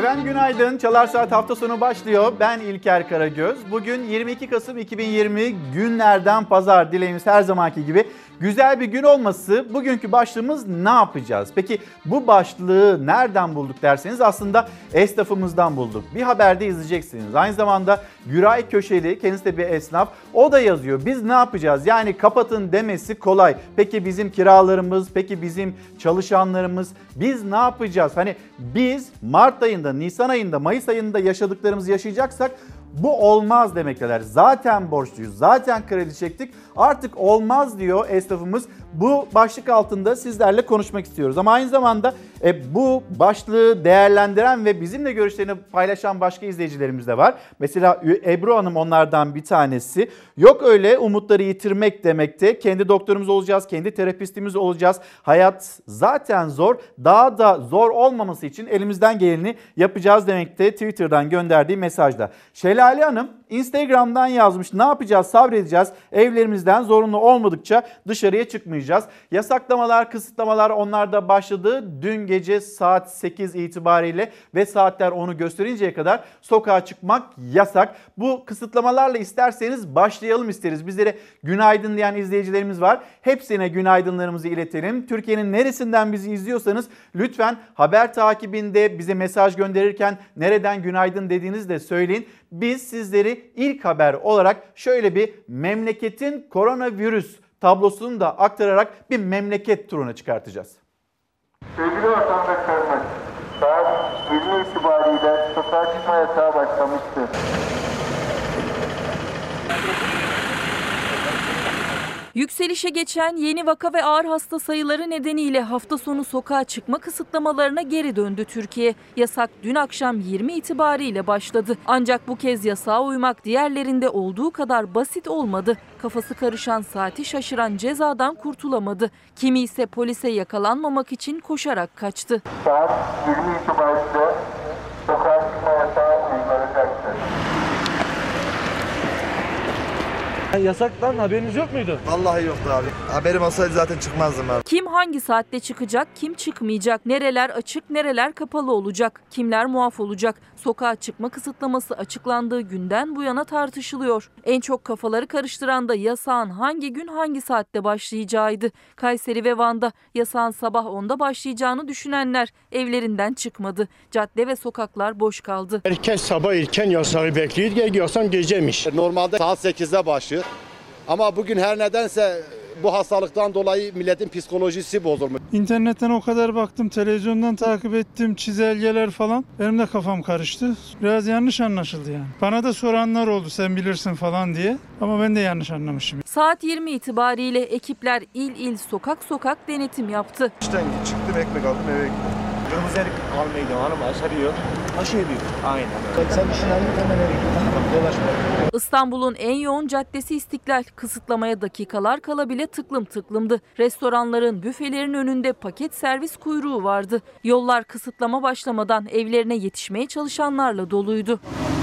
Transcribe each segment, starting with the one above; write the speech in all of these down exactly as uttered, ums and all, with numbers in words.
Efendim günaydın. Çalar Saat hafta sonu başlıyor. Ben İlker Karagöz. Bugün yirmi iki Kasım iki bin yirmi günlerden pazar. Dileğimiz her zamanki gibi güzel bir gün olması. Bugünkü başlığımız ne yapacağız? Peki bu başlığı nereden bulduk derseniz aslında esnafımızdan bulduk. Bir haberde izleyeceksiniz. Aynı zamanda Güray Köşeli, kendisi de bir esnaf. O da yazıyor. Biz ne yapacağız? Yani kapatın demesi kolay. Peki bizim kiralarımız, peki bizim çalışanlarımız, biz ne yapacağız? Hani biz Mart ayında, Nisan ayında, Mayıs ayında yaşadıklarımızı yaşayacaksak bu olmaz demekteler. Zaten borçluyuz, zaten kredi çektik. Artık olmaz diyor esnafımız. Bu başlık altında sizlerle konuşmak istiyoruz. Ama aynı zamanda e, bu başlığı değerlendiren ve bizimle görüşlerini paylaşan başka izleyicilerimiz de var. Mesela Ebru Hanım onlardan bir tanesi. Yok öyle umutları yitirmek demekte. Kendi doktorumuz olacağız, kendi terapistimiz olacağız. Hayat zaten zor. Daha da zor olmaması için elimizden geleni yapacağız demekte Twitter'dan gönderdiği mesajda. Şelale Hanım Instagram'dan yazmış. Ne yapacağız? Sabredeceğiz. Evlerimizden zorunlu olmadıkça dışarıya çıkmayacağız. Yasaklamalar, kısıtlamalar onlar da başladı. Dün gece saat sekiz itibariyle ve saatler onu gösterinceye kadar sokağa çıkmak yasak. Bu kısıtlamalarla isterseniz başlayalım isteriz. Bizlere günaydın diyen izleyicilerimiz var. Hepsine günaydınlarımızı iletelim. Türkiye'nin neresinden bizi izliyorsanız lütfen haber takibinde bize mesaj gönderirken nereden günaydın dediğinizi de söyleyin. Biz sizleri ilk haber olarak şöyle bir memleketin koronavirüs tablosunu da aktararak bir memleket turuna çıkartacağız. Sevgili vatandaşlarımız, saat yirmi itibariyle sokağa çıkma yasağı başlamıştır. Yükselişe geçen yeni vaka ve ağır hasta sayıları nedeniyle hafta sonu sokağa çıkma kısıtlamalarına geri döndü Türkiye. Yasak dün akşam yirmi itibariyle başladı. Ancak bu kez yasağa uymak diğerlerinde olduğu kadar basit olmadı. Kafası karışan, saati şaşıran cezadan kurtulamadı. Kimi ise polise yakalanmamak için koşarak kaçtı. Saat yirmi itibariyle sokağa çıkma yasağı uygulanacaktır. Yasaktan haberiniz yok muydu? Vallahi yoktu abi. Haberim olsaydı zaten çıkmazdım abi. Kim hangi saatte çıkacak, kim çıkmayacak? Nereler açık, nereler kapalı olacak? Kimler muaf olacak? Sokağa çıkma kısıtlaması açıklandığı günden bu yana tartışılıyor. En çok kafaları karıştıran da yasağın hangi gün hangi saatte başlayacağıydı. Kayseri ve Van'da yasağın sabah onda başlayacağını düşünenler evlerinden çıkmadı. Cadde ve sokaklar boş kaldı. Herkes sabah erken yasağı bekliyor. Geliyorsam gecemiş. Normalde saat sekizde başlıyor. Ama bugün her nedense bu hastalıktan dolayı milletin psikolojisi bozulmuş. İnternetten o kadar baktım, televizyondan takip ettim, çizelgeler falan. Benim de kafam karıştı. Biraz yanlış anlaşıldı yani. Bana da soranlar oldu sen bilirsin falan diye. Ama ben de yanlış anlamışım. Saat yirmi itibariyle ekipler il il sokak sokak denetim yaptı. İşten çıktım, ekmek aldım, eve gittim. Kırmızı erik almaydı hanım aşarıyor. Aşı ediyor. Aynen öyle. Sen işini hallet hemen eve git. Tamam, dolaşma. İstanbul'un en yoğun caddesi İstiklal. Kısıtlamaya dakikalar kala bile tıklım tıklımdı. Restoranların, büfelerin önünde paket servis kuyruğu vardı. Yollar kısıtlama başlamadan evlerine yetişmeye çalışanlarla doluydu.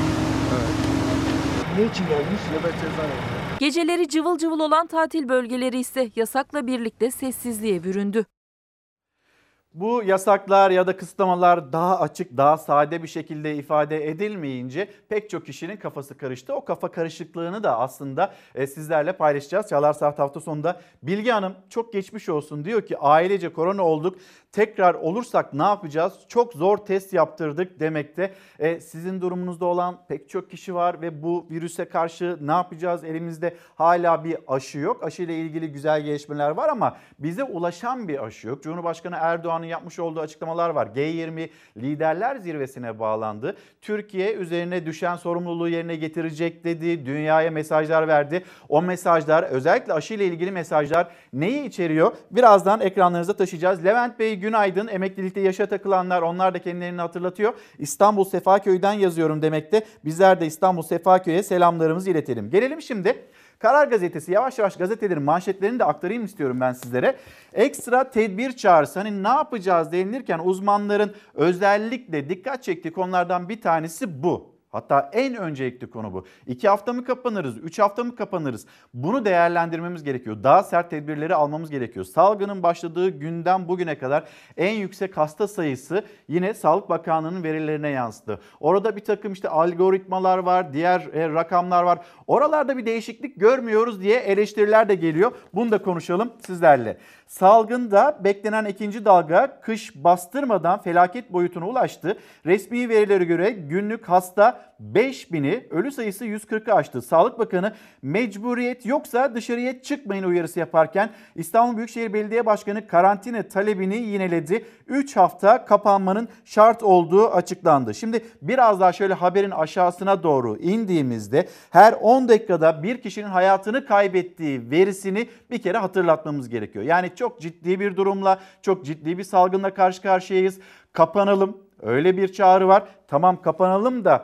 Ne için gelmiş? Nöbet ceza. Geceleri cıvıl cıvıl olan tatil bölgeleri ise yasakla birlikte sessizliğe büründü. Bu yasaklar ya da kısıtlamalar daha açık, daha sade bir şekilde ifade edilmeyince pek çok kişinin kafası karıştı. O kafa karışıklığını da aslında sizlerle paylaşacağız. Çalar Saat hafta sonunda Bilge Hanım çok geçmiş olsun diyor ki ailece korona olduk. Tekrar olursak ne yapacağız? Çok zor test yaptırdık demekte. E, sizin durumunuzda olan pek çok kişi var ve bu virüse karşı ne yapacağız? Elimizde hala bir aşı yok. Aşı ile ilgili güzel gelişmeler var ama bize ulaşan bir aşı yok. Cumhurbaşkanı Erdoğan'ın yapmış olduğu açıklamalar var. G yirmi liderler zirvesine bağlandı. Türkiye üzerine düşen sorumluluğu yerine getirecek dedi. Dünyaya mesajlar verdi. O mesajlar, özellikle aşı ile ilgili mesajlar neyi içeriyor? Birazdan ekranlarınıza taşıyacağız. Levent Bey günaydın. Emeklilikte yaşa takılanlar, onlar da kendilerini hatırlatıyor. İstanbul Sefaköy'den yazıyorum demekte. Bizler de İstanbul Sefaköy'e selamlarımızı iletelim. Gelelim şimdi Karar Gazetesi, yavaş yavaş gazetelerin manşetlerini de aktarayım istiyorum ben sizlere. Ekstra tedbir çağrısı, hani ne yapacağız denilirken uzmanların özellikle dikkat çektiği konulardan bir tanesi bu. Hatta en öncelikli konu bu. İki hafta mı kapanırız, üç hafta mı kapanırız? Bunu değerlendirmemiz gerekiyor. Daha sert tedbirleri almamız gerekiyor. Salgının başladığı günden bugüne kadar en yüksek hasta sayısı yine Sağlık Bakanlığı'nın verilerine yansıdı. Orada bir takım işte algoritmalar var, diğer e, rakamlar var. Oralarda bir değişiklik görmüyoruz diye eleştiriler de geliyor. Bunu da konuşalım sizlerle. Salgında beklenen ikinci dalga kış bastırmadan felaket boyutuna ulaştı. Resmi verilere göre günlük hasta beş bini, ölü sayısı yüz kırkı aştı. Sağlık Bakanı mecburiyet yoksa dışarıya çıkmayın uyarısı yaparken İstanbul Büyükşehir Belediye Başkanı karantina talebini yineledi. üç hafta kapanmanın şart olduğu açıklandı. Şimdi biraz daha şöyle haberin aşağısına doğru indiğimizde her on dakikada bir kişinin hayatını kaybettiği verisini bir kere hatırlatmamız gerekiyor. Yani çok ciddi bir durumla, çok ciddi bir salgınla karşı karşıyayız. Kapanalım. Öyle bir çağrı var. Tamam kapanalım da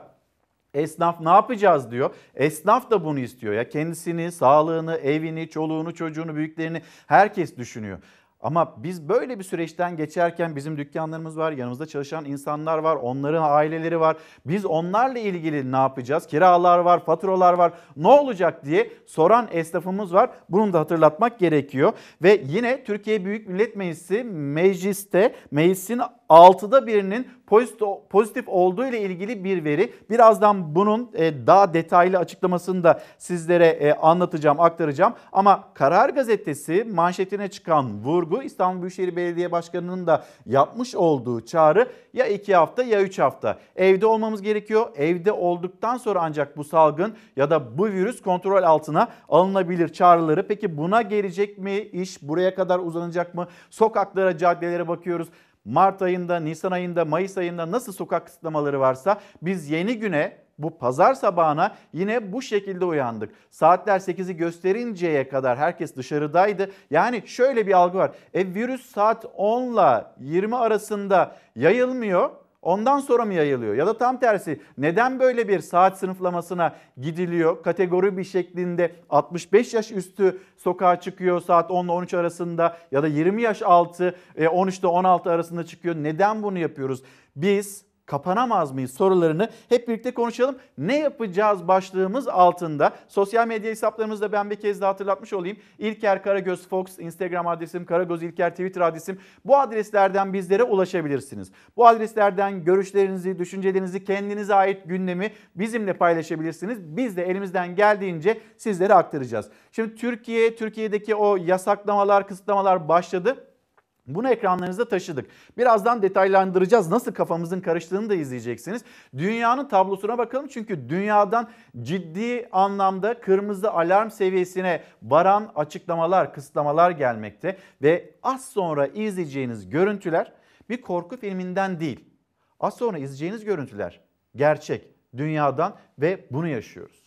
esnaf ne yapacağız diyor. Esnaf da bunu istiyor ya. Kendisini, sağlığını, evini, çoluğunu, çocuğunu, büyüklerini herkes düşünüyor. Ama biz böyle bir süreçten geçerken bizim dükkanlarımız var, yanımızda çalışan insanlar var, onların aileleri var. Biz onlarla ilgili ne yapacağız? Kiralar var, faturalar var. Ne olacak diye soran esnafımız var. Bunu da hatırlatmak gerekiyor. Ve yine Türkiye Büyük Millet Meclisi mecliste meclisin altıda birinin pozitif olduğu ile ilgili bir veri. Birazdan bunun daha detaylı açıklamasını da sizlere anlatacağım, aktaracağım. Ama Karar Gazetesi manşetine çıkan vurgu İstanbul Büyükşehir Belediye Başkanı'nın da yapmış olduğu çağrı ya iki hafta ya üç hafta. Evde olmamız gerekiyor. Evde olduktan sonra ancak bu salgın ya da bu virüs kontrol altına alınabilir çağrıları. Peki buna gelecek mi? İş buraya kadar uzanacak mı? Sokaklara, caddelere bakıyoruz. Mart ayında, Nisan ayında, Mayıs ayında nasıl sokak kısıtlamaları varsa biz yeni güne, bu pazar sabahına yine bu şekilde uyandık. Saatler sekizi gösterinceye kadar herkes dışarıdaydı. Yani şöyle bir algı var. E virüs saat on ile yirmi arasında yayılmıyor. Ondan sonra mı yayılıyor? Ya da tam tersi neden böyle bir saat sınıflamasına gidiliyor? Kategori bir şeklinde altmış beş yaş üstü sokağa çıkıyor saat on ile on üç arasında ya da yirmi yaş altı on üç ile on altı arasında çıkıyor. Neden bunu yapıyoruz? Biz kapanamaz mıyız sorularını hep birlikte konuşalım. Ne yapacağız başlığımız altında. Sosyal medya hesaplarımızda ben bir kez daha hatırlatmış olayım. İlker Karagöz Fox, Instagram adresim, Karagöz İlker Twitter adresim. Bu adreslerden bizlere ulaşabilirsiniz. Bu adreslerden görüşlerinizi, düşüncelerinizi, kendinize ait gündemi bizimle paylaşabilirsiniz. Biz de elimizden geldiğince sizlere aktaracağız. Şimdi Türkiye, Türkiye'deki o yasaklamalar, kısıtlamalar başladı. Bunu ekranlarınızda taşıdık. Birazdan detaylandıracağız. Nasıl kafamızın karıştığını da izleyeceksiniz. Dünyanın tablosuna bakalım. Çünkü dünyadan ciddi anlamda kırmızı alarm seviyesine varan açıklamalar, kısıtlamalar gelmekte. Ve az sonra izleyeceğiniz görüntüler bir korku filminden değil. Az sonra izleyeceğiniz görüntüler gerçek, dünyadan ve bunu yaşıyoruz.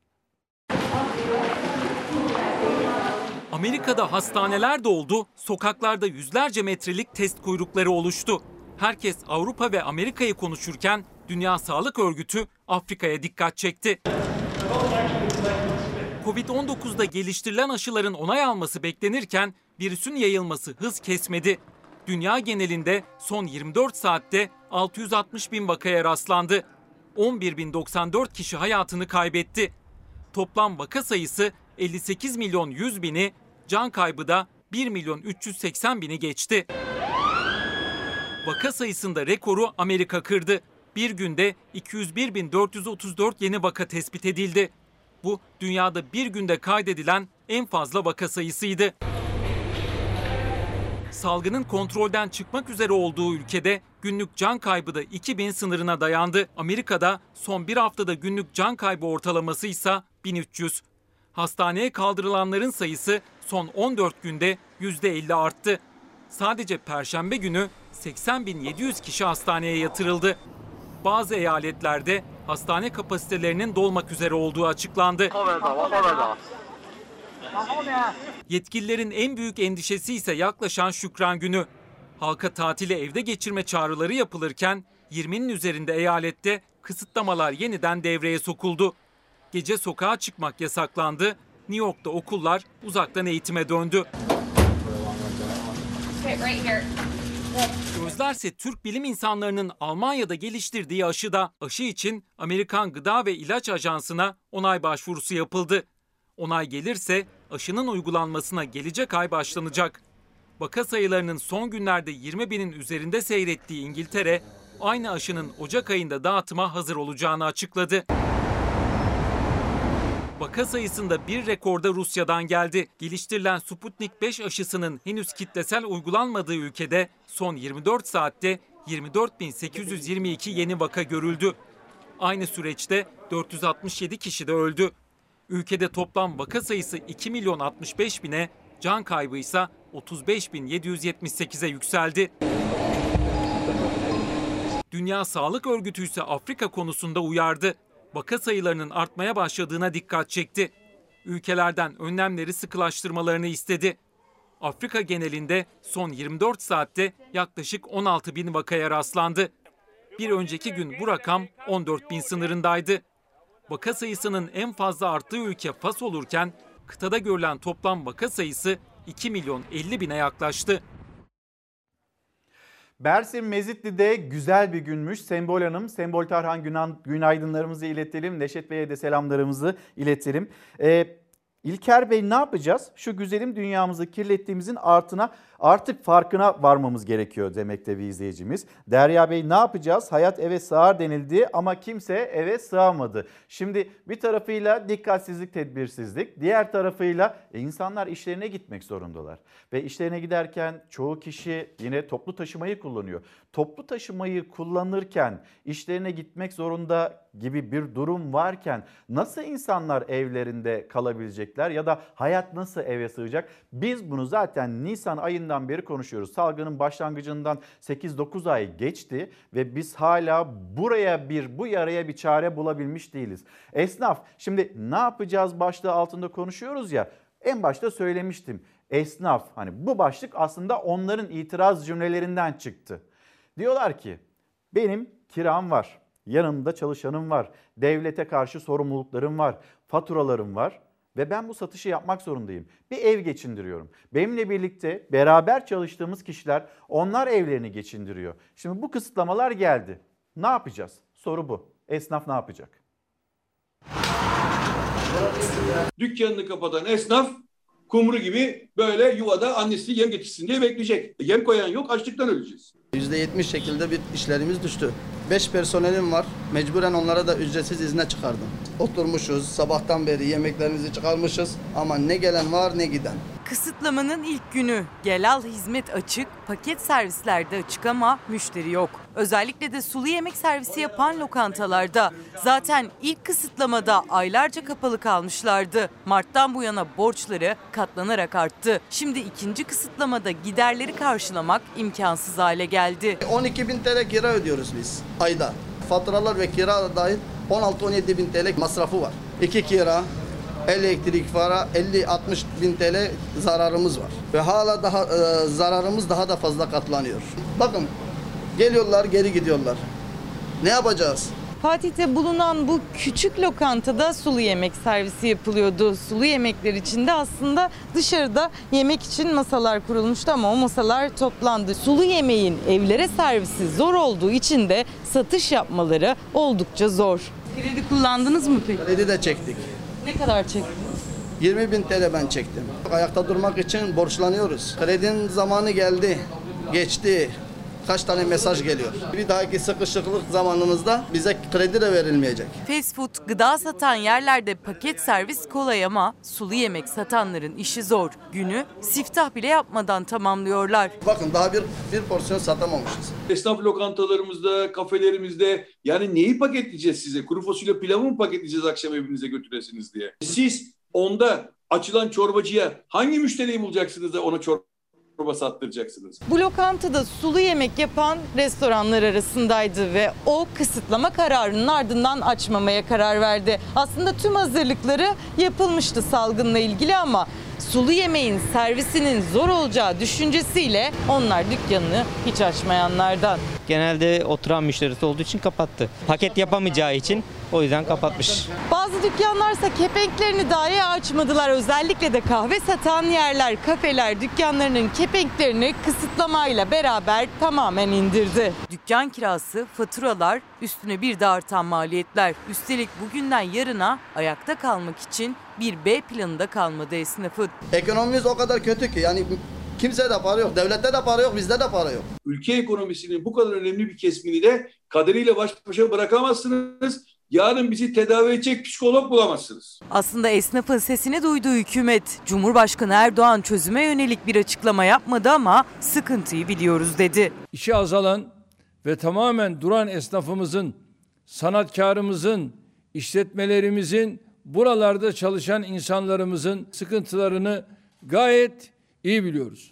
Amerika'da hastaneler doldu, sokaklarda yüzlerce metrelik test kuyrukları oluştu. Herkes Avrupa ve Amerika'yı konuşurken Dünya Sağlık Örgütü Afrika'ya dikkat çekti. Covid on dokuzda geliştirilen aşıların onay alması beklenirken virüsün yayılması hız kesmedi. Dünya genelinde son yirmi dört saatte altı yüz altmış bin vakaya rastlandı. on bir bin doksan dört kişi hayatını kaybetti. Toplam vaka sayısı elli sekiz milyon yüz bini, can kaybı da bir milyon üç yüz seksen bini geçti. Vaka sayısında rekoru Amerika kırdı. Bir günde iki yüz bir bin dört yüz otuz dört yeni vaka tespit edildi. Bu dünyada bir günde kaydedilen en fazla vaka sayısıydı. Salgının kontrolden çıkmak üzere olduğu ülkede günlük can kaybı da iki bin sınırına dayandı. Amerika'da son bir haftada günlük can kaybı ortalaması ise bin üç yüz. Hastaneye kaldırılanların sayısı son on dört günde yüzde elli arttı. Sadece Perşembe günü seksen bin yedi yüz kişi hastaneye yatırıldı. Bazı eyaletlerde hastane kapasitelerinin dolmak üzere olduğu açıklandı. Yetkililerin en büyük endişesi ise yaklaşan Şükran Günü. Halka tatili evde geçirme çağrıları yapılırken yirminin üzerinde eyalette kısıtlamalar yeniden devreye sokuldu. Gece sokağa çıkmak yasaklandı. New York'ta okullar uzaktan eğitime döndü. Gözlerse Türk bilim insanlarının Almanya'da geliştirdiği aşıda. Aşı için Amerikan Gıda ve İlaç Ajansı'na onay başvurusu yapıldı. Onay gelirse aşının uygulanmasına gelecek ay başlanacak. Vaka sayılarının son günlerde yirmi binin üzerinde seyrettiği İngiltere, aynı aşının Ocak ayında dağıtıma hazır olacağını açıkladı. Vaka sayısında bir rekor da Rusya'dan geldi. Geliştirilen Sputnik beş aşısının henüz kitlesel uygulanmadığı ülkede son yirmi dört saatte yirmi dört bin sekiz yüz yirmi iki yeni vaka görüldü. Aynı süreçte dört yüz altmış yedi kişi de öldü. Ülkede toplam vaka sayısı iki milyon altmış beş bine, can kaybı ise otuz beş bin yedi yüz yetmiş sekize yükseldi. Dünya Sağlık Örgütü ise Afrika konusunda uyardı. Vaka sayılarının artmaya başladığına dikkat çekti. Ülkelerden önlemleri sıkılaştırmalarını istedi. Afrika genelinde son yirmi dört saatte yaklaşık on altı bin vakaya rastlandı. Bir önceki gün bu rakam on dört bin sınırındaydı. Vaka sayısının en fazla arttığı ülke Fas olurken kıtada görülen toplam vaka sayısı iki milyon elli bine yaklaştı. Bersin Mezitli'de güzel bir günmüş. Sembol Hanım, Sembol Tarhan Günan, günaydınlarımızı iletelim. Neşet Bey'e de selamlarımızı iletelim. Ee, İlker Bey ne yapacağız? Şu güzelim dünyamızı kirlettiğimizin artına artık farkına varmamız gerekiyor demekte bir izleyicimiz. Derya Bey ne yapacağız? Hayat eve sığar denildi ama kimse eve sığamadı. Şimdi bir tarafıyla dikkatsizlik, tedbirsizlik, diğer tarafıyla e, insanlar işlerine gitmek zorundalar. Ve işlerine giderken çoğu kişi yine toplu taşımayı kullanıyor. Toplu taşımayı kullanırken işlerine gitmek zorunda gibi bir durum varken nasıl insanlar evlerinde kalabilecekler ya da hayat nasıl eve sığacak? Biz bunu zaten Nisan ayından beri konuşuyoruz. Salgının başlangıcından sekiz dokuz ay geçti ve biz hala buraya bir bu yaraya bir çare bulabilmiş değiliz. Esnaf, şimdi ne yapacağız başlığı altında konuşuyoruz ya, en başta söylemiştim. Esnaf, hani bu başlık aslında onların itiraz cümlelerinden çıktı. Diyorlar ki benim kiram var, yanımda çalışanım var, devlete karşı sorumluluklarım var, faturalarım var ve ben bu satışı yapmak zorundayım. Bir ev geçindiriyorum. Benimle birlikte beraber çalıştığımız kişiler, onlar evlerini geçindiriyor. Şimdi bu kısıtlamalar geldi. Ne yapacağız? Soru bu. Esnaf ne yapacak? Dükkanını kapatan esnaf kumru gibi böyle yuvada annesi yem getirsin diye bekleyecek. Yem koyan yok, açlıktan öleceğiz. yüzde yetmiş şekilde bir işlerimiz düştü. beş personelim var. Mecburen onlara da ücretsiz izne çıkardım. Oturmuşuz, sabahtan beri yemeklerimizi çıkarmışız ama ne gelen var ne giden. Kısıtlamanın ilk günü. Gel al hizmet açık, paket servislerde açık ama müşteri yok. Özellikle de sulu yemek servisi yapan lokantalarda. Zaten ilk kısıtlamada aylarca kapalı kalmışlardı. Mart'tan bu yana borçları katlanarak arttı. Şimdi ikinci kısıtlamada giderleri karşılamak imkansız hale geldi. on iki bin T L kira ödüyoruz biz ayda. Faturalar ve kira dahil on altı on yedi bin T L masrafı var. İki kira, elektrik, para, elli altmış bin T L zararımız var. Ve hala daha e, zararımız daha da fazla katlanıyor. Bakın geliyorlar geri gidiyorlar. Ne yapacağız? Fatih'te bulunan bu küçük lokantada sulu yemek servisi yapılıyordu. Sulu yemekler için de aslında dışarıda yemek için masalar kurulmuştu ama o masalar toplandı. Sulu yemeğin evlere servisi zor olduğu için de satış yapmaları oldukça zor. Kredi kullandınız mı peki? Kredi de çektik. Ne kadar çektiniz? yirmi bin T L ben çektim. Ayakta durmak için borçlanıyoruz. Kredinin zamanı geldi, geçti. Kaç tane mesaj geliyor. Bir dahaki sıkışıklık zamanımızda bize kredi de verilmeyecek. Fast food, gıda satan yerlerde paket servis kolay ama sulu yemek satanların işi zor. Günü siftah bile yapmadan tamamlıyorlar. Bakın daha bir, bir porsiyon satamamışız. Esnaf lokantalarımızda, kafelerimizde yani neyi paketleyeceğiz size? Kuru fasulye pilavı mı paketleyeceğiz akşam evinize götüresiniz diye? Siz onda açılan çorbacıya hangi müşteriyi bulacaksınız da ona çorba çorba sattıracaksınız? Bu lokantada sulu yemek yapan restoranlar arasındaydı ve o kısıtlama kararının ardından açmamaya karar verdi. Aslında tüm hazırlıkları yapılmıştı salgınla ilgili ama Sulu yemeğin servisinin zor olacağı düşüncesiyle onlar dükkanını hiç açmayanlardan. Genelde oturan müşterisi olduğu için kapattı. Paket yapamayacağı için o yüzden kapatmış. Bazı dükkanlarsa kepenklerini dahi açmadılar. Özellikle de kahve satan yerler, kafeler dükkanlarının kepenklerini kısıtlamayla beraber tamamen indirdi. Dükkan kirası, faturalar, üstüne bir de artan maliyetler. Üstelik bugünden yarına ayakta kalmak için bir B planında kalmadı esnafın. Ekonomimiz o kadar kötü ki yani kimsede de para yok, devlette de para yok, bizde de para yok. Ülke ekonomisinin bu kadar önemli bir kesimini de kaderiyle baş başa bırakamazsınız. Yarın bizi tedavi edecek psikolog bulamazsınız. Aslında esnafın sesini duyduğu hükümet, Cumhurbaşkanı Erdoğan çözüme yönelik bir açıklama yapmadı ama sıkıntıyı biliyoruz dedi. İşi azalan ve tamamen duran esnafımızın, sanatkarımızın, işletmelerimizin, buralarda çalışan insanlarımızın sıkıntılarını gayet iyi biliyoruz.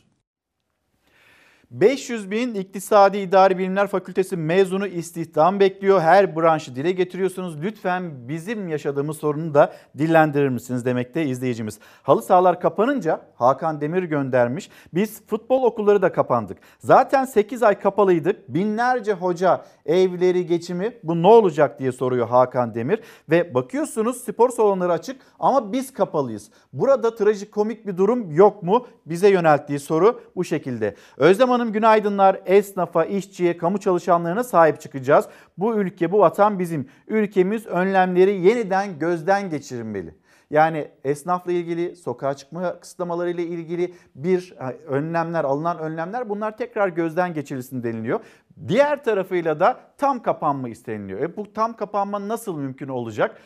beş yüz bin İktisadi İdari Bilimler Fakültesi mezunu istihdam bekliyor. Her branşı dile getiriyorsunuz. Lütfen bizim yaşadığımız sorunu da dillendirir misiniz demekte izleyicimiz. Halı sahalar kapanınca Hakan Demir göndermiş. Biz futbol okulları da kapandık. Zaten sekiz ay kapalıydık. Binlerce hoca evleri, geçimi bu ne olacak diye soruyor Hakan Demir. Ve bakıyorsunuz spor salonları açık ama biz kapalıyız. Burada trajikomik bir durum yok mu? Bize yönelttiği soru bu şekilde. Özlem Hanım günaydınlar. Esnafa, işçiye, kamu çalışanlarına sahip çıkacağız. Bu ülke, bu vatan bizim. Ülkemiz önlemleri yeniden gözden geçirilmeli. Yani esnafla ilgili, sokağa çıkma kısıtlamaları ile ilgili bir önlemler, alınan önlemler bunlar tekrar gözden geçirilsin deniliyor. Diğer tarafıyla da tam kapanma isteniliyor. E bu tam kapanma nasıl mümkün olacak?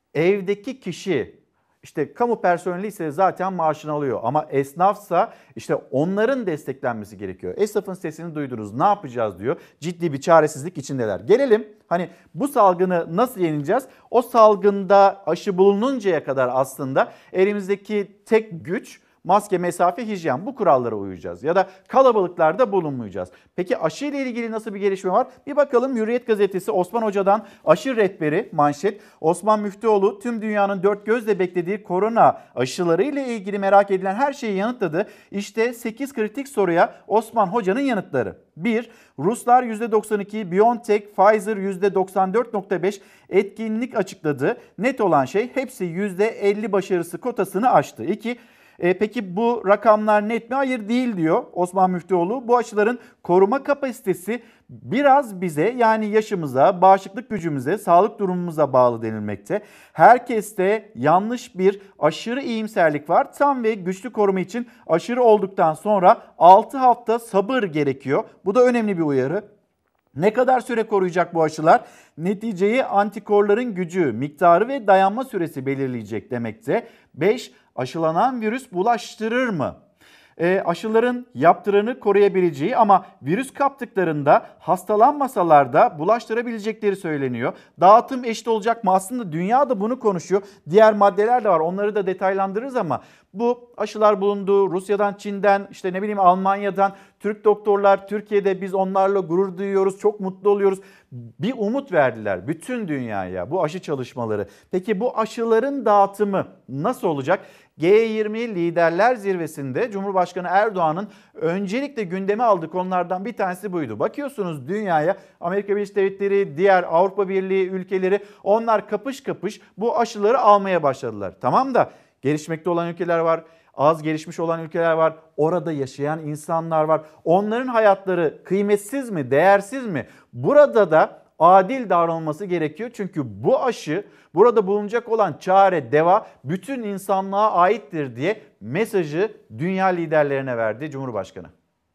Evdeki kişi, İşte kamu personeli ise zaten maaşını alıyor ama esnafsa işte onların desteklenmesi gerekiyor. Esnafın sesini duydunuz, ne yapacağız diyor. Ciddi bir çaresizlik içindeler. Gelelim hani bu salgını nasıl yeneceğiz? O salgında aşı bulununcaya kadar aslında elimizdeki tek güç maske, mesafe, hijyen, bu kurallara uyacağız ya da kalabalıklarda bulunmayacağız. Peki aşı ile ilgili nasıl bir gelişme var? Bir bakalım Hürriyet gazetesi Osman Hoca'dan aşı rehberi manşet. Osman Müftüoğlu tüm dünyanın dört gözle beklediği korona aşıları ile ilgili merak edilen her şeyi yanıtladı. İşte sekiz kritik soruya Osman Hoca'nın yanıtları. bir. Ruslar yüzde doksan iki, BioNTech, Pfizer yüzde doksan dört nokta beş etkinlik açıkladı. Net olan şey hepsi yüzde elli başarısı kotasını aştı. iki. E peki bu rakamlar net mi? Hayır değil diyor Osman Müftüoğlu. Bu aşıların koruma kapasitesi biraz bize yani yaşımıza, bağışıklık gücümüze, sağlık durumumuza bağlı denilmekte. Herkeste yanlış bir aşırı iyimserlik var. Tam ve güçlü koruma için aşırı olduktan sonra altı hafta sabır gerekiyor. Bu da önemli bir uyarı. Ne kadar süre koruyacak bu aşılar? Neticeyi antikorların gücü, miktarı ve dayanma süresi belirleyecek demekte. beş. Aşılanan virüs bulaştırır mı? E, aşıların yaptıranı koruyabileceği ama virüs kaptıklarında hastalanmasalar da bulaştırabilecekleri söyleniyor. Dağıtım eşit olacak mı? Aslında dünya da bunu konuşuyor. Diğer maddeler de var. Onları da detaylandırırız ama bu aşılar bulundu. Rusya'dan, Çin'den, işte ne bileyim Almanya'dan Türk doktorlar, Türkiye'de biz onlarla gurur duyuyoruz, çok mutlu oluyoruz. Bir umut verdiler bütün dünyaya bu aşı çalışmaları. Peki bu aşıların dağıtımı nasıl olacak? G yirmi Liderler Zirvesi'nde Cumhurbaşkanı Erdoğan'ın öncelikle gündeme aldığı konulardan bir tanesi buydu. Bakıyorsunuz dünyaya, Amerika Birleşik Devletleri, diğer Avrupa Birliği ülkeleri, onlar kapış kapış bu aşıları almaya başladılar. Tamam da gelişmekte olan ülkeler var, az gelişmiş olan ülkeler var, orada yaşayan insanlar var. Onların hayatları kıymetsiz mi, değersiz mi? Burada da adil davranılması gerekiyor. Çünkü bu aşı, burada bulunacak olan çare, deva bütün insanlığa aittir diye mesajı dünya liderlerine verdi Cumhurbaşkanı.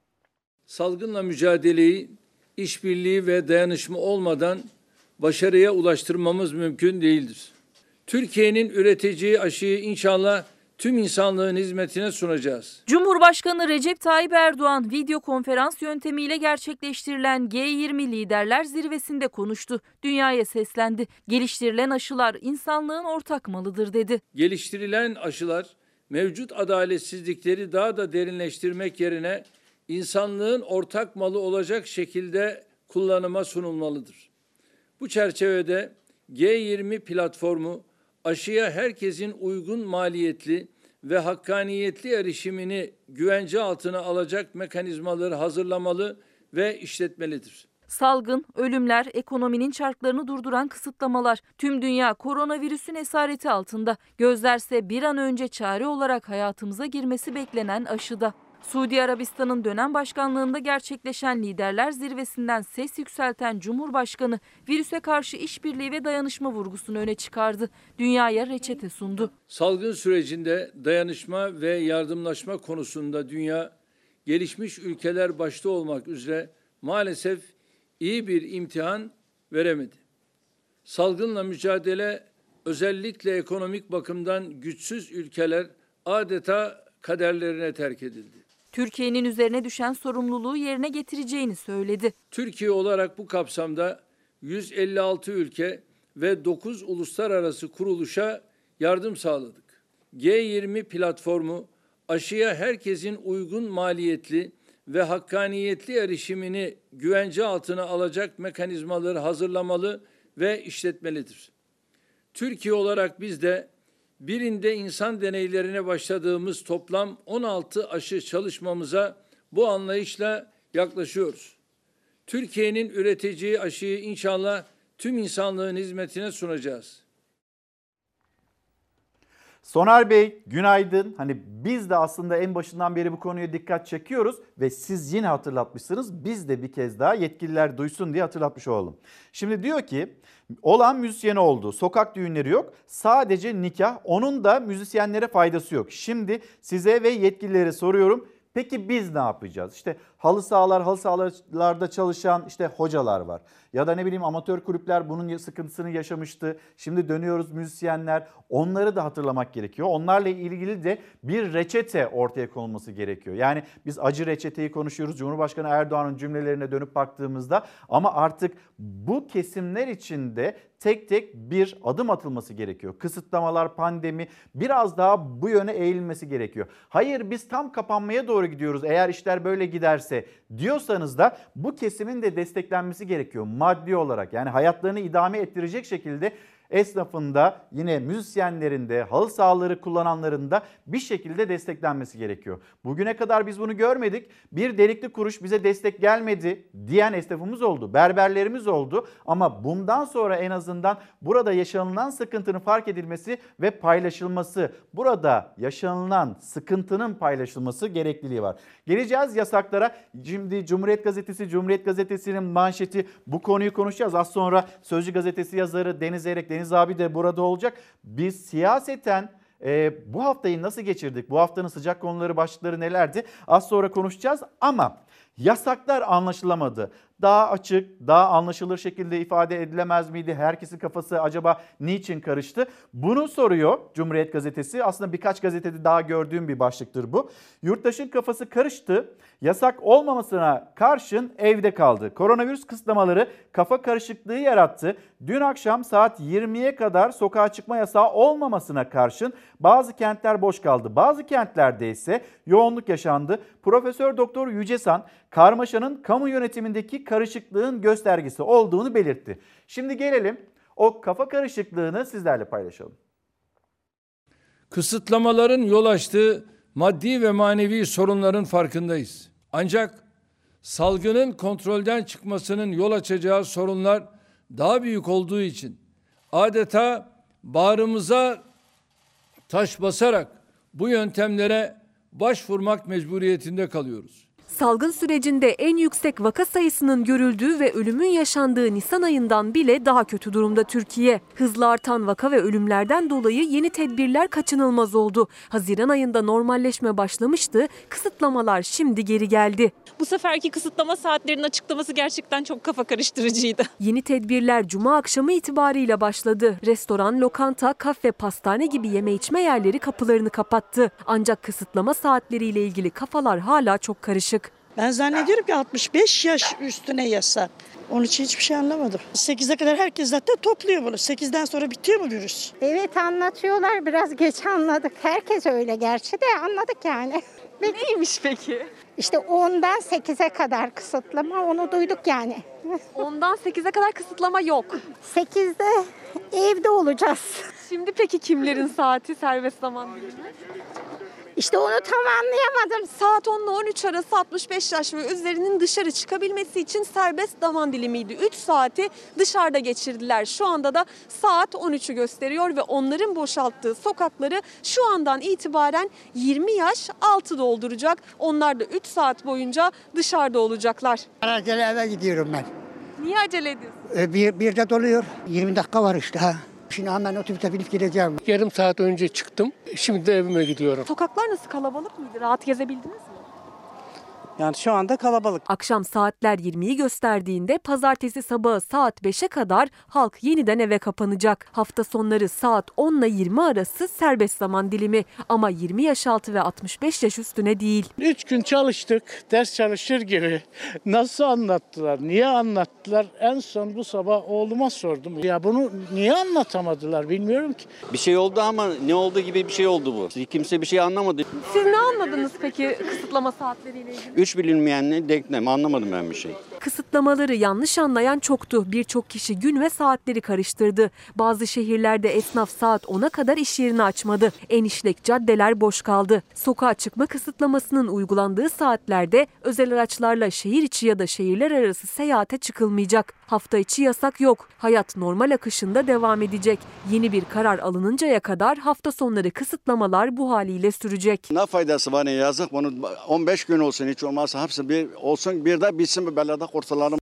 Salgınla mücadeleyi işbirliği ve dayanışma olmadan başarıya ulaştırmamız mümkün değildir. Türkiye'nin üreteceği aşıyı inşallah tüm insanlığın hizmetine sunacağız. Cumhurbaşkanı Recep Tayyip Erdoğan video konferans yöntemiyle gerçekleştirilen G yirmi Liderler Zirvesi'nde konuştu. Dünyaya seslendi. Geliştirilen aşılar insanlığın ortak malıdır dedi. Geliştirilen aşılar mevcut adaletsizlikleri daha da derinleştirmek yerine insanlığın ortak malı olacak şekilde kullanıma sunulmalıdır. Bu çerçevede G yirmi platformu aşıya herkesin uygun maliyetli ve hakkaniyetli erişimini güvence altına alacak mekanizmaları hazırlamalı ve işletmelidir. Salgın, ölümler, ekonominin çarklarını durduran kısıtlamalar. Tüm dünya koronavirüsün esareti altında. Gözlerse bir an önce çare olarak hayatımıza girmesi beklenen aşıda. Suudi Arabistan'ın dönem başkanlığında gerçekleşen liderler zirvesinden ses yükselten Cumhurbaşkanı virüse karşı işbirliği ve dayanışma vurgusunu öne çıkardı. Dünyaya reçete sundu. Salgın sürecinde dayanışma ve yardımlaşma konusunda dünya, gelişmiş ülkeler başta olmak üzere maalesef iyi bir imtihan veremedi. Salgınla mücadele özellikle ekonomik bakımdan güçsüz ülkeler adeta kaderlerine terk edildi. Türkiye'nin üzerine düşen sorumluluğu yerine getireceğini söyledi. Türkiye olarak bu kapsamda yüz elli altı ülke ve dokuz uluslararası kuruluşa yardım sağladık. G yirmi platformu aşıya herkesin uygun maliyetli ve hakkaniyetli erişimini güvence altına alacak mekanizmaları hazırlamalı ve işletmelidir. Türkiye olarak biz de birinde insan deneylerine başladığımız toplam on altı aşı çalışmamıza bu anlayışla yaklaşıyoruz. Türkiye'nin üreteceği aşıyı inşallah tüm insanlığın hizmetine sunacağız. Soner Bey günaydın. Hani biz de aslında en başından beri bu konuya dikkat çekiyoruz ve siz yine hatırlatmışsınız. Biz de bir kez daha yetkililer duysun diye hatırlatmış olalım. Şimdi diyor ki olan müzisyeni oldu. Sokak düğünleri yok. Sadece nikah. Onun da müzisyenlere faydası yok. Şimdi size ve yetkililere soruyorum. Peki biz ne yapacağız? İşte halı sahalar, halı sahalarda çalışan işte hocalar var. Ya da ne bileyim amatör kulüpler bunun sıkıntısını yaşamıştı. Şimdi dönüyoruz müzisyenler. Onları da hatırlamak gerekiyor. Onlarla ilgili de bir reçete ortaya konulması gerekiyor. Yani biz acı reçeteyi konuşuyoruz. Cumhurbaşkanı Erdoğan'ın cümlelerine dönüp baktığımızda ama artık bu kesimler için de tek tek bir adım atılması gerekiyor. Kısıtlamalar, pandemi biraz daha bu yöne eğilmesi gerekiyor. Hayır biz tam kapanmaya doğru gidiyoruz eğer işler böyle giderse diyorsanız da bu kesimin de desteklenmesi gerekiyor maddi olarak. Yani hayatlarını idame ettirecek şekilde esnafında yine müzisyenlerinde halı sahaları kullananların da bir şekilde desteklenmesi gerekiyor. Bugüne kadar biz bunu görmedik. Bir delikli kuruş bize destek gelmedi diyen esnafımız oldu. Berberlerimiz oldu ama bundan sonra en azından burada yaşanılan sıkıntının fark edilmesi ve paylaşılması, burada yaşanılan sıkıntının paylaşılması gerekliliği var. Geleceğiz yasaklara. Şimdi Cumhuriyet Gazetesi, Cumhuriyet Gazetesi'nin manşeti bu konuyu konuşacağız. Az sonra Sözcü Gazetesi yazarı Deniz Erek, Deniz abi de burada olacak. Biz siyaseten e, bu haftayı nasıl geçirdik? Bu haftanın sıcak konuları, başlıkları nelerdi? Az sonra konuşacağız ama yasaklar anlaşılamadı. Daha açık, daha anlaşılır şekilde ifade edilemez miydi? Herkesin kafası acaba niçin karıştı? Bunu soruyor Cumhuriyet Gazetesi. Aslında birkaç gazetede daha gördüğüm bir başlıktır bu. Yurttaşın kafası karıştı. Yasak olmamasına karşın evde kaldı. Koronavirüs kısıtlamaları kafa karışıklığı yarattı. Dün akşam saat yirmiye kadar sokağa çıkma yasağı olmamasına karşın bazı kentler boş kaldı. Bazı kentlerde ise yoğunluk yaşandı. Profesör Doktor Yücesan karmaşanın kamu yönetimindeki karışıklığın göstergesi olduğunu belirtti. Şimdi gelelim o kafa karışıklığını sizlerle paylaşalım. Kısıtlamaların yol açtığı maddi ve manevi sorunların farkındayız. Ancak salgının kontrolden çıkmasının yol açacağı sorunlar daha büyük olduğu için adeta bağrımıza taş basarak bu yöntemlere başvurmak mecburiyetinde kalıyoruz. Salgın sürecinde en yüksek vaka sayısının görüldüğü ve ölümün yaşandığı Nisan ayından bile daha kötü durumda Türkiye. Hızla artan vaka ve ölümlerden dolayı yeni tedbirler kaçınılmaz oldu. Haziran ayında normalleşme başlamıştı, kısıtlamalar şimdi geri geldi. Bu seferki kısıtlama saatlerinin açıklaması gerçekten çok kafa karıştırıcıydı. Yeni tedbirler Cuma akşamı itibariyle başladı. Restoran, lokanta, kafe, pastane gibi yeme içme yerleri kapılarını kapattı. Ancak kısıtlama saatleriyle ilgili kafalar hala çok karışık. Ben zannediyorum ki altmış beş yaş üstüne yasak. Onun için hiçbir şey anlamadım. sekize kadar herkes zaten topluyor bunu. sekizden sonra bitiyor mu virüs? Evet anlatıyorlar. Biraz geç anladık. Herkes öyle gerçi de anladık yani. Neymiş peki? İşte ondan sekize kadar kısıtlama onu duyduk yani. ondan sekize kadar kısıtlama yok. sekizde evde olacağız. Şimdi peki kimlerin saati serbest zaman dilimi? İşte onu tam anlayamadım. Saat on ile on üç arası altmış beş yaş ve üzerinin dışarı çıkabilmesi için serbest zaman dilimiydi. üç saati dışarıda geçirdiler. Şu anda da saat on üçü gösteriyor ve onların boşalttığı sokakları şu andan itibaren yirmi yaş altı dolduracak. Onlar da üç saat boyunca dışarıda olacaklar. Acele eve gidiyorum ben. Niye acele ediyorsun? Ee, Bir, bir de doluyor. yirmi dakika var işte ha. Şimdi hemen otobüse binip gideceğim. Yarım saat önce çıktım. Şimdi de evime gidiyorum. Sokaklar nasıl, kalabalık mıydı? Rahat gezebildiniz mi? Yani şu anda kalabalık. Akşam saatler yirmiyi gösterdiğinde pazartesi sabahı saat beşe kadar halk yeniden eve kapanacak. Hafta sonları saat on ile yirmi arası serbest zaman dilimi ama yirmi yaş altı ve altmış beş yaş üstüne değil. Üç gün çalıştık. Ders çalışır gibi. Nasıl anlattılar? Niye anlattılar? En son bu sabah oğluma sordum. Ya bunu niye anlatamadılar bilmiyorum ki. Bir şey oldu ama ne oldu gibi bir şey oldu bu. Kimse bir şey anlamadı. Siz ne anladınız peki kısıtlama saatleriyle ilgili? Üç bilinmeyenle denklem anlamadım ben bir şey. Kısıtlamaları yanlış anlayan çoktu. Birçok kişi gün ve saatleri karıştırdı. Bazı şehirlerde esnaf saat ona kadar iş yerini açmadı. En işlek caddeler boş kaldı. Sokağa çıkma kısıtlamasının uygulandığı saatlerde özel araçlarla şehir içi ya da şehirler arası seyahate çıkılmayacak. Hafta içi yasak yok. Hayat normal akışında devam edecek. Yeni bir karar alınıncaya kadar hafta sonları kısıtlamalar bu haliyle sürecek. Ne faydası var ne yazık bunu on beş gün olsun hiç olmazsa hepsi bir olsun bir de bitsin bir belada kurtulalım.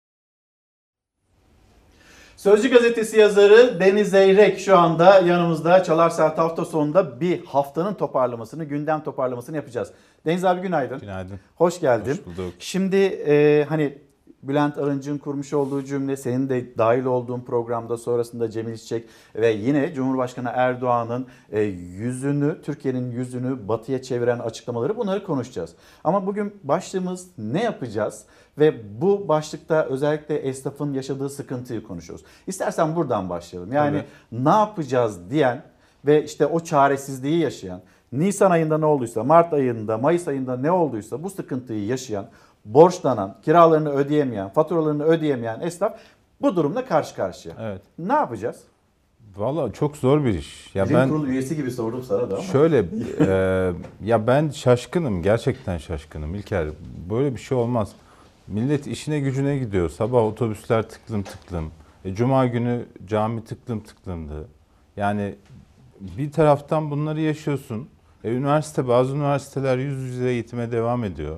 Sözcü gazetesi yazarı Deniz Zeyrek şu anda yanımızda. Çalar Saat hafta sonunda bir haftanın toparlamasını, gündem toparlamasını yapacağız. Deniz abi günaydın. Günaydın. Hoş geldin. Hoş bulduk. Şimdi e, hani Bülent Arınç'ın kurmuş olduğu cümle, senin de dahil olduğun programda sonrasında Cemil İşçek ve yine Cumhurbaşkanı Erdoğan'ın e, yüzünü, Türkiye'nin yüzünü batıya çeviren açıklamaları, bunları konuşacağız. Ama bugün başlığımız ne yapacağız ve bu başlıkta özellikle esnafın yaşadığı sıkıntıyı konuşuyoruz. İstersen buradan başlayalım. Yani Tabii. ne yapacağız diyen ve işte o çaresizliği yaşayan, Nisan ayında ne olduysa, Mart ayında, Mayıs ayında ne olduysa bu sıkıntıyı yaşayan, borçlanan, kiralarını ödeyemeyen, faturalarını ödeyemeyen esnaf bu durumla karşı karşıya. Evet. Ne yapacağız? Vallahi çok zor bir iş. Ya Bilim ben kurulu üyesi gibi sordum sana da ama. Şöyle e, ya ben şaşkınım, gerçekten şaşkınım İlker. Böyle bir şey olmaz. Millet işine gücüne gidiyor. Sabah otobüsler tıklım tıklım. E, Cuma günü cami tıklım tıklımdı. Yani bir taraftan bunları yaşıyorsun. E, üniversite, bazı üniversiteler yüz yüze eğitime devam ediyor.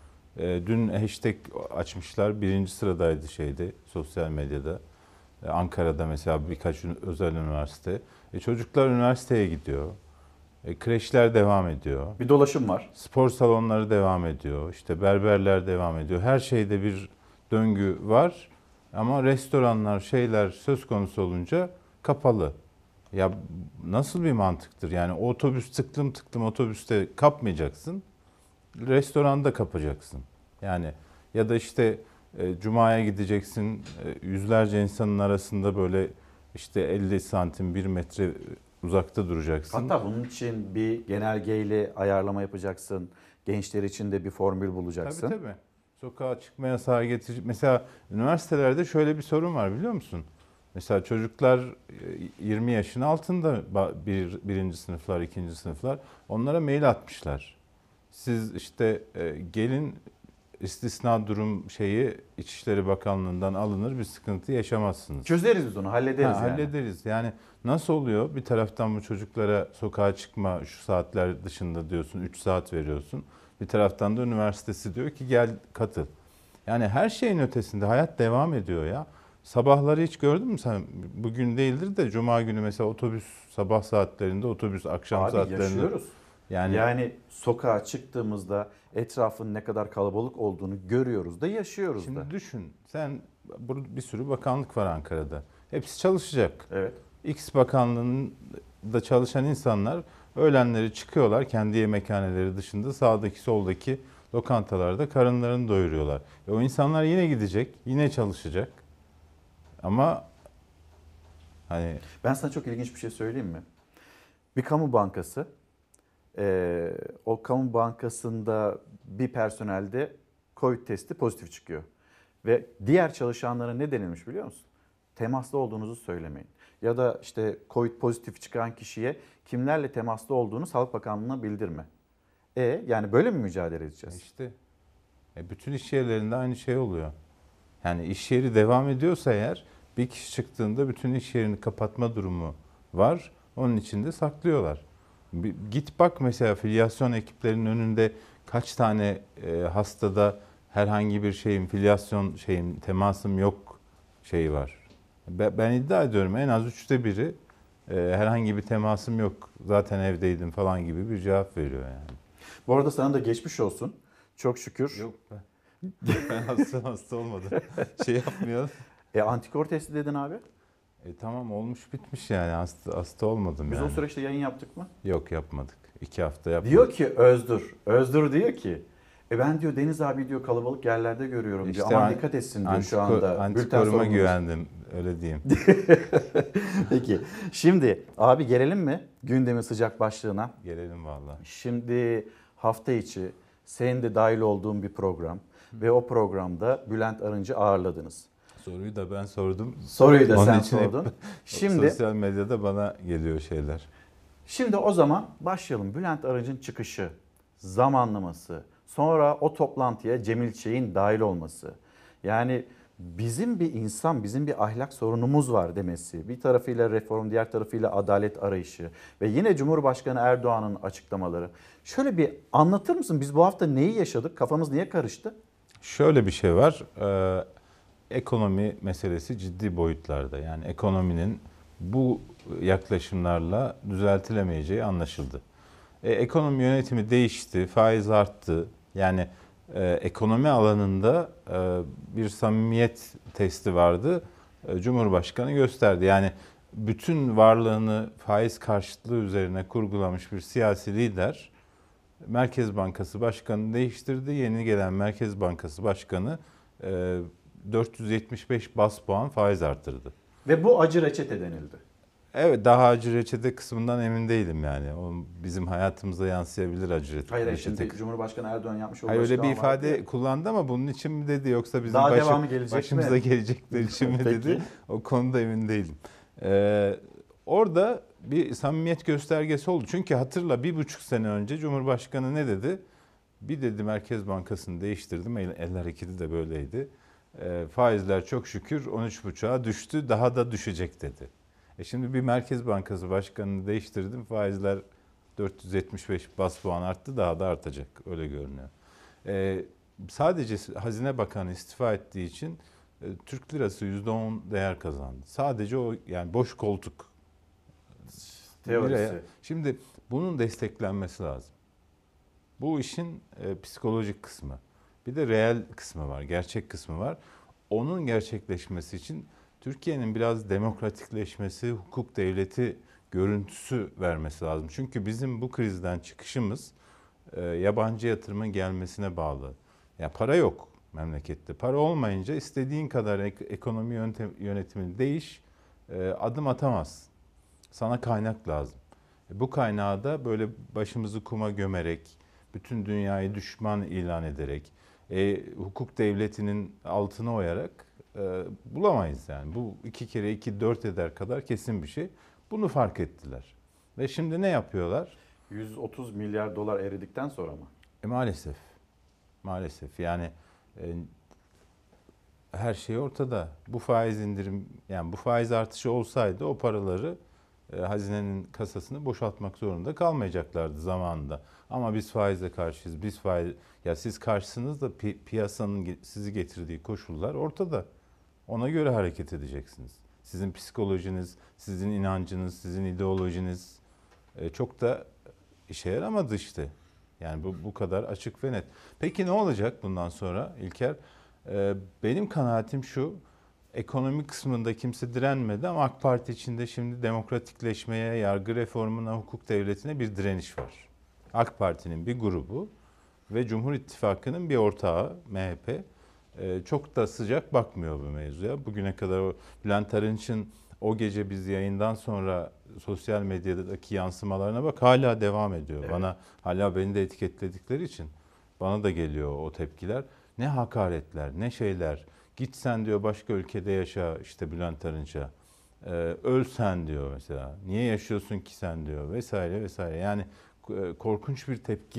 E, dün hashtag açmışlar. Birinci sıradaydı şeyde, sosyal medyada. E, Ankara'da mesela birkaç özel üniversite. E, çocuklar üniversiteye gidiyor. E, kreşler devam ediyor. Bir dolaşım var. Spor salonları devam ediyor. İşte berberler devam ediyor. Her şeyde bir döngü var. Ama restoranlar, şeyler söz konusu olunca kapalı. Ya nasıl bir mantıktır? Yani otobüs tıklım tıklım otobüste kapmayacaksın. Restoranda kapacaksın. Yani ya da işte e, Cuma'ya gideceksin. E, yüzlerce insanın arasında böyle işte elli santim, bir metre uzakta duracaksın. Hatta bunun için bir genelgeyle ayarlama yapacaksın. Gençler için de bir formül bulacaksın. Tabii tabii. Sokağa çıkma yasağı getirecek. Mesela üniversitelerde şöyle bir sorun var biliyor musun? Mesela çocuklar yirmi yaşın altında bir, birinci sınıflar, ikinci sınıflar onlara mail atmışlar. Siz işte gelin istisna durum şeyi İçişleri Bakanlığı'ndan alınır, bir sıkıntı yaşamazsınız. Çözeriz biz onu, hallederiz ha, yani. Hallederiz. Yani nasıl oluyor? Bir taraftan bu çocuklara sokağa çıkma şu saatler dışında diyorsun, üç saat veriyorsun. Bir taraftan da üniversitesi diyor ki gel katıl. Yani her şeyin ötesinde hayat devam ediyor ya. Sabahları hiç gördün mü sen? Bugün değildir de Cuma günü mesela otobüs sabah saatlerinde, otobüs akşam Abi saatlerinde. Yaşıyoruz. Yani, yani sokağa çıktığımızda etrafın ne kadar kalabalık olduğunu görüyoruz da yaşıyoruz şimdi da. Şimdi düşün, sen bir sürü bakanlık var Ankara'da. Hepsi çalışacak. Evet. X bakanlığının da çalışan insanlar öğlenleri çıkıyorlar kendi yemekhaneleri dışında sağdaki soldaki lokantalarda karınlarını doyuruyorlar. E o insanlar yine gidecek, yine çalışacak. Ama hani ben sana çok ilginç bir şey söyleyeyim mi? Bir kamu bankası, e, o kamu bankasında bir personelde Covid testi pozitif çıkıyor. Ve diğer çalışanlara ne denilmiş biliyor musun? Temaslı olduğunuzu söylemeyin. Ya da işte Covid pozitif çıkan kişiye kimlerle temaslı olduğunu Sağlık Bakanlığı'na bildirme. E yani böyle mi mücadele edeceğiz? İşte e, bütün iş yerlerinde aynı şey oluyor. Yani iş yeri devam ediyorsa eğer bir kişi çıktığında bütün iş yerini kapatma durumu var. Onun için de saklıyorlar. Bir, git bak mesela filyasyon ekiplerinin önünde kaç tane e, hastada herhangi bir şeyin, filyasyon şeyin, temasım yok şeyi var. Ben, ben iddia ediyorum en az üçte biri e, herhangi bir temasım yok, zaten evdeydim falan gibi bir cevap veriyor yani. Bu arada sana da geçmiş olsun. Çok şükür. Yok be. Ben hasta hasta olmadım. Şey yapmıyor. E antikor testi dedin abi. E tamam olmuş bitmiş yani hasta, hasta olmadım Biz yani. o süreçte yayın yaptık mı? Yok yapmadık. İki hafta yapmadık. Diyor ki Özdur. Özdur diyor ki e ben diyor Deniz abi diyor kalabalık yerlerde görüyorum diyor. İşte Aman an- dikkat etsin diyor antiko, şu anda. Bülten Antikoruma sorumlusu. güvendim öyle diyeyim. Peki şimdi abi gelelim mi gündemin sıcak başlığına? Gelelim vallahi. Şimdi hafta içi senin de dahil olduğun bir program ve o programda Bülent Arınç'ı ağırladınız. Soruyu da ben sordum. Soruyu da Onun sen için hep sordun. Şimdi sosyal medyada bana geliyor şeyler. Şimdi o zaman başlayalım. Bülent Arınç'ın çıkışı, zamanlaması, sonra o toplantıya Cemil Çiçek'in dahil olması. Yani bizim bir insan, bizim bir ahlak sorunumuz var demesi. Bir tarafıyla reform, diğer tarafıyla adalet arayışı ve yine Cumhurbaşkanı Erdoğan'ın açıklamaları. Şöyle bir anlatır mısın? Biz bu hafta neyi yaşadık? Kafamız niye karıştı? Şöyle bir şey var. Ee, ekonomi meselesi ciddi boyutlarda. Yani ekonominin bu yaklaşımlarla düzeltilemeyeceği anlaşıldı. E, ekonomi yönetimi değişti, faiz arttı. Yani e, ekonomi alanında e, bir samimiyet testi vardı. E, Cumhurbaşkanı gösterdi. Yani bütün varlığını faiz karşıtlığı üzerine kurgulamış bir siyasi lider Merkez Bankası Başkanı'nı değiştirdi. Yeni gelen Merkez Bankası Başkanı e, dört yüz yetmiş beş bas puan faiz arttırdı. Ve bu acı reçete denildi. Evet, daha acı reçete kısmından emin değilim yani. O bizim hayatımıza yansıyabilir acı reçete. Hayır, şimdi Cumhurbaşkanı Erdoğan yapmış olduğu Hayır, öyle bir açıklama ifade vardı. kullandı ama bunun için mi dedi yoksa bizim Daha başı, devamı gelecek başımıza mi? gelecekler için mi Peki. dedi. O konuda emin değilim. Ee, orada bir samimiyet göstergesi oldu. Çünkü hatırla bir buçuk sene önce Cumhurbaşkanı ne dedi? Bir dedi Merkez Bankası'nı değiştirdim. El, el hareketi de böyleydi. E, faizler çok şükür on üç buçuğa düştü. Daha da düşecek dedi. E şimdi bir Merkez Bankası Başkanı'nı değiştirdim. Faizler dört yüz yetmiş beş bas puan arttı. Daha da artacak. Öyle görünüyor. E, sadece Hazine Bakanı istifa ettiği için e, Türk lirası yüzde on değer kazandı. Sadece o, yani boş koltuk Teorisi. liraya. Şimdi bunun desteklenmesi lazım. Bu işin e, psikolojik kısmı. Bir de reel kısmı var, gerçek kısmı var. Onun gerçekleşmesi için Türkiye'nin biraz demokratikleşmesi, hukuk devleti görüntüsü vermesi lazım. Çünkü bizim bu krizden çıkışımız e, yabancı yatırımın gelmesine bağlı. Ya para yok memlekette. Para olmayınca istediğin kadar ek, ekonomi yöntem, yönetimi değiş, e, adım atamazsın. Sana kaynak lazım. E, bu kaynağı da böyle başımızı kuma gömerek, bütün dünyayı düşman ilan ederek, e, hukuk devletinin altına oyarak e, bulamayız yani. Bu iki kere iki dört eder kadar kesin bir şey. Bunu fark ettiler. Ve şimdi ne yapıyorlar? yüz otuz milyar dolar eridikten sonra mı? E, maalesef. Maalesef yani e, her şey ortada. Bu faiz indirim, yani bu faiz artışı olsaydı o paraları e, hazinenin kasasını boşaltmak zorunda kalmayacaklardı zamanında. Ama biz faize karşıyız. Biz faiz, ya siz karşısınız da pi- piyasanın sizi getirdiği koşullar ortada. Ona göre hareket edeceksiniz. Sizin psikolojiniz, sizin inancınız, sizin ideolojiniz e, çok da işe yaramadı işte. Yani bu bu kadar açık ve net. Peki ne olacak bundan sonra İlker? Ee, benim kanaatim şu. Ekonomi kısmında kimse direnmedi ama AK Parti içinde şimdi demokratikleşmeye, yargı reformuna, hukuk devletine bir direniş var. AK Parti'nin bir grubu ve Cumhur İttifakı'nın bir ortağı M H P e, çok da sıcak bakmıyor bu mevzuya. Bugüne kadar o Bülent Arınç'ın o gece biz yayından sonra sosyal medyadaki yansımalarına bak, hala devam ediyor. Evet. Bana hala beni de etiketledikleri için bana da geliyor o tepkiler. Ne hakaretler, ne şeyler. Git sen diyor başka ülkede yaşa işte Bülent Arınç'a. Ee, öl sen diyor mesela. Niye yaşıyorsun ki sen diyor vesaire vesaire. Yani korkunç bir tepki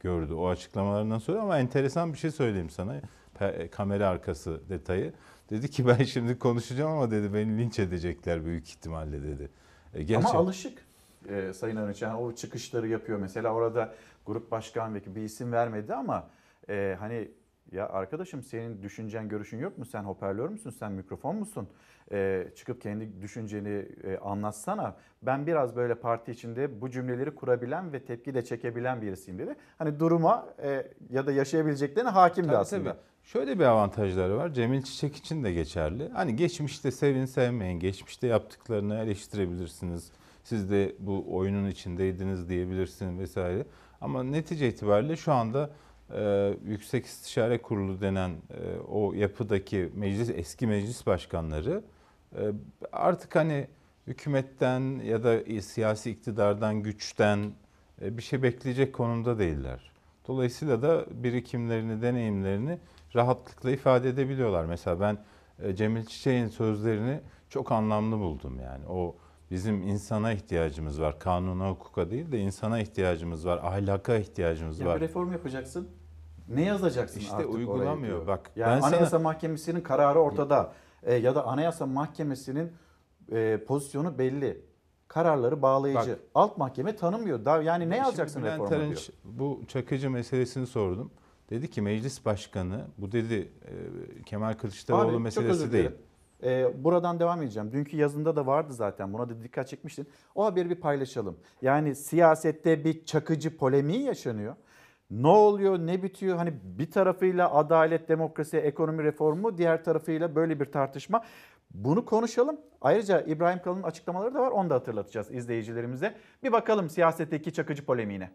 gördü o açıklamalarından sonra. Ama enteresan bir şey söyleyeyim sana. Kamera arkası detayı. Dedi ki ben şimdi konuşacağım ama dedi beni linç edecekler büyük ihtimalle dedi. E, gerçek... Ama alışık e, Sayın Arınç. Yani o çıkışları yapıyor. Mesela orada grup başkan vekili bir isim vermedi ama e, hani ya arkadaşım senin düşüncen görüşün yok mu? Sen hoparlör müsün? Sen mikrofon musun? E, çıkıp kendi düşünceni e, anlatsana. Ben biraz böyle parti içinde bu cümleleri kurabilen ve tepki de çekebilen birisiyim dedi. Hani duruma e, ya da yaşayabileceklerine hakimdi tabii, aslında. Tabii. Şöyle bir avantajları var. Cemil Çiçek için de geçerli. Hani geçmişte sevin sevmeyin, geçmişte yaptıklarını eleştirebilirsiniz. Siz de bu oyunun içindeydiniz diyebilirsiniz vesaire. Ama netice itibariyle şu anda e, Yüksek İstişare Kurulu denen e, o yapıdaki meclis eski meclis başkanları e, artık hani hükümetten ya da siyasi iktidardan, güçten e, bir şey bekleyecek konumda değiller. Dolayısıyla da birikimlerini, deneyimlerini rahatlıkla ifade edebiliyorlar. Mesela ben Cemil Çiçek'in sözlerini çok anlamlı buldum yani. O bizim insana ihtiyacımız var. Kanuna, hukuka değil de insana ihtiyacımız var. Ahlaka ihtiyacımız ya var. Bir reform yapacaksın. Ne yazacaksın işte artık uygulamıyor. oraya? Bak, yani ben Anayasa sana... Mahkemesi'nin kararı ortada. E, ya da Anayasa Mahkemesi'nin e, pozisyonu belli. Kararları bağlayıcı. Bak, alt mahkeme tanımıyor. Daha yani ne yazacaksın reforma diyor. Arınç, bu Çakıcı meselesini sordum. Dedi ki meclis başkanı bu dedi Kemal Kılıçdaroğlu Abi, meselesi değil. Ee, buradan devam edeceğim. Dünkü yazında da vardı zaten. Buna da dikkat çekmiştin. O haberi bir paylaşalım. Yani siyasette bir Çakıcı polemiği yaşanıyor. Ne oluyor, ne bitiyor? Hani bir tarafıyla adalet, demokrasi, ekonomi reformu, diğer tarafıyla böyle bir tartışma. Bunu konuşalım. Ayrıca İbrahim Kalın'ın açıklamaları da var. Onu da hatırlatacağız izleyicilerimize. Bir bakalım siyasetteki Çakıcı polemiğine.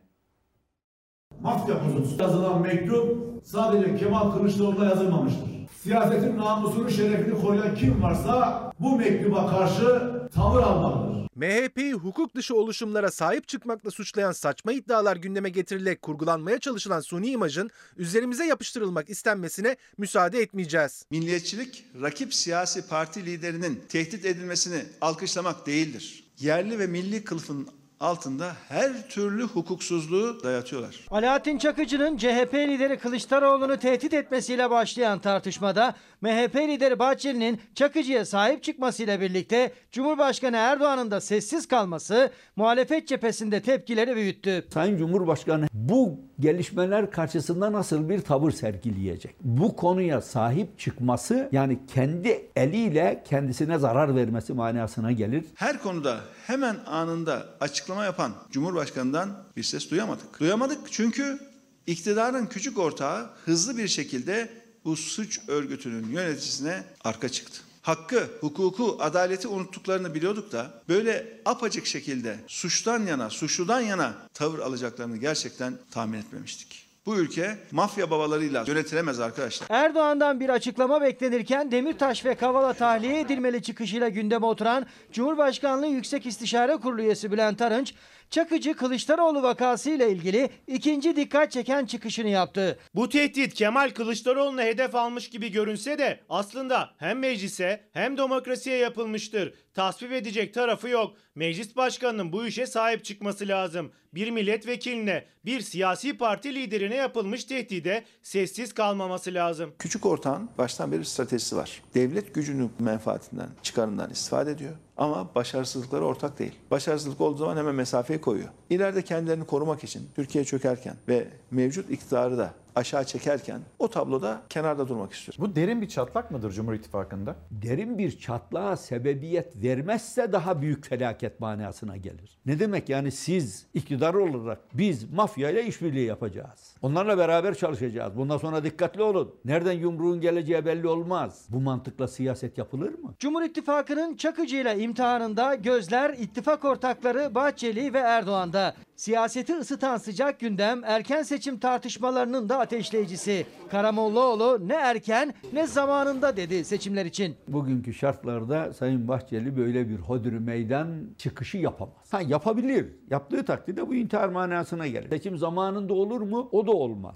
Mafya bozuntusu yazılan mektup sadece Kemal Kılıçdaroğlu'na yazılmamıştır. Siyasetin namusunu, şerefini koruyan kim varsa bu mektuba karşı tavır almalıdır. M H P'yi hukuk dışı oluşumlara sahip çıkmakla suçlayan saçma iddialar gündeme getirilerek kurgulanmaya çalışılan suni imajın üzerimize yapıştırılmak istenmesine müsaade etmeyeceğiz. Milliyetçilik, rakip siyasi parti liderinin tehdit edilmesini alkışlamak değildir. Yerli ve milli kılıfın altında her türlü hukuksuzluğu dayatıyorlar. Alaaddin Çakıcı'nın C H P lideri Kılıçdaroğlu'nu tehdit etmesiyle başlayan tartışmada M H P lideri Bahçeli'nin Çakıcı'ya sahip çıkmasıyla birlikte Cumhurbaşkanı Erdoğan'ın da sessiz kalması muhalefet cephesinde tepkileri büyüttü. Sayın Cumhurbaşkanı bu gelişmeler karşısında nasıl bir tavır sergileyecek? Bu konuya sahip çıkması yani kendi eliyle kendisine zarar vermesi manasına gelir. Her konuda hemen anında açıklama yapan Cumhurbaşkanı'ndan bir ses duyamadık. Duyamadık çünkü iktidarın küçük ortağı hızlı bir şekilde bu suç örgütünün yöneticisine arka çıktı. Hakkı, hukuku, adaleti unuttuklarını biliyorduk da böyle apacık şekilde suçtan yana, suçludan yana tavır alacaklarını gerçekten tahmin etmemiştik. Bu ülke mafya babalarıyla yönetilemez arkadaşlar. Erdoğan'dan bir açıklama beklenirken Demirtaş ve Kavala tahliye edilmeli çıkışıyla gündeme oturan Cumhurbaşkanlığı Yüksek İstişare Kurulu üyesi Bülent Arınç, Çakıcı Kılıçdaroğlu vakası ile ilgili ikinci dikkat çeken çıkışını yaptı. Bu tehdit Kemal Kılıçdaroğlu'na hedef almış gibi görünse de aslında hem meclise hem demokrasiye yapılmıştır. Tasvip edecek tarafı yok. Meclis başkanının bu işe sahip çıkması lazım. Bir milletvekiline, bir siyasi parti liderine yapılmış tehdide sessiz kalmaması lazım. Küçük ortağın baştan beri bir stratejisi var. Devlet gücünün menfaatinden, çıkarından istifade ediyor. Ama başarısızlıkları ortak değil. Başarısızlık olduğu zaman hemen mesafeyi koyuyor. İleride kendilerini korumak için Türkiye çökerken ve mevcut iktidarı da aşağı çekerken o tabloda kenarda durmak istiyor. Bu derin bir çatlak mıdır Cumhur İttifakı'nda? Derin bir çatlağa sebebiyet vermezse daha büyük felaket manasına gelir. Ne demek yani siz iktidar olarak biz mafyayla işbirliği yapacağız. Onlarla beraber çalışacağız. Bundan sonra dikkatli olun. Nereden yumruğun geleceği belli olmaz. Bu mantıkla siyaset yapılır mı? Cumhur İttifakı'nın Çakıcı ile imtihanında gözler ittifak ortakları Bahçeli ve Erdoğan'da. Siyaseti ısıtan sıcak gündem erken seçim tartışmalarının da ateşleyicisi. Karamollaoğlu ne erken ne zamanında dedi seçimler için. Bugünkü şartlarda Sayın Bahçeli böyle bir hodri meydan çıkışı yapamaz. Ha yapabilir. Yaptığı takdirde bu intihar manasına gelir. Seçim zamanında olur mu? O da olmaz.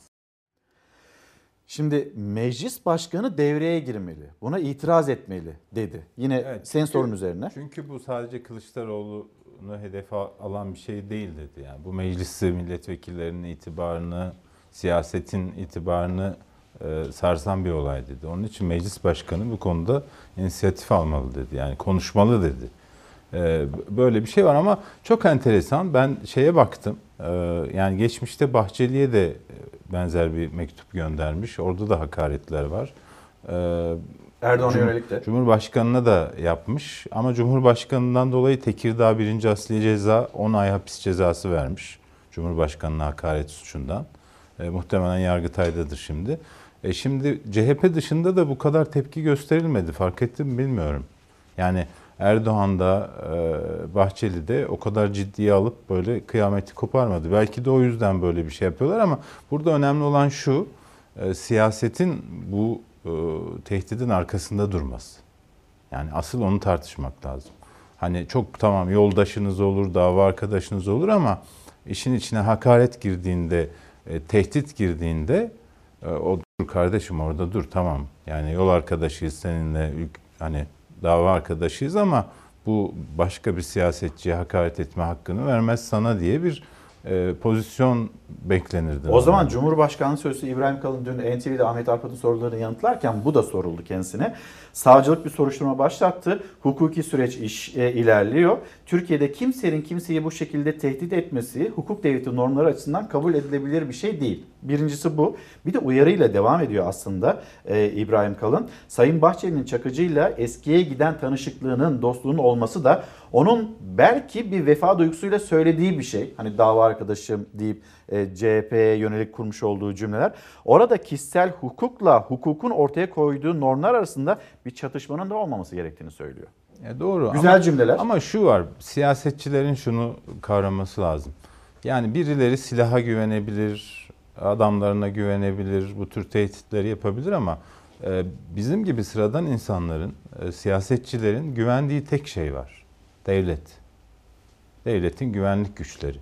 Şimdi meclis başkanı devreye girmeli. Buna itiraz etmeli dedi. Yine evet, senin sorun üzerine. Çünkü bu sadece Kılıçdaroğlu'nu hedefe alan bir şey değil dedi. Yani bu meclisi, milletvekillerinin itibarını siyasetin itibarını e, sarsan bir olay dedi. Onun için meclis başkanı bu konuda inisiyatif almalı dedi. Yani konuşmalı dedi. E, böyle bir şey var ama çok enteresan. Ben şeye baktım. E, yani geçmişte Bahçeli'ye de benzer bir mektup göndermiş. Orada da hakaretler var. E, Erdoğan'a Cum- yönelik de. Cumhurbaşkanına da yapmış ama Cumhurbaşkanından dolayı Tekirdağ birinci Asliye Ceza on ay hapis cezası vermiş. Cumhurbaşkanına hakaret suçundan. E, muhtemelen Yargıtay'dadır şimdi. E şimdi C H P dışında da bu kadar tepki gösterilmedi. Fark ettim mi bilmiyorum. Yani Erdoğan da e, Bahçeli de o kadar ciddiye alıp böyle kıyameti koparmadı. Belki de o yüzden böyle bir şey yapıyorlar ama burada önemli olan şu, e, siyasetin bu e, tehdidin arkasında durması. Yani asıl onu tartışmak lazım. Hani çok tamam yoldaşınız olur, dava arkadaşınız olur ama işin içine hakaret girdiğinde, e, tehdit girdiğinde e, o dur kardeşim orada dur tamam. Yani yol arkadaşıyız seninle, hani dava arkadaşıyız ama bu başka bir siyasetçiye hakaret etme hakkını vermez sana diye bir e, pozisyon beklenirdi. O zaman Cumhurbaşkanı Sözcüsü İbrahim Kalın dün N T V'de Ahmet Arpad'ın sorularını yanıtlarken bu da soruldu kendisine. Savcılık bir soruşturma başlattı. Hukuki süreç iş, e, ilerliyor. Türkiye'de kimsenin kimseyi bu şekilde tehdit etmesi hukuk devleti normları açısından kabul edilebilir bir şey değil. Birincisi bu. Bir de uyarıyla devam ediyor aslında e, İbrahim Kalın. Sayın Bahçeli'nin Çakıcı'yla eskiye giden tanışıklığının, dostluğunun olması da onun belki bir vefa duygusuyla söylediği bir şey. Hani dava arkadaşım deyip e, C H P'ye yönelik kurmuş olduğu cümleler. Orada kişisel hukukla hukukun ortaya koyduğu normlar arasında bir çatışmanın da olmaması gerektiğini söylüyor. E doğru. Güzel ama, cümleler. Ama şu var, siyasetçilerin şunu kavraması lazım. Yani birileri silaha güvenebilir, adamlarına güvenebilir, bu tür tehditleri yapabilir ama e, bizim gibi sıradan insanların, e, siyasetçilerin güvendiği tek şey var. Devlet. Devletin güvenlik güçleri.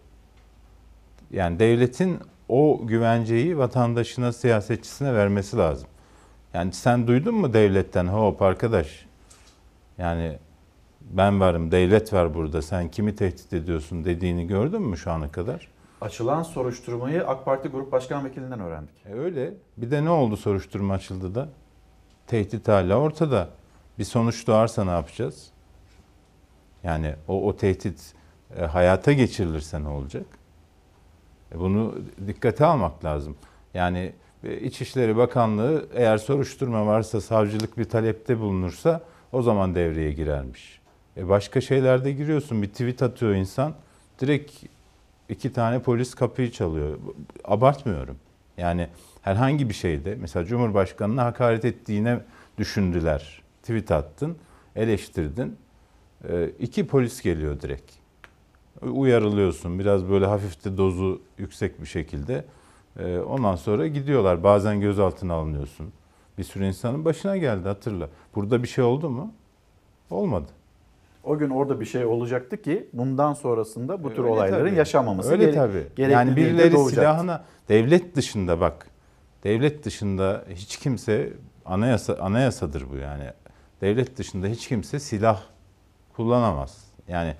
Yani devletin o güvenceyi vatandaşına, siyasetçisine vermesi lazım. Yani sen duydun mu devletten hop arkadaş? Yani ben varım, devlet var burada, sen kimi tehdit ediyorsun dediğini gördün mü şu ana kadar? Açılan soruşturmayı AK Parti Grup Başkan Vekilinden öğrendik. E öyle. Bir de ne oldu soruşturma açıldı da? Tehdit hala ortada. Bir sonuç doğarsa ne yapacağız? Yani o, o tehdit e, hayata geçirilirse ne olacak? E, bunu dikkate almak lazım. Yani e, İçişleri Bakanlığı eğer soruşturma varsa, savcılık bir talepte bulunursa o zaman devreye girermiş. E başka şeylerde giriyorsun, bir tweet atıyor insan, direkt iki tane polis kapıyı çalıyor. Abartmıyorum. Yani herhangi bir şeyde, mesela Cumhurbaşkanı'na hakaret ettiğine düşündüler. Tweet attın, eleştirdin. E, iki polis geliyor direkt. Uyarılıyorsun, biraz böyle hafif de dozu yüksek bir şekilde. E, ondan sonra gidiyorlar. Bazen gözaltına alınıyorsun. Bir sürü insanın başına geldi, hatırla. Burada bir şey oldu mu? Olmadı. O gün orada bir şey olacaktı ki bundan sonrasında bu tür Öyle olayların tabii. yaşanmaması Öyle gere- tabii. gerekli Yani değil de birileri doğacaktı. silahına, devlet dışında bak. Devlet dışında hiç kimse, anayasa anayasadır bu yani. Devlet dışında hiç kimse silah kullanamaz. Yani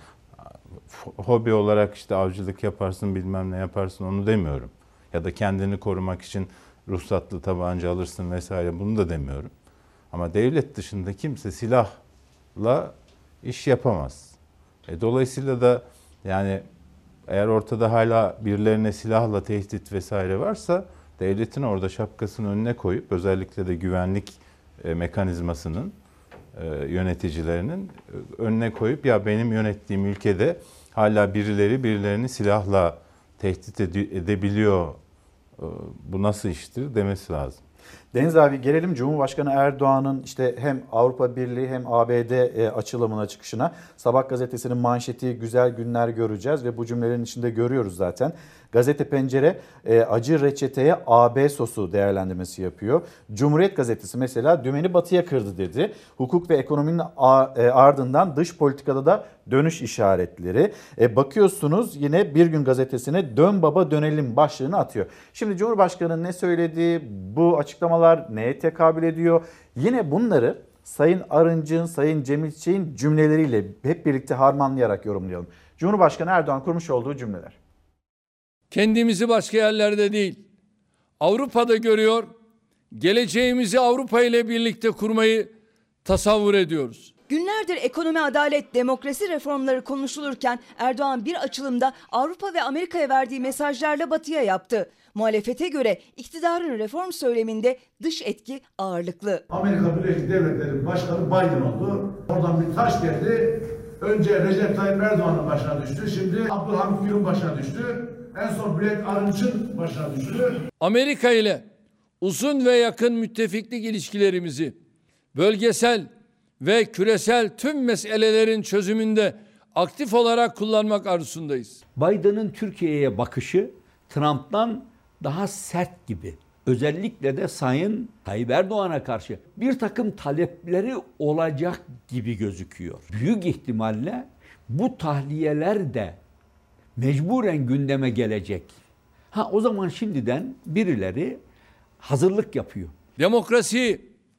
hobi olarak işte avcılık yaparsın, bilmem ne yaparsın, onu demiyorum. Ya da kendini korumak için ruhsatlı tabanca alırsın vesaire, bunu da demiyorum. Ama devlet dışında kimse silahla iş yapamaz. E, dolayısıyla da yani eğer ortada hala birilerine silahla tehdit vesaire varsa devletin orada şapkasını önüne koyup, özellikle de güvenlik e, mekanizmasının e, yöneticilerinin e, önüne koyup, ya benim yönettiğim ülkede hala birileri birilerini silahla tehdit ede- edebiliyor, e, bu nasıl iştir demesi lazım. Deniz abi gelelim Cumhurbaşkanı Erdoğan'ın işte hem Avrupa Birliği hem A B D e, açılımına çıkışına. Sabah gazetesinin manşeti güzel günler göreceğiz ve bu cümlelerin içinde görüyoruz zaten. Gazete Pencere e, acı reçeteye A B sosu değerlendirmesi yapıyor. Cumhuriyet Gazetesi mesela dümeni batıya kırdı dedi. Hukuk ve ekonominin ardından dış politikada da dönüş işaretleri. E, bakıyorsunuz yine Bir Gün Gazetesi'ne dön baba dönelim başlığını atıyor. Şimdi Cumhurbaşkanı ne söyledi? Bu açıklamalar neye tekabül ediyor? Yine bunları Sayın Arınç'ın, Sayın Cemil Çiçek'in cümleleriyle hep birlikte harmanlayarak yorumlayalım. Cumhurbaşkanı Erdoğan kurmuş olduğu cümleler. Kendimizi başka yerlerde değil, Avrupa'da görüyor, geleceğimizi Avrupa ile birlikte kurmayı tasavvur ediyoruz. Günlerdir ekonomi, adalet, demokrasi reformları konuşulurken Erdoğan bir açılımda Avrupa ve Amerika'ya verdiği mesajlarla Batı'ya yaptı. Muhalefete göre iktidarın reform söyleminde dış etki ağırlıklı. Amerika Birleşik Devletleri Başkanı Biden oldu. Oradan bir taş geldi. Önce Recep Tayyip Erdoğan'ın başına düştü. Şimdi Abdülhamit Gül'ün başına düştü. En son Bülent Arınç'ın başına düştü. Amerika ile uzun ve yakın müttefiklik ilişkilerimizi bölgesel ve küresel tüm meselelerin çözümünde aktif olarak kullanmak arzusundayız. Biden'ın Türkiye'ye bakışı Trump'tan daha sert gibi. Özellikle de Sayın Tayyip Erdoğan'a karşı bir takım talepleri olacak gibi gözüküyor. Büyük ihtimalle bu tahliyeler de mecburen gündeme gelecek. Ha o zaman şimdiden birileri hazırlık yapıyor. Demokrasiyi,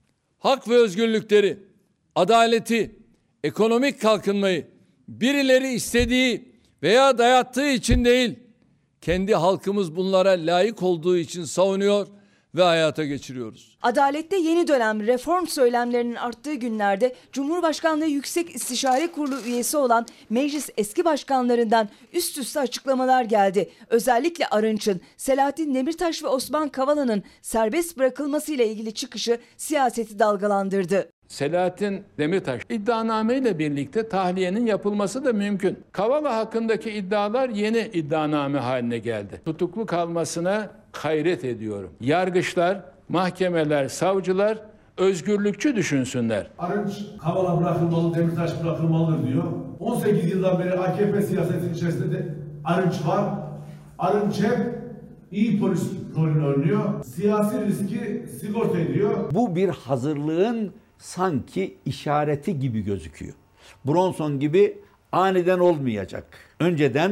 hak ve özgürlükleri, adaleti, ekonomik kalkınmayı birileri istediği veya dayattığı için değil, kendi halkımız bunlara layık olduğu için savunuyor ve hayata geçiriyoruz. Adalette yeni dönem reform söylemlerinin arttığı günlerde Cumhurbaşkanlığı Yüksek İstişare Kurulu üyesi olan meclis eski başkanlarından üst üste açıklamalar geldi. Özellikle Arınç'ın, Selahattin Demirtaş ve Osman Kavala'nın serbest bırakılmasıyla ilgili çıkışı siyaseti dalgalandırdı. Selahattin Demirtaş iddianame ile birlikte tahliyenin yapılması da mümkün. Kavala hakkındaki iddialar yeni iddianame haline geldi. Tutuklu kalmasına hayret ediyorum. Yargıçlar, mahkemeler, savcılar özgürlükçü düşünsünler. Arınç Kavala bırakılmalı, Demirtaş bırakılmalıdır diyor. on sekiz yıldan beri A K P siyasetinin içerisinde de Arınç var. Arınç hep iyi polis rolünü oynuyor. Siyasi riski sigorta ediyor. Bu bir hazırlığın sanki işareti gibi gözüküyor. Bronson gibi aniden olmayacak. Önceden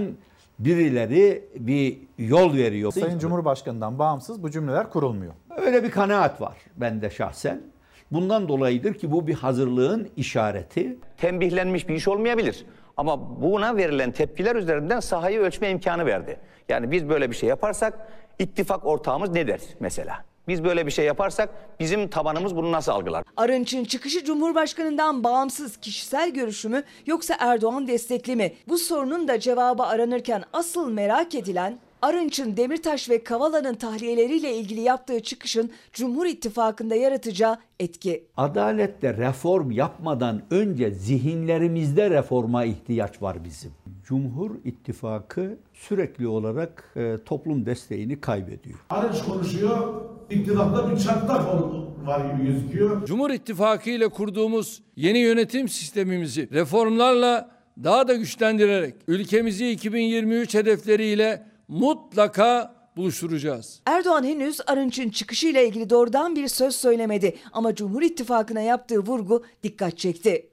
birileri bir yol veriyor. Sayın Cumhurbaşkanı'ndan bağımsız bu cümleler kurulmuyor. Öyle bir kanaat var bende şahsen. Bundan dolayıdır ki bu bir hazırlığın işareti. Tembihlenmiş bir iş olmayabilir. Ama buna verilen tepkiler üzerinden sahayı ölçme imkanı verdi. Yani biz böyle bir şey yaparsak ittifak ortağımız ne der mesela? Biz böyle bir şey yaparsak bizim tabanımız bunu nasıl algılar? Arınç'ın çıkışı Cumhurbaşkanı'ndan bağımsız kişisel görüşü mü yoksa Erdoğan destekli mi? Bu sorunun da cevabı aranırken asıl merak edilen Arınç'ın Demirtaş ve Kavala'nın tahliyeleriyle ilgili yaptığı çıkışın Cumhur İttifakı'nda yaratacağı etki. Adalette reform yapmadan önce zihinlerimizde reforma ihtiyaç var bizim. Cumhur İttifakı sürekli olarak e, toplum desteğini kaybediyor. Arınç konuşuyor, iktidarda bir çatlak var gibi gözüküyor. Cumhur İttifakı ile kurduğumuz yeni yönetim sistemimizi reformlarla daha da güçlendirerek ülkemizi iki bin yirmi üç hedefleriyle mutlaka buluşturacağız. Erdoğan henüz Arınç'ın çıkışıyla ilgili doğrudan bir söz söylemedi ama Cumhur İttifakı'na yaptığı vurgu dikkat çekti.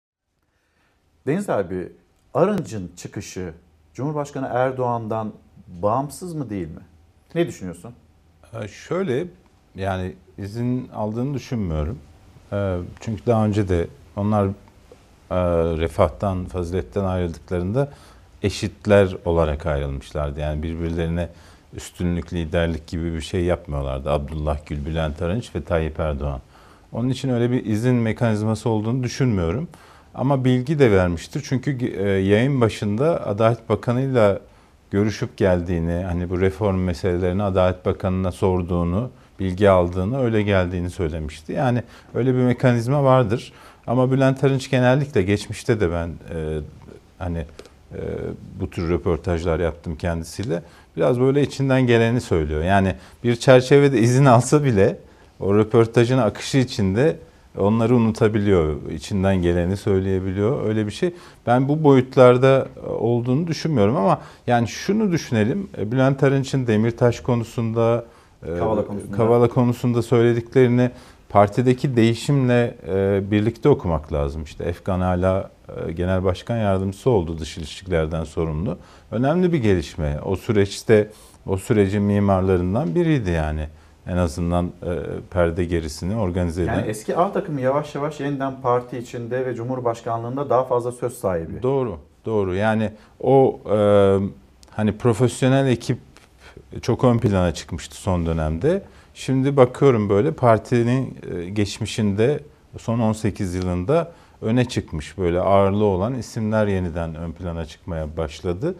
Deniz abi, Arınç'ın çıkışı Cumhurbaşkanı Erdoğan'dan bağımsız mı değil mi? Ne düşünüyorsun? Ee, şöyle yani izin aldığını düşünmüyorum. Ee, çünkü daha önce de onlar e, refahtan, faziletten ayrıldıklarında eşitler olarak ayrılmışlardı. Yani birbirlerine üstünlük, liderlik gibi bir şey yapmıyorlardı. Abdullah Gül, Bülent Arınç ve Tayyip Erdoğan. Onun için öyle bir izin mekanizması olduğunu düşünmüyorum. Ama bilgi de vermiştir. Çünkü yayın başında Adalet Bakanı'yla görüşüp geldiğini, hani bu reform meselelerini Adalet Bakanı'na sorduğunu, bilgi aldığını, öyle geldiğini söylemişti. Yani öyle bir mekanizma vardır. Ama Bülent Arınç genellikle geçmişte de ben e, hani e, bu tür röportajlar yaptım kendisiyle. Biraz böyle içinden geleni söylüyor. Yani bir çerçevede izin alsa bile o röportajın akışı içinde onları unutabiliyor, içinden geleni söyleyebiliyor, öyle bir şey. Ben bu boyutlarda olduğunu düşünmüyorum ama yani şunu düşünelim, Bülent Arınç'ın Demirtaş konusunda, Kavala konusunda, Kavala konusunda söylediklerini partideki değişimle birlikte okumak lazım. İşte Efkan Ala Genel Başkan Yardımcısı oldu, dış ilişkilerden sorumlu. Önemli bir gelişme. O süreçte, o sürecin mimarlarından biriydi yani. En azından e, perde gerisini organize eden. Yani eski A takımı yavaş yavaş yeniden parti içinde ve Cumhurbaşkanlığında daha fazla söz sahibi. Doğru, doğru. Yani o e, hani profesyonel ekip çok ön plana çıkmıştı son dönemde. Şimdi bakıyorum böyle partinin geçmişinde son on sekiz yılında öne çıkmış böyle ağırlığı olan isimler yeniden ön plana çıkmaya başladı.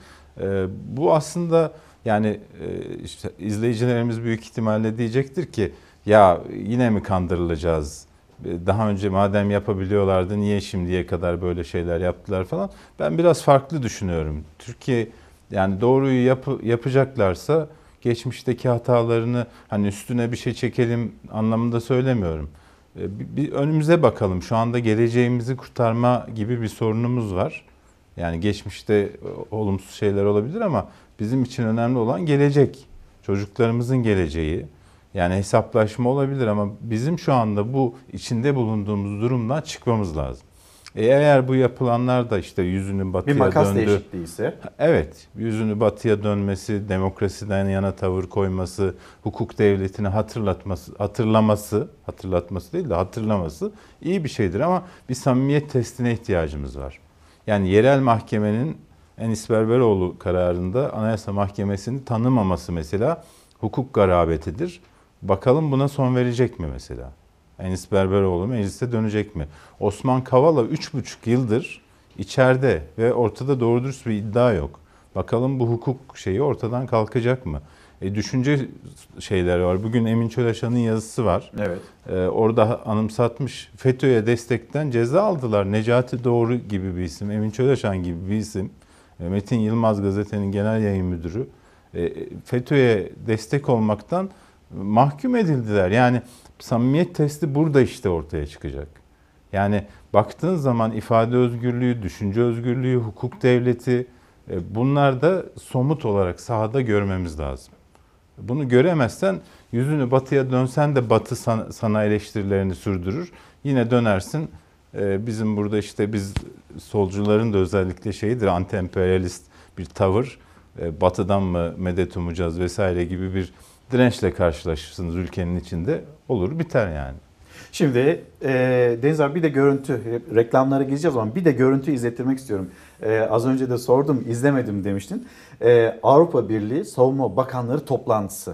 Bu aslında yani işte izleyicilerimiz büyük ihtimalle diyecektir ki ya yine mi kandırılacağız? Daha önce madem yapabiliyorlardı niye şimdiye kadar böyle şeyler yaptılar falan. Ben biraz farklı düşünüyorum. Türkiye yani doğruyu yap, yapacaklarsa geçmişteki hatalarını hani üstüne bir şey çekelim anlamında söylemiyorum. Bir, bir önümüze bakalım. Şu anda geleceğimizi kurtarma gibi bir sorunumuz var. Yani geçmişte olumsuz şeyler olabilir ama bizim için önemli olan gelecek. Çocuklarımızın geleceği. Yani hesaplaşma olabilir ama bizim şu anda bu içinde bulunduğumuz durumdan çıkmamız lazım. E eğer bu yapılanlar da işte yüzünü batıya döndü. Bir makas değişikliği ise? Evet, yüzünü batıya dönmesi, demokrasiden yana tavır koyması, hukuk devletini hatırlatması, hatırlaması, hatırlatması değil de hatırlaması iyi bir şeydir ama bir samimiyet testine ihtiyacımız var. Yani yerel mahkemenin Enis Berberoğlu kararında Anayasa Mahkemesi'ni tanımaması mesela hukuk garabetidir. Bakalım buna son verecek mi mesela? Enis Berberoğlu meclise dönecek mi? Osman Kavala üç buçuk yıldır içeride ve ortada doğru dürüst bir iddia yok. Bakalım bu hukuk şeyi ortadan kalkacak mı? E, düşünce şeyler var. Bugün Emin Çölaşan'ın yazısı var. Evet. E, orada anımsatmış. FETÖ'ye destekten ceza aldılar. Necati Doğru gibi bir isim, Emin Çölaşan gibi bir isim. E, Metin Yılmaz gazetenin genel yayın müdürü. E, FETÖ'ye destek olmaktan mahkum edildiler. Yani samimiyet testi burada işte ortaya çıkacak. Yani baktığın zaman ifade özgürlüğü, düşünce özgürlüğü, hukuk devleti bunlar da somut olarak sahada görmemiz lazım. Bunu göremezsen yüzünü batıya dönsen de batı sana, sana eleştirilerini sürdürür. Yine dönersin bizim burada işte biz solcuların da özellikle şeyidir anti-emperyalist bir tavır. Batıdan mı medet umacağız vesaire gibi bir dirençle karşılaşırsınız ülkenin içinde olur biter yani. Şimdi e, Deniz abi bir de görüntü, reklamlara gireceğiz ama bir de görüntü izlettirmek istiyorum. E, az önce de sordum, izlemedim demiştin. E, Avrupa Birliği Savunma Bakanları toplantısı.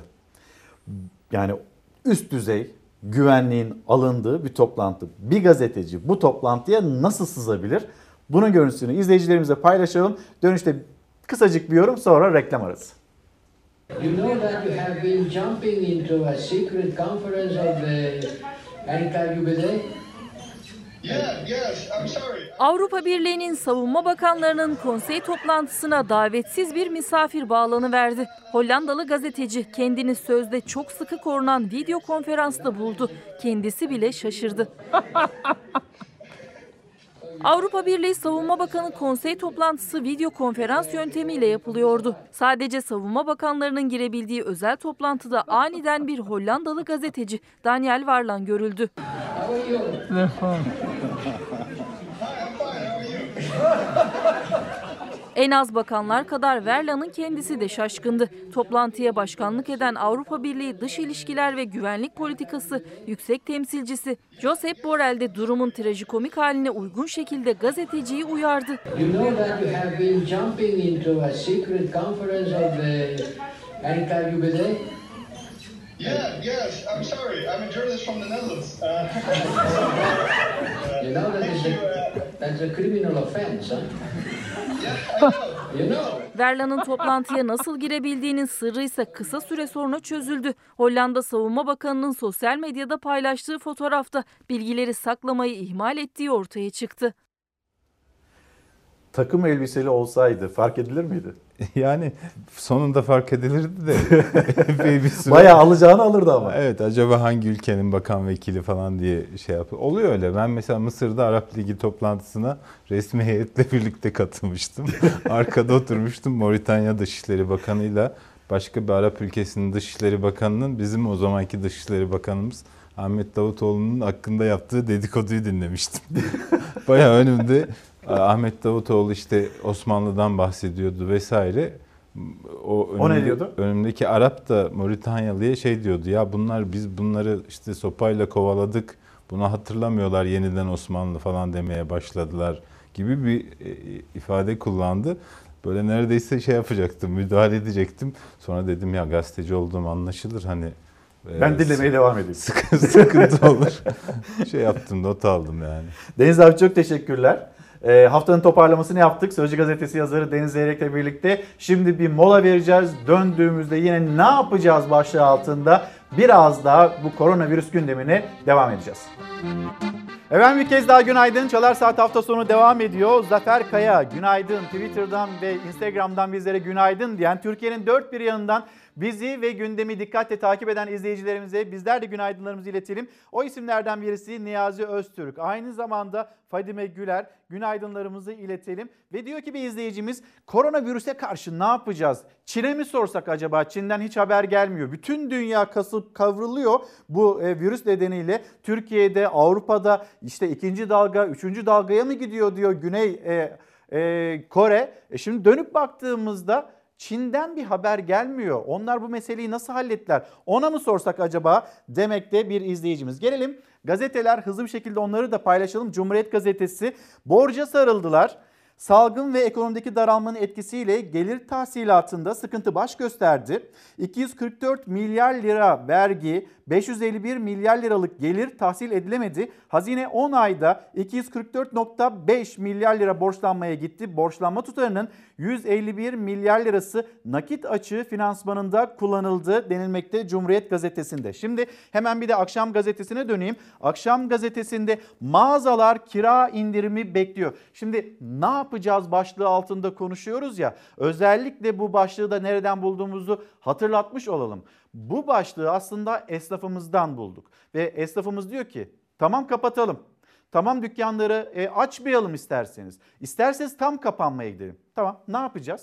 Yani üst düzey güvenliğin alındığı bir toplantı. Bir gazeteci bu toplantıya nasıl sızabilir? Bunun görüntüsünü izleyicilerimize paylaşalım. Dönüşte kısacık bir yorum sonra reklam arası. You know that you have been jumping into a secret conference of the Erika-Jubilee? Yeah, yes, I'm sorry. Avrupa Birliği'nin savunma bakanlarının konsey toplantısına davetsiz bir misafir bağlanıverdi. Hollandalı gazeteci kendini sözde çok sıkı korunan video konferansta buldu. Kendisi bile şaşırdı. Avrupa Birliği Savunma Bakanı konsey toplantısı video konferans yöntemiyle yapılıyordu. Sadece savunma bakanlarının girebildiği özel toplantıda aniden bir Hollandalı gazeteci Daniel Varlan görüldü. En az bakanlar kadar Verlan'ın kendisi de şaşkındı. Toplantıya başkanlık eden Avrupa Birliği Dış İlişkiler ve Güvenlik Politikası Yüksek Temsilcisi Josep Borrell de durumun trajikomik haline uygun şekilde gazeteciyi uyardı. You know that you have been jumping into a secret conference of the Erika-Jubilee? Yeah, yes, I'm sorry. I'm a journalist from the Netherlands. Uh, you know that is a, that's a criminal offense, huh? Verlan'ın toplantıya nasıl girebildiğinin sırrı ise kısa süre sonra çözüldü. Hollanda Savunma Bakanı'nın sosyal medyada paylaştığı fotoğrafta bilgileri saklamayı ihmal ettiği ortaya çıktı. Takım elbiseli olsaydı fark edilir miydi? Yani sonunda fark edilirdi de. Bayağı alacağını alırdı ama. Evet, acaba hangi ülkenin bakan vekili falan diye şey yapıyor. Oluyor öyle. Ben mesela Mısır'da Arap Ligi toplantısına resmi heyetle birlikte katılmıştım. Arkada oturmuştum. Moritanya Dışişleri Bakanı'yla başka bir Arap ülkesinin Dışişleri Bakanı'nın bizim o zamanki Dışişleri Bakanımız Ahmet Davutoğlu'nun hakkında yaptığı dedikoduyu dinlemiştim. Bayağı önümde Ahmet Davutoğlu işte Osmanlı'dan bahsediyordu vesaire. O, önümde, o ne diyordu? Önümdeki Arap da Moritanyalı'ya şey diyordu. Ya bunlar biz bunları işte sopayla kovaladık. Bunu hatırlamıyorlar, yeniden Osmanlı falan demeye başladılar gibi bir ifade kullandı. Böyle neredeyse şey yapacaktım, müdahale edecektim. Sonra dedim ya gazeteci olduğum anlaşılır hani. Ben e, dinlemeye devam edeyim. Sıkıntı, sıkıntı olur. Şey yaptım, not aldım yani. Deniz abi çok teşekkürler. E, haftanın toparlamasını yaptık. Sözcü gazetesi yazarı Deniz Zeyrek'le birlikte. Şimdi bir mola vereceğiz. Döndüğümüzde yine ne yapacağız başlığı altında biraz daha bu koronavirüs gündemine devam edeceğiz. Efendim bir kez daha günaydın. Çalar Saat hafta sonu devam ediyor. Zafer Kaya günaydın. Twitter'dan ve Instagram'dan bizlere günaydın diyen Türkiye'nin dört bir yanından bizi ve gündemi dikkatle takip eden izleyicilerimize bizler de günaydınlarımızı iletelim. O isimlerden birisi Niyazi Öztürk. Aynı zamanda Fadime Güler, günaydınlarımızı iletelim. Ve diyor ki bir izleyicimiz, koronavirüse karşı ne yapacağız? Çin'e mi sorsak acaba? Çin'den hiç haber gelmiyor. Bütün dünya kasıp kavruluyor bu e, virüs nedeniyle. Türkiye'de, Avrupa'da işte ikinci dalga, üçüncü dalgaya mı gidiyor diyor Güney e, e, Kore. E şimdi dönüp baktığımızda Çin'den bir haber gelmiyor. Onlar bu meseleyi nasıl hallettiler? Ona mı sorsak acaba demekte bir izleyicimiz. Gelelim gazeteler, hızlı bir şekilde onları da paylaşalım. Cumhuriyet Gazetesi, borca sarıldılar. Salgın ve ekonomideki daralmanın etkisiyle gelir tahsilatında sıkıntı baş gösterdi. iki yüz kırk dört milyar lira vergi, beş yüz elli bir milyar liralık gelir tahsil edilemedi. Hazine on ayda iki yüz kırk dört virgül beş milyar lira borçlanmaya gitti. Borçlanma tutarının yüz elli bir milyar lirası nakit açığı finansmanında kullanıldı denilmekte Cumhuriyet Gazetesi'nde. Şimdi hemen bir de Akşam Gazetesi'ne döneyim. Akşam Gazetesi'nde mağazalar kira indirimi bekliyor. Şimdi ne yapacağız başlığı altında konuşuyoruz ya. Özellikle bu başlığı da nereden bulduğumuzu hatırlatmış olalım. Bu başlığı aslında esnafımızdan bulduk. Ve esnafımız diyor ki tamam kapatalım. Tamam dükkanları e, açmayalım isterseniz. İsterseniz tam kapanmaya gidelim. Tamam ne yapacağız?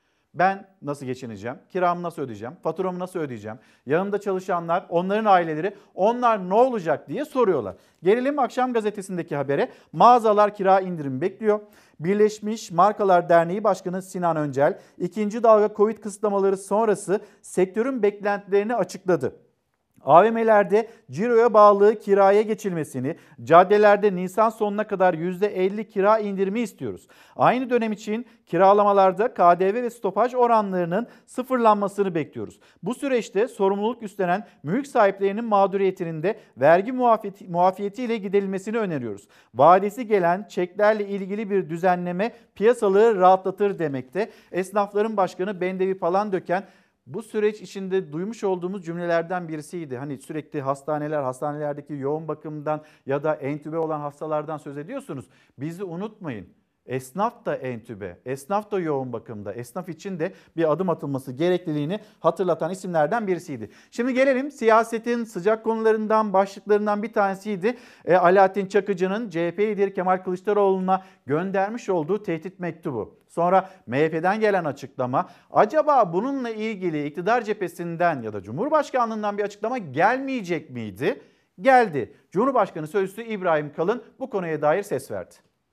Ben nasıl geçineceğim? Kiramı nasıl ödeyeceğim? Faturamı nasıl ödeyeceğim? Yanımda çalışanlar, onların aileleri, onlar ne olacak diye soruyorlar. Gelelim Akşam Gazetesi'ndeki habere. Mağazalar kira indirimi bekliyor. Birleşmiş Markalar Derneği Başkanı Sinan Öncel, ikinci dalga Covid kısıtlamaları sonrası sektörün beklentilerini açıkladı. A V M'lerde ciroya bağlı kiraya geçilmesini, caddelerde Nisan sonuna kadar yüzde elli kira indirimi istiyoruz. Aynı dönem için kiralamalarda K D V ve stopaj oranlarının sıfırlanmasını bekliyoruz. Bu süreçte sorumluluk üstlenen mülk sahiplerinin mağduriyetinin de vergi muafiyeti, muafiyetiyle giderilmesini öneriyoruz. Vadesi gelen çeklerle ilgili bir düzenleme piyasaları rahatlatır demekte. Esnafların Başkanı Bendevi Palandöken bu süreç içinde duymuş olduğumuz cümlelerden birisiydi. Hani sürekli hastaneler, hastanelerdeki yoğun bakımdan ya da entübe olan hastalardan söz ediyorsunuz. Bizi unutmayın. Esnaf da entübe, esnaf da yoğun bakımda. Esnaf için de bir adım atılması gerekliliğini hatırlatan isimlerden birisiydi. Şimdi gelelim siyasetin sıcak konularından, başlıklarından bir tanesiydi. E, Alaaddin Çakıcı'nın C H P lideri Kemal Kılıçdaroğlu'na göndermiş olduğu tehdit mektubu. Sonra M H P'den gelen açıklama. Acaba bununla ilgili iktidar cephesinden ya da Cumhurbaşkanlığından bir açıklama gelmeyecek miydi? Geldi. Cumhurbaşkanı Sözcüsü İbrahim Kalın bu konuya dair ses verdi.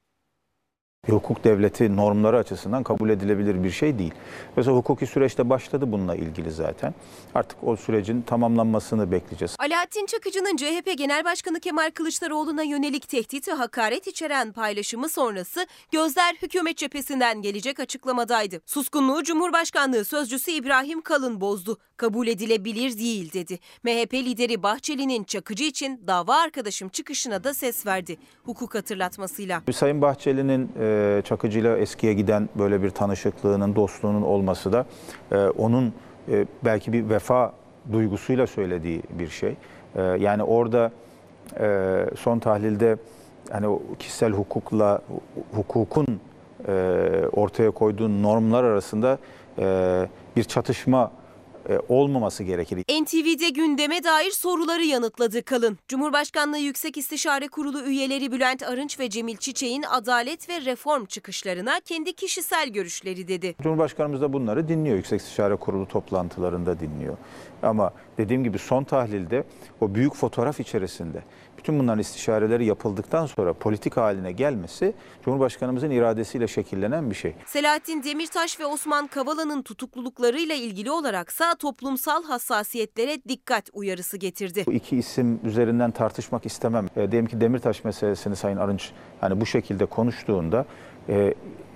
Hukuk devleti normları açısından kabul edilebilir bir şey değil. Mesela hukuki süreçte başladı bununla ilgili zaten. Artık o sürecin tamamlanmasını bekleyeceğiz. Alaaddin Çakıcı'nın C H P Genel Başkanı Kemal Kılıçdaroğlu'na yönelik tehdit ve hakaret içeren paylaşımı sonrası gözler hükümet cephesinden gelecek açıklamadaydı. Suskunluğu Cumhurbaşkanlığı Sözcüsü İbrahim Kalın bozdu. Kabul edilebilir değil dedi. M H P lideri Bahçeli'nin Çakıcı için dava arkadaşım çıkışına da ses verdi. Hukuk hatırlatmasıyla. Sayın Bahçeli'nin e, Çakıcı'yla eskiye giden böyle bir tanışıklığının, dostluğunun olması da e, onun e, belki bir vefa duygusuyla söylediği bir şey. E, yani orada e, son tahlilde hani o kişisel hukukla hukukun e, ortaya koyduğu normlar arasında e, bir çatışma olmaması gerekir. N T V'de gündeme dair soruları yanıtladı Kalın. Cumhurbaşkanlığı Yüksek İstişare Kurulu üyeleri Bülent Arınç ve Cemil Çiçek'in adalet ve reform çıkışlarına kendi kişisel görüşleri dedi. Cumhurbaşkanımız da bunları dinliyor. Yüksek İstişare Kurulu toplantılarında dinliyor. Ama dediğim gibi son tahlilde o büyük fotoğraf içerisinde bütün bunların istişareleri yapıldıktan sonra politik haline gelmesi Cumhurbaşkanımızın iradesiyle şekillenen bir şey. Selahattin Demirtaş ve Osman Kavala'nın tutukluluklarıyla ilgili olaraksa toplumsal hassasiyetlere dikkat uyarısı getirdi. Bu iki isim üzerinden tartışmak istemem. E, diyelim ki Demirtaş meselesini Sayın Arınç hani bu şekilde konuştuğunda e,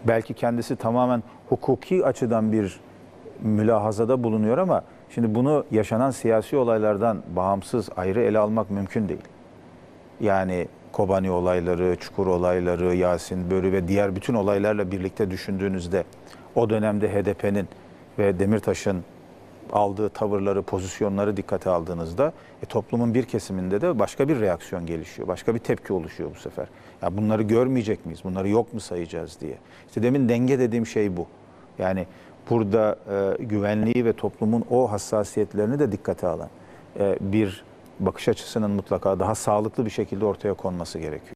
belki kendisi tamamen hukuki açıdan bir mülahazada bulunuyor ama şimdi bunu yaşanan siyasi olaylardan bağımsız ayrı ele almak mümkün değil. Yani Kobani olayları, Çukur olayları, Yasin Börü ve diğer bütün olaylarla birlikte düşündüğünüzde o dönemde H D P'nin ve Demirtaş'ın aldığı tavırları, pozisyonları dikkate aldığınızda e, toplumun bir kesiminde de başka bir reaksiyon gelişiyor. Başka bir tepki oluşuyor bu sefer. Ya bunları görmeyecek miyiz? Bunları yok mu sayacağız diye. İşte demin denge dediğim şey bu. Yani burada e, güvenliği ve toplumun o hassasiyetlerini de dikkate alan e, bir bakış açısının mutlaka daha sağlıklı bir şekilde ortaya konması gerekiyor.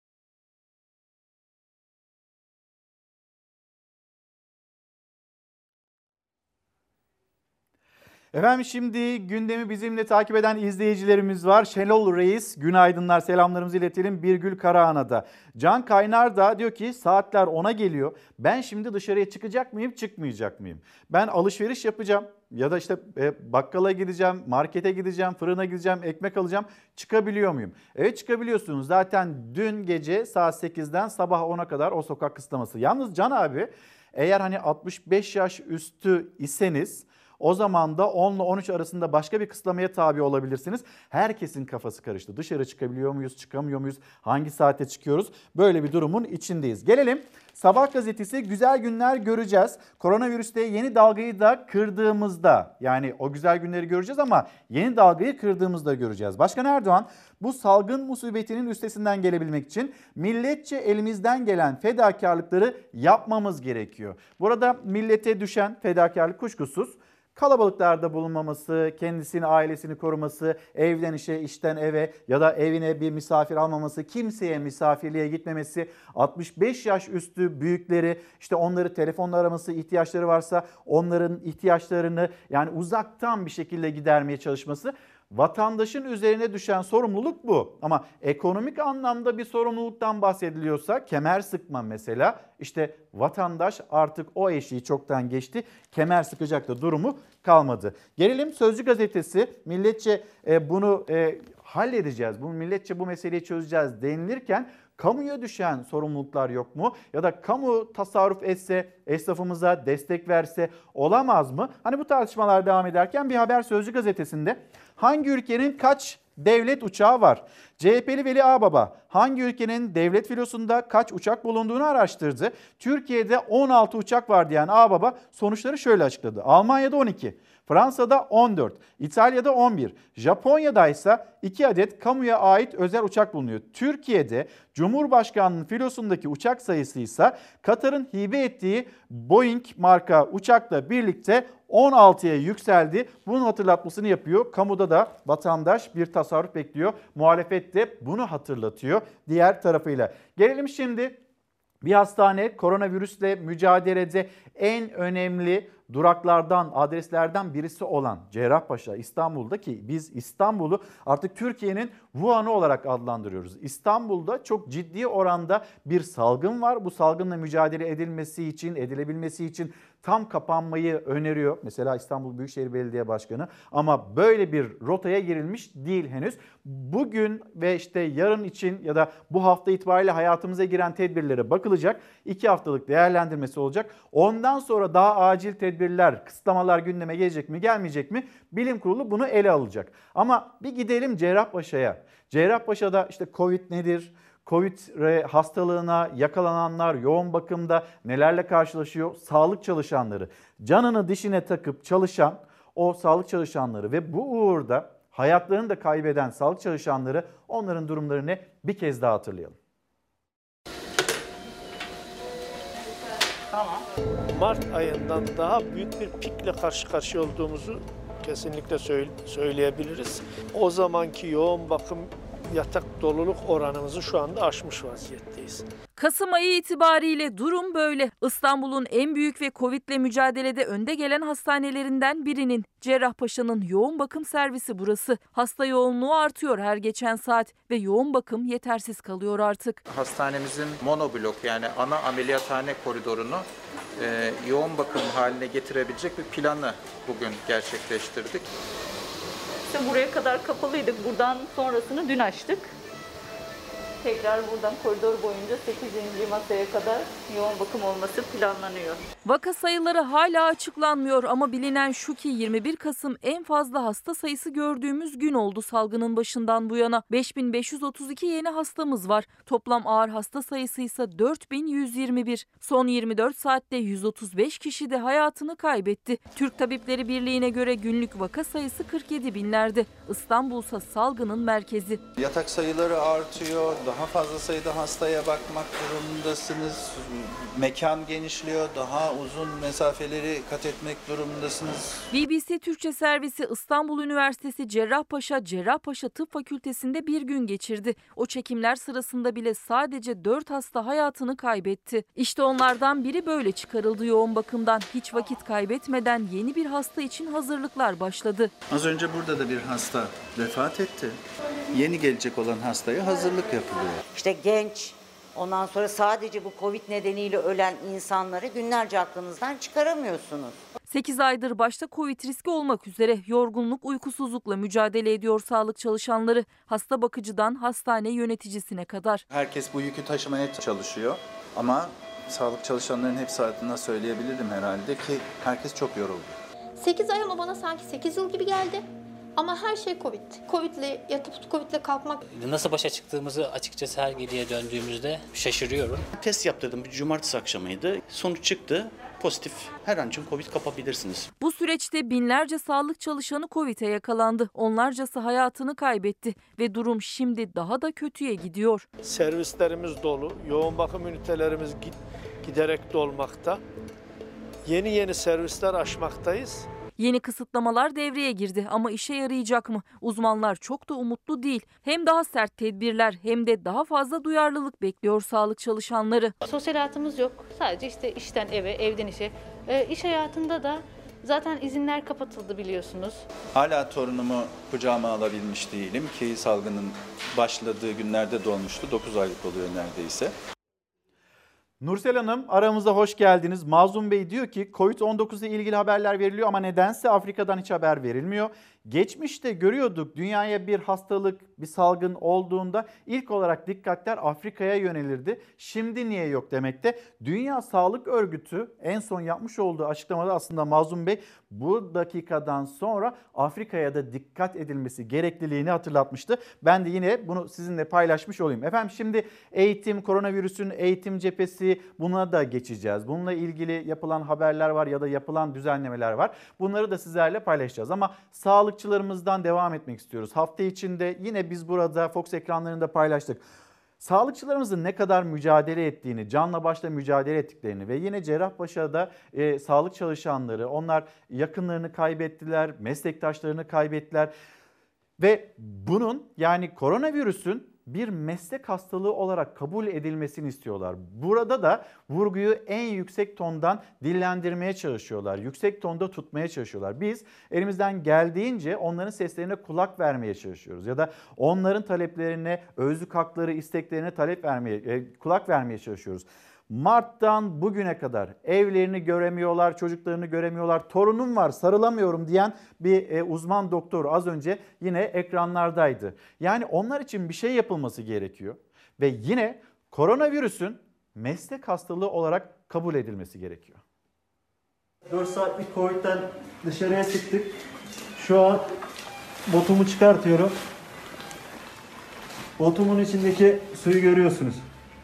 Efendim şimdi gündemi bizimle takip eden izleyicilerimiz var. Şenol Reis, günaydınlar, selamlarımızı iletelim. Birgül Karahan'a da. Can Kaynar da diyor ki saatler ona geliyor. Ben şimdi dışarıya çıkacak mıyım, çıkmayacak mıyım? Ben alışveriş yapacağım ya da işte bakkala gideceğim, markete gideceğim, fırına gideceğim, ekmek alacağım. Çıkabiliyor muyum? Evet çıkabiliyorsunuz. Zaten dün gece saat sekizden sabah ona kadar o sokak kısıtlaması. Yalnız Can abi eğer hani altmış beş yaş üstü iseniz o zaman da on ile on üç arasında başka bir kısıtlamaya tabi olabilirsiniz. Herkesin kafası karıştı. Dışarı çıkabiliyor muyuz, çıkamıyor muyuz? Hangi saatte çıkıyoruz? Böyle bir durumun içindeyiz. Gelelim Sabah gazetesi güzel günler göreceğiz. Koronavirüste yeni dalgayı da kırdığımızda, yani o güzel günleri göreceğiz ama yeni dalgayı kırdığımızda göreceğiz. Başkan Erdoğan bu salgın musibetinin üstesinden gelebilmek için milletçe elimizden gelen fedakarlıkları yapmamız gerekiyor. Burada millete düşen fedakarlık kuşkusuz kalabalıklarda bulunmaması, kendisini, ailesini koruması, evden işe, işten eve ya da evine bir misafir almaması, kimseye misafirliğe gitmemesi, altmış beş yaş üstü büyükleri, işte onları telefonla araması, ihtiyaçları varsa onların ihtiyaçlarını yani uzaktan bir şekilde gidermeye çalışması. Vatandaşın üzerine düşen sorumluluk bu. Ama ekonomik anlamda bir sorumluluktan bahsediliyorsa kemer sıkma mesela, işte vatandaş artık o eşiği çoktan geçti. Kemer sıkacak da durumu kalmadı. Gelelim Sözcü gazetesi. Milletçe e, bunu e, halledeceğiz. Bu milletçe bu meseleyi çözeceğiz denilirken kamuya düşen sorumluluklar yok mu? Ya da kamu tasarruf etse, esnafımıza destek verse olamaz mı? Hani bu tartışmalar devam ederken bir haber Sözcü gazetesinde hangi ülkenin kaç devlet uçağı var? C H P'li Veli Ağbaba hangi ülkenin devlet filosunda kaç uçak bulunduğunu araştırdı. Türkiye'de on altı uçak var diyen Ağbaba sonuçları şöyle açıkladı. Almanya'da on iki, Fransa'da on dört, İtalya'da on bir, Japonya'da ise iki adet kamuya ait özel uçak bulunuyor. Türkiye'de Cumhurbaşkanlığı filosundaki uçak sayısı ise Katar'ın hibe ettiği Boeing marka uçakla birlikte on altıya yükseldi. Bunun hatırlatmasını yapıyor. Kamuda da vatandaş bir tasarruf bekliyor. Muhalefet de bunu hatırlatıyor diğer tarafıyla. Gelelim şimdi bir hastane koronavirüsle mücadelede en önemli duraklardan, adreslerden birisi olan Cerrahpaşa İstanbul'daki, biz İstanbul'u artık Türkiye'nin Wuhan'ı olarak adlandırıyoruz. İstanbul'da çok ciddi oranda bir salgın var. Bu salgınla mücadele edilmesi için, edilebilmesi için tam kapanmayı öneriyor. Mesela İstanbul Büyükşehir Belediye Başkanı, ama böyle bir rotaya girilmiş değil henüz. Bugün ve işte yarın için ya da bu hafta itibariyle hayatımıza giren tedbirlere bakılacak. İki haftalık değerlendirmesi olacak. Ondan sonra daha acil tedbirler, kısıtlamalar gündeme gelecek mi, gelmeyecek mi? Bilim Kurulu bunu ele alacak. Ama bir gidelim Cerrahpaşa'ya. Cerrahpaşa'da işte Covid nedir? Covid hastalığına yakalananlar yoğun bakımda nelerle karşılaşıyor? Sağlık çalışanları, canını dişine takıp çalışan o sağlık çalışanları ve bu uğurda hayatlarını da kaybeden sağlık çalışanları, onların durumlarını bir kez daha hatırlayalım. Mart ayından daha büyük bir pikle karşı karşıya olduğumuzu kesinlikle söyleyebiliriz. O zamanki yoğun bakım yatak doluluk oranımızı şu anda aşmış vaziyetteyiz. Kasım ayı itibariyle durum böyle. İstanbul'un en büyük ve Covid'le mücadelede önde gelen hastanelerinden birinin Cerrahpaşa'nın yoğun bakım servisi burası. Hasta yoğunluğu artıyor her geçen saat ve yoğun bakım yetersiz kalıyor artık. Hastanemizin monoblok yani ana ameliyathane koridorunu e, yoğun bakım haline getirebilecek bir planı bugün gerçekleştirdik. İşte buraya kadar kapalıydık. Buradan sonrasını dün açtık. tekrar buradan koridor boyunca sekizinci masaya kadar yoğun bakım olması planlanıyor. Vaka sayıları hala açıklanmıyor ama bilinen şu ki yirmi bir Kasım en fazla hasta sayısı gördüğümüz gün oldu salgının başından bu yana. beş bin beş yüz otuz iki yeni hastamız var. Toplam ağır hasta sayısı ise dört bin yüz yirmi bir. Son yirmi dört saatte yüz otuz beş kişi de hayatını kaybetti. Türk Tabipleri Birliği'ne göre günlük vaka sayısı kırk yedi binlerde. İstanbul ise salgının merkezi. Yatak sayıları artıyor, daha fazla sayıda hastaya bakmak durumundasınız. Mekan genişliyor, daha uzun mesafeleri kat etmek durumundasınız. B B C Türkçe servisi İstanbul Üniversitesi Cerrahpaşa Cerrahpaşa Tıp Fakültesi'nde bir gün geçirdi. O çekimler sırasında bile sadece dört hasta hayatını kaybetti. İşte onlardan biri böyle çıkarıldı yoğun bakımdan. Hiç vakit kaybetmeden yeni bir hasta için hazırlıklar başladı. Az önce burada da bir hasta vefat etti. Yeni gelecek olan hastaya hazırlık yapılıyor. İşte genç, ondan sonra sadece bu Covid nedeniyle ölen insanları günlerce aklınızdan çıkaramıyorsunuz. sekiz aydır başta Covid riski olmak üzere yorgunluk, uykusuzlukla mücadele ediyor sağlık çalışanları. Hasta bakıcıdan hastane yöneticisine kadar. Herkes bu yükü taşımaya çalışıyor ama sağlık çalışanlarının hepsi adına söyleyebilirim herhalde ki herkes çok yoruldu. sekiz ay ama bana sanki sekiz yıl gibi geldi. Ama her şey Covid. Covid'le yatıp Covid'le kalkmak. Nasıl başa çıktığımızı açıkçası her geriye döndüğümüzde şaşırıyorum. Test yaptırdım. Bir cumartesi akşamıydı. Sonuç çıktı. Pozitif. Her an için Covid kapabilirsiniz. Bu süreçte binlerce sağlık çalışanı Covid'e yakalandı. Onlarcası hayatını kaybetti ve durum şimdi daha da kötüye gidiyor. Servislerimiz dolu. Yoğun bakım ünitelerimiz giderek dolmakta. Yeni yeni servisler açmaktayız. Yeni kısıtlamalar devreye girdi ama işe yarayacak mı? Uzmanlar çok da umutlu değil. Hem daha sert tedbirler hem de daha fazla duyarlılık bekliyor sağlık çalışanları. Sosyal hayatımız yok. Sadece işte işten eve, evden işe. E, iş hayatında da zaten izinler kapatıldı biliyorsunuz. Hala torunumu kucağıma alabilmiş değilim ki salgının başladığı günlerde dolmuştu. dokuz aylık oluyor neredeyse. Nursel Hanım aramıza hoş geldiniz. Mazlum Bey diyor ki Covid on dokuz ile ilgili haberler veriliyor ama nedense Afrika'dan hiç haber verilmiyor. Geçmişte görüyorduk dünyaya bir hastalık, bir salgın olduğunda ilk olarak dikkatler Afrika'ya yönelirdi. Şimdi niye yok demekte. Dünya Sağlık Örgütü en son yapmış olduğu açıklamada aslında Mazlum Bey bu dakikadan sonra Afrika'ya da dikkat edilmesi gerekliliğini hatırlatmıştı. Ben de yine bunu sizinle paylaşmış olayım. Efendim şimdi eğitim, koronavirüsün eğitim cephesi, buna da geçeceğiz. Bununla ilgili yapılan haberler var ya da yapılan düzenlemeler var. Bunları da sizlerle paylaşacağız ama sağlıkçılarımızdan devam etmek istiyoruz. Hafta içinde yine biz burada Fox ekranlarında paylaştık. Sağlıkçılarımızın ne kadar mücadele ettiğini, canla başla mücadele ettiklerini ve yine Cerrahpaşa'da e, sağlık çalışanları, onlar yakınlarını kaybettiler, meslektaşlarını kaybettiler. Ve bunun yani koronavirüsün bir meslek hastalığı olarak kabul edilmesini istiyorlar. Burada da vurguyu en yüksek tondan dillendirmeye çalışıyorlar. Yüksek tonda tutmaya çalışıyorlar. Biz elimizden geldiğince onların seslerine kulak vermeye çalışıyoruz. Ya da onların taleplerine, özlük hakları, isteklerine talep vermeye, e, kulak vermeye çalışıyoruz. Mart'tan bugüne kadar evlerini göremiyorlar, çocuklarını göremiyorlar, torunum var sarılamıyorum diyen bir e, uzman doktor az önce yine ekranlardaydı. Yani onlar için bir şey yapılması gerekiyor ve yine koronavirüsün meslek hastalığı olarak kabul edilmesi gerekiyor. dört saatlik Covid'den dışarıya çıktık. Şu an botumu çıkartıyorum. Botumun içindeki suyu görüyorsunuz.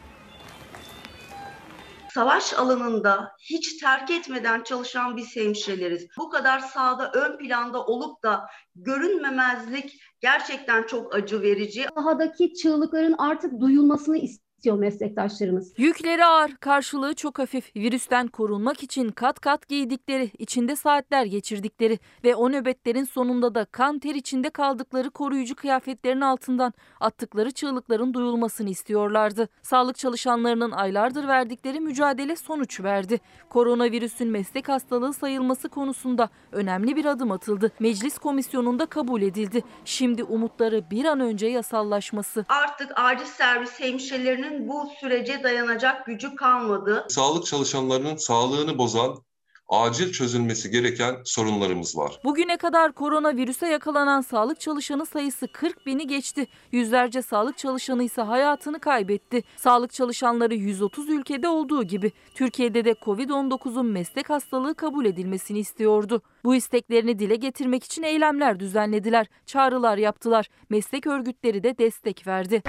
Savaş alanında hiç terk etmeden çalışan biz hemşireleriz. Bu kadar sahada ön planda olup da görünmemezlik gerçekten çok acı verici. Sahadaki çığlıkların artık duyulmasını istiyor meslektaşlarımız. Yükleri ağır, karşılığı çok hafif. Virüsten korunmak için kat kat giydikleri, içinde saatler geçirdikleri ve o nöbetlerin sonunda da kan ter içinde kaldıkları koruyucu kıyafetlerin altından attıkları çığlıkların duyulmasını istiyorlardı. Sağlık çalışanlarının aylardır verdikleri mücadele sonuç verdi. Koronavirüsün meslek hastalığı sayılması konusunda önemli bir adım atıldı. Meclis komisyonunda kabul edildi. Şimdi umutları bir an önce yasallaşması. Artık acil servis hemşirelerinin bu sürece dayanacak gücü kalmadı. Sağlık çalışanlarının sağlığını bozan acil çözülmesi gereken sorunlarımız var. Bugüne kadar koronavirüse yakalanan sağlık çalışanı sayısı kırk bini geçti. Yüzlerce sağlık çalışanı ise hayatını kaybetti. Sağlık çalışanları yüz otuz ülkede olduğu gibi Türkiye'de de kovid on dokuzun meslek hastalığı kabul edilmesini istiyordu. Bu isteklerini dile getirmek için eylemler düzenlediler, çağrılar yaptılar. Meslek örgütleri de destek verdi.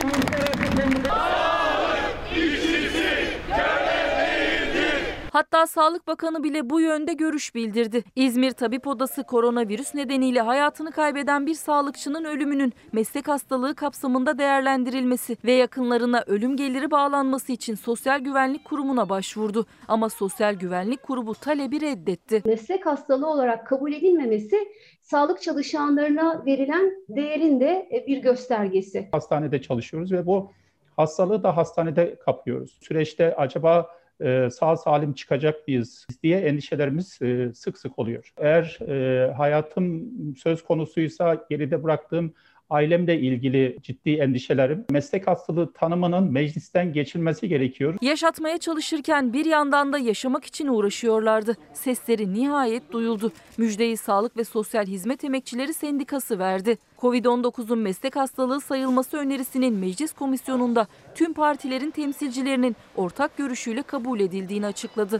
Hatta Sağlık Bakanı bile bu yönde görüş bildirdi. İzmir Tabip Odası koronavirüs nedeniyle hayatını kaybeden bir sağlıkçının ölümünün meslek hastalığı kapsamında değerlendirilmesi ve yakınlarına ölüm geliri bağlanması için Sosyal Güvenlik Kurumu'na başvurdu. Ama Sosyal Güvenlik Kurumu talebi reddetti. Meslek hastalığı olarak kabul edilmemesi sağlık çalışanlarına verilen değerin de bir göstergesi. Hastanede çalışıyoruz ve bu hastalığı da hastanede kapıyoruz. Süreçte acaba Ee, sağ salim çıkacak mıyız diye endişelerimiz e, sık sık oluyor. Eğer e, hayatım söz konusuysa geride bıraktığım ailemle ilgili ciddi endişelerim. Meslek hastalığı tanımının meclisten geçilmesi gerekiyor. Yaşatmaya çalışırken bir yandan da yaşamak için uğraşıyorlardı. Sesleri nihayet duyuldu. Müjdeyi Sağlık ve Sosyal Hizmet Emekçileri Sendikası verdi. kovid on dokuzun meslek hastalığı sayılması önerisinin meclis komisyonunda tüm partilerin temsilcilerinin ortak görüşüyle kabul edildiğini açıkladı.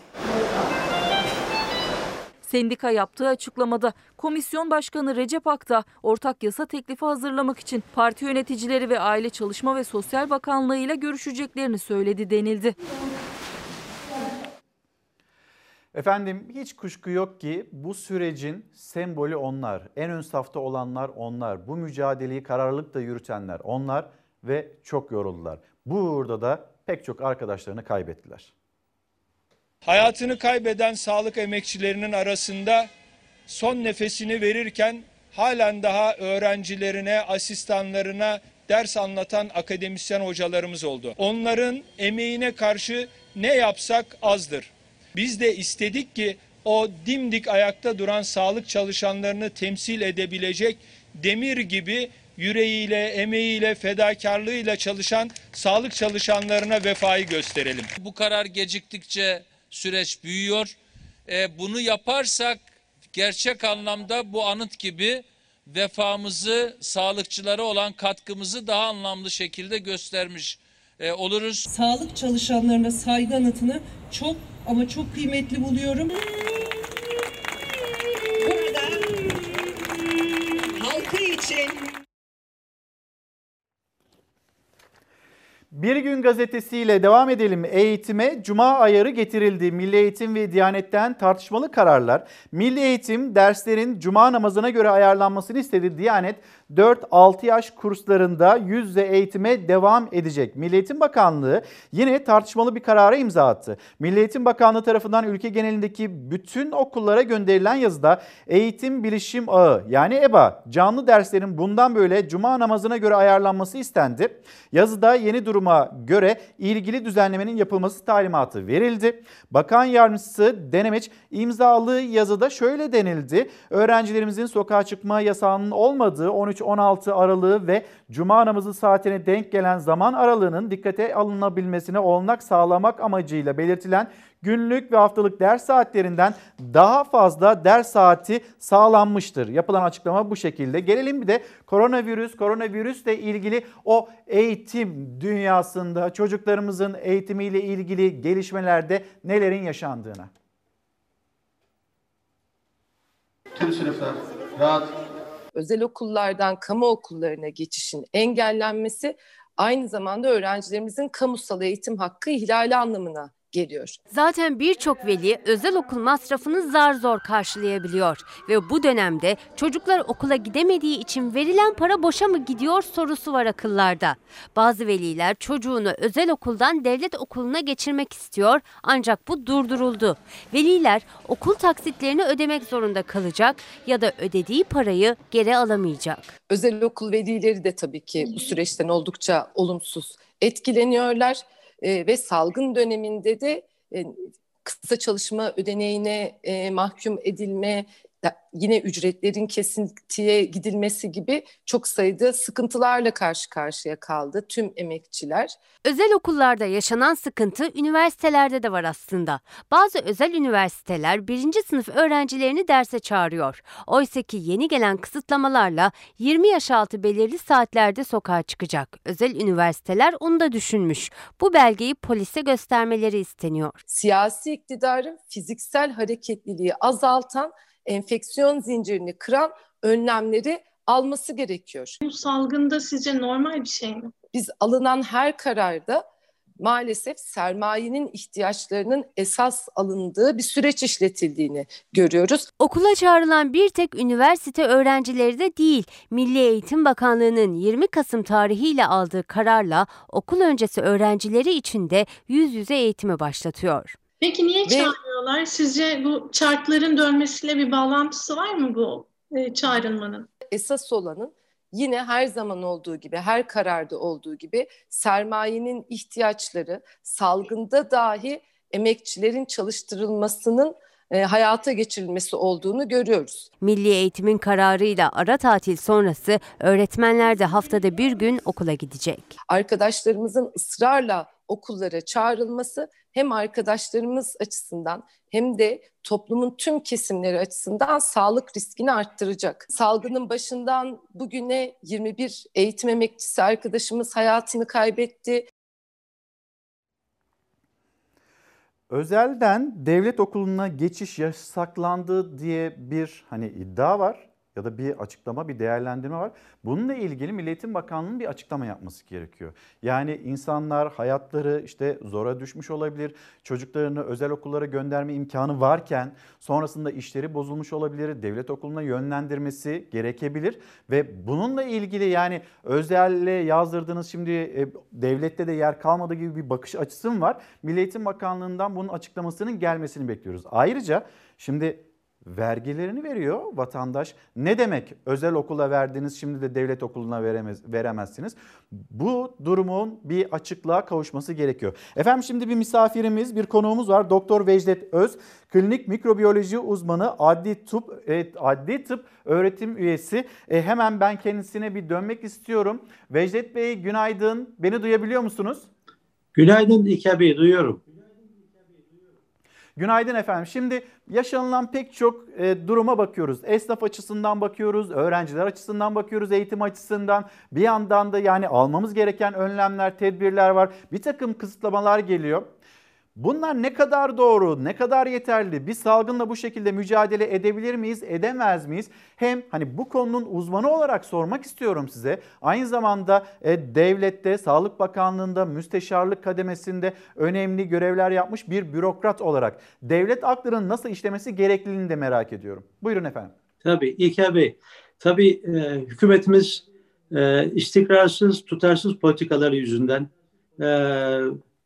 Sendika yaptığı açıklamada Komisyon Başkanı Recep Akta ortak yasa teklifi hazırlamak için parti yöneticileri ve Aile Çalışma ve Sosyal Bakanlığı ile görüşeceklerini söyledi denildi. Efendim hiç kuşku yok ki bu sürecin sembolü onlar. En ön safta olanlar onlar. Bu mücadeleyi kararlılıkla yürütenler onlar ve çok yoruldular. Burada da pek çok arkadaşlarını kaybettiler. Hayatını kaybeden sağlık emekçilerinin arasında son nefesini verirken halen daha öğrencilerine, asistanlarına ders anlatan akademisyen hocalarımız oldu. Onların emeğine karşı ne yapsak azdır. Biz de istedik ki o dimdik ayakta duran sağlık çalışanlarını temsil edebilecek demir gibi yüreğiyle, emeğiyle, fedakarlığıyla çalışan sağlık çalışanlarına vefayı gösterelim. Bu karar geciktikçe süreç büyüyor. E, bunu yaparsak gerçek anlamda bu anıt gibi vefamızı, sağlıkçılara olan katkımızı daha anlamlı şekilde göstermiş e, oluruz. Sağlık çalışanlarına saygı anıtını çok ama çok kıymetli buluyorum. Burada halkı için Bir Gün gazetesiyle devam edelim. Eğitime cuma ayarı getirildi. Milli Eğitim ve Diyanet'ten tartışmalı kararlar. Milli Eğitim derslerin cuma namazına göre ayarlanmasını istedi. Diyanet dört altı yaş kurslarında yüz yüze eğitime devam edecek. Milli Eğitim Bakanlığı yine tartışmalı bir karara imza attı. Milli Eğitim Bakanlığı tarafından ülke genelindeki bütün okullara gönderilen yazıda Eğitim Bilişim Ağı yani E B A canlı derslerin bundan böyle cuma namazına göre ayarlanması istendi. Yazıda yeni duruma göre ilgili düzenlemenin yapılması talimatı verildi. Bakan Yardımcısı Denemeç imzalı yazıda şöyle denildi. Öğrencilerimizin sokağa çıkma yasağının olmadığı on üç on altı aralığı ve cuma namazı saatine denk gelen zaman aralığının dikkate alınabilmesine olanak sağlamak amacıyla belirtilen günlük ve haftalık ders saatlerinden daha fazla ders saati sağlanmıştır. Yapılan açıklama bu şekilde. Gelelim bir de koronavirüs, koronavirüsle ilgili o eğitim dünyasında çocuklarımızın eğitimiyle ilgili gelişmelerde nelerin yaşandığına. Tüm sınıflar rahat. Özel okullardan kamu okullarına geçişin engellenmesi aynı zamanda öğrencilerimizin kamusal eğitim hakkı ihlali anlamına geliyor. Zaten birçok veli özel okul masrafını zar zor karşılayabiliyor ve bu dönemde çocuklar okula gidemediği için verilen para boşa mı gidiyor sorusu var akıllarda. Bazı veliler çocuğunu özel okuldan devlet okuluna geçirmek istiyor ancak bu durduruldu. Veliler okul taksitlerini ödemek zorunda kalacak ya da ödediği parayı geri alamayacak. Özel okul velileri de tabii ki bu süreçten oldukça olumsuz etkileniyorlar. E, ve salgın döneminde de e, kısa çalışma ödeneğine e, mahkum edilme, yine ücretlerin kesintiye gidilmesi gibi çok sayıda sıkıntılarla karşı karşıya kaldı tüm emekçiler. Özel okullarda yaşanan sıkıntı üniversitelerde de var aslında. Bazı özel üniversiteler birinci sınıf öğrencilerini derse çağırıyor. Oysa ki yeni gelen kısıtlamalarla yirmi yaş altı belirli saatlerde sokağa çıkacak. Özel üniversiteler onu da düşünmüş. Bu belgeyi polise göstermeleri isteniyor. Siyasi iktidarın fiziksel hareketliliği azaltan, enfeksiyon zincirini kıran önlemleri alması gerekiyor. Bu salgında sizce normal bir şey mi? Biz alınan her kararda maalesef sermayenin ihtiyaçlarının esas alındığı bir süreç işletildiğini görüyoruz. Okula çağrılan bir tek üniversite öğrencileri de değil. Milli Eğitim Bakanlığı'nın yirmi Kasım tarihiyle aldığı kararla okul öncesi öğrencileri için de yüz yüze eğitimi başlatıyor. Peki niye çağırıyorlar? Sizce bu çarkların dönmesiyle bir bağlantısı var mı bu e, çağrılmanın? Esas olanın yine her zaman olduğu gibi, her kararda olduğu gibi sermayenin ihtiyaçları, salgında dahi emekçilerin çalıştırılmasının e, hayata geçirilmesi olduğunu görüyoruz. Milli Eğitim'in kararıyla ara tatil sonrası öğretmenler de haftada bir gün okula gidecek. Arkadaşlarımızın ısrarla okullara çağrılması hem arkadaşlarımız açısından hem de toplumun tüm kesimleri açısından sağlık riskini arttıracak. Salgının başından bugüne yirmi bir eğitim emekçisi arkadaşımız hayatını kaybetti. Özelden devlet okuluna geçiş yasaklandı diye bir hani iddia var ya da bir açıklama, bir değerlendirme var. Bununla ilgili Milli Eğitim Bakanlığı'nın bir açıklama yapması gerekiyor. Yani insanlar hayatları işte zora düşmüş olabilir. Çocuklarını özel okullara gönderme imkanı varken sonrasında işleri bozulmuş olabilir. Devlet okuluna yönlendirmesi gerekebilir ve bununla ilgili yani özelle yazdırdığınız şimdi e, devlette de yer kalmadığı gibi bir bakış açısı mı var? Milli Eğitim Bakanlığı'ndan bunun açıklamasının gelmesini bekliyoruz. Ayrıca şimdi vergilerini veriyor vatandaş. Ne demek özel okula verdiğiniz şimdi de devlet okuluna veremez, veremezsiniz. Bu durumun bir açıklığa kavuşması gerekiyor. Efendim şimdi bir misafirimiz, bir konuğumuz var. Doktor Vejdet Öz, klinik mikrobiyoloji uzmanı, adli tıp, evet, adli tıp öğretim üyesi. E, hemen ben kendisine bir dönmek istiyorum. Vejdet Bey günaydın. Beni duyabiliyor musunuz? Günaydın İlker Bey, duyuyorum. Günaydın efendim. Şimdi yaşanılan pek çok e, duruma bakıyoruz. Esnaf açısından bakıyoruz, öğrenciler açısından bakıyoruz, eğitim açısından. Bir yandan da yani almamız gereken önlemler, tedbirler var. Bir takım kısıtlamalar geliyor. Bunlar ne kadar doğru, ne kadar yeterli? Bir salgınla bu şekilde mücadele edebilir miyiz, edemez miyiz? Hem hani bu konunun uzmanı olarak sormak istiyorum size. Aynı zamanda e, devlette, Sağlık Bakanlığı'nda, müsteşarlık kademesinde önemli görevler yapmış bir bürokrat olarak devlet aklının nasıl işlemesi gerekliliğini de merak ediyorum. Buyurun efendim. Tabii İlker Bey, tabii e, hükümetimiz e, istikrarsız, tutarsız politikaları yüzünden e,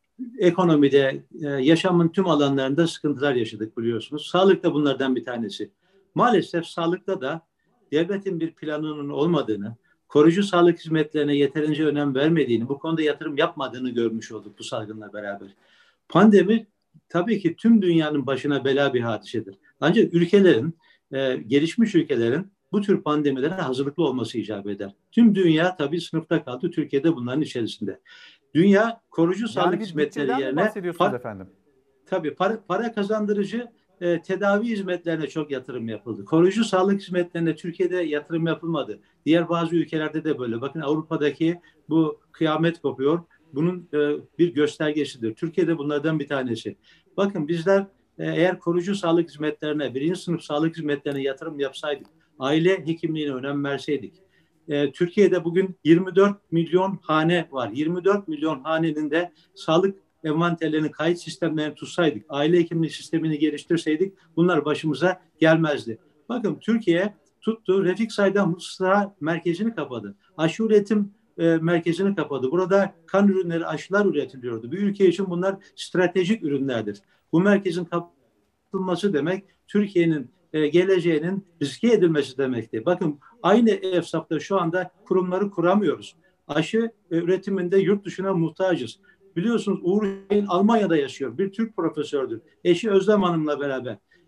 ekonomide, yaşamın tüm alanlarında sıkıntılar yaşadık biliyorsunuz. Sağlık da bunlardan bir tanesi. Maalesef sağlıkta da devletin bir planının olmadığını, koruyucu sağlık hizmetlerine yeterince önem vermediğini, bu konuda yatırım yapmadığını görmüş olduk bu salgınla beraber. Pandemi tabii ki tüm dünyanın başına bela bir hadisedir. Ancak ülkelerin, gelişmiş ülkelerin bu tür pandemilere hazırlıklı olması icap eder. Tüm dünya tabii sınıfta kaldı, Türkiye'de bunların içerisinde. Dünya koruyucu yani sağlık hizmetleri yerine bahsediyorsunuz efendim. Tabii para, para kazandırıcı e, tedavi hizmetlerine çok yatırım yapıldı. Koruyucu sağlık hizmetlerine Türkiye'de yatırım yapılmadı. Diğer bazı ülkelerde de böyle. Bakın Avrupa'daki bu kıyamet kopuyor. Bunun e, bir göstergesidir. Türkiye'de bunlardan bir tanesi. Bakın bizler e, eğer koruyucu sağlık hizmetlerine, birinci sınıf sağlık hizmetlerine yatırım yapsaydık, aile hekimliğine önem verseydik, Türkiye'de bugün yirmi dört milyon hane var. yirmi dört milyon hanenin de sağlık envanterlerini, kayıt sistemlerini tutsaydık, aile hekimliği sistemini geliştirseydik bunlar başımıza gelmezdi. Bakın Türkiye tuttu, Refik Saydam Mısra merkezini kapadı. Aşı üretim e, merkezini kapadı. Burada kan ürünleri, aşılar üretiliyordu. Bir ülke için bunlar stratejik ürünlerdir. Bu merkezin kapatılması demek Türkiye'nin e, geleceğinin riske edilmesi demekti. Bakın aynı efsafta şu anda kurumları kuramıyoruz. Aşı e, üretiminde yurt dışına muhtacız. Biliyorsunuz Uğur Şahin Almanya'da yaşıyor. Bir Türk profesördür. Eşi Özlem Hanım'la beraber.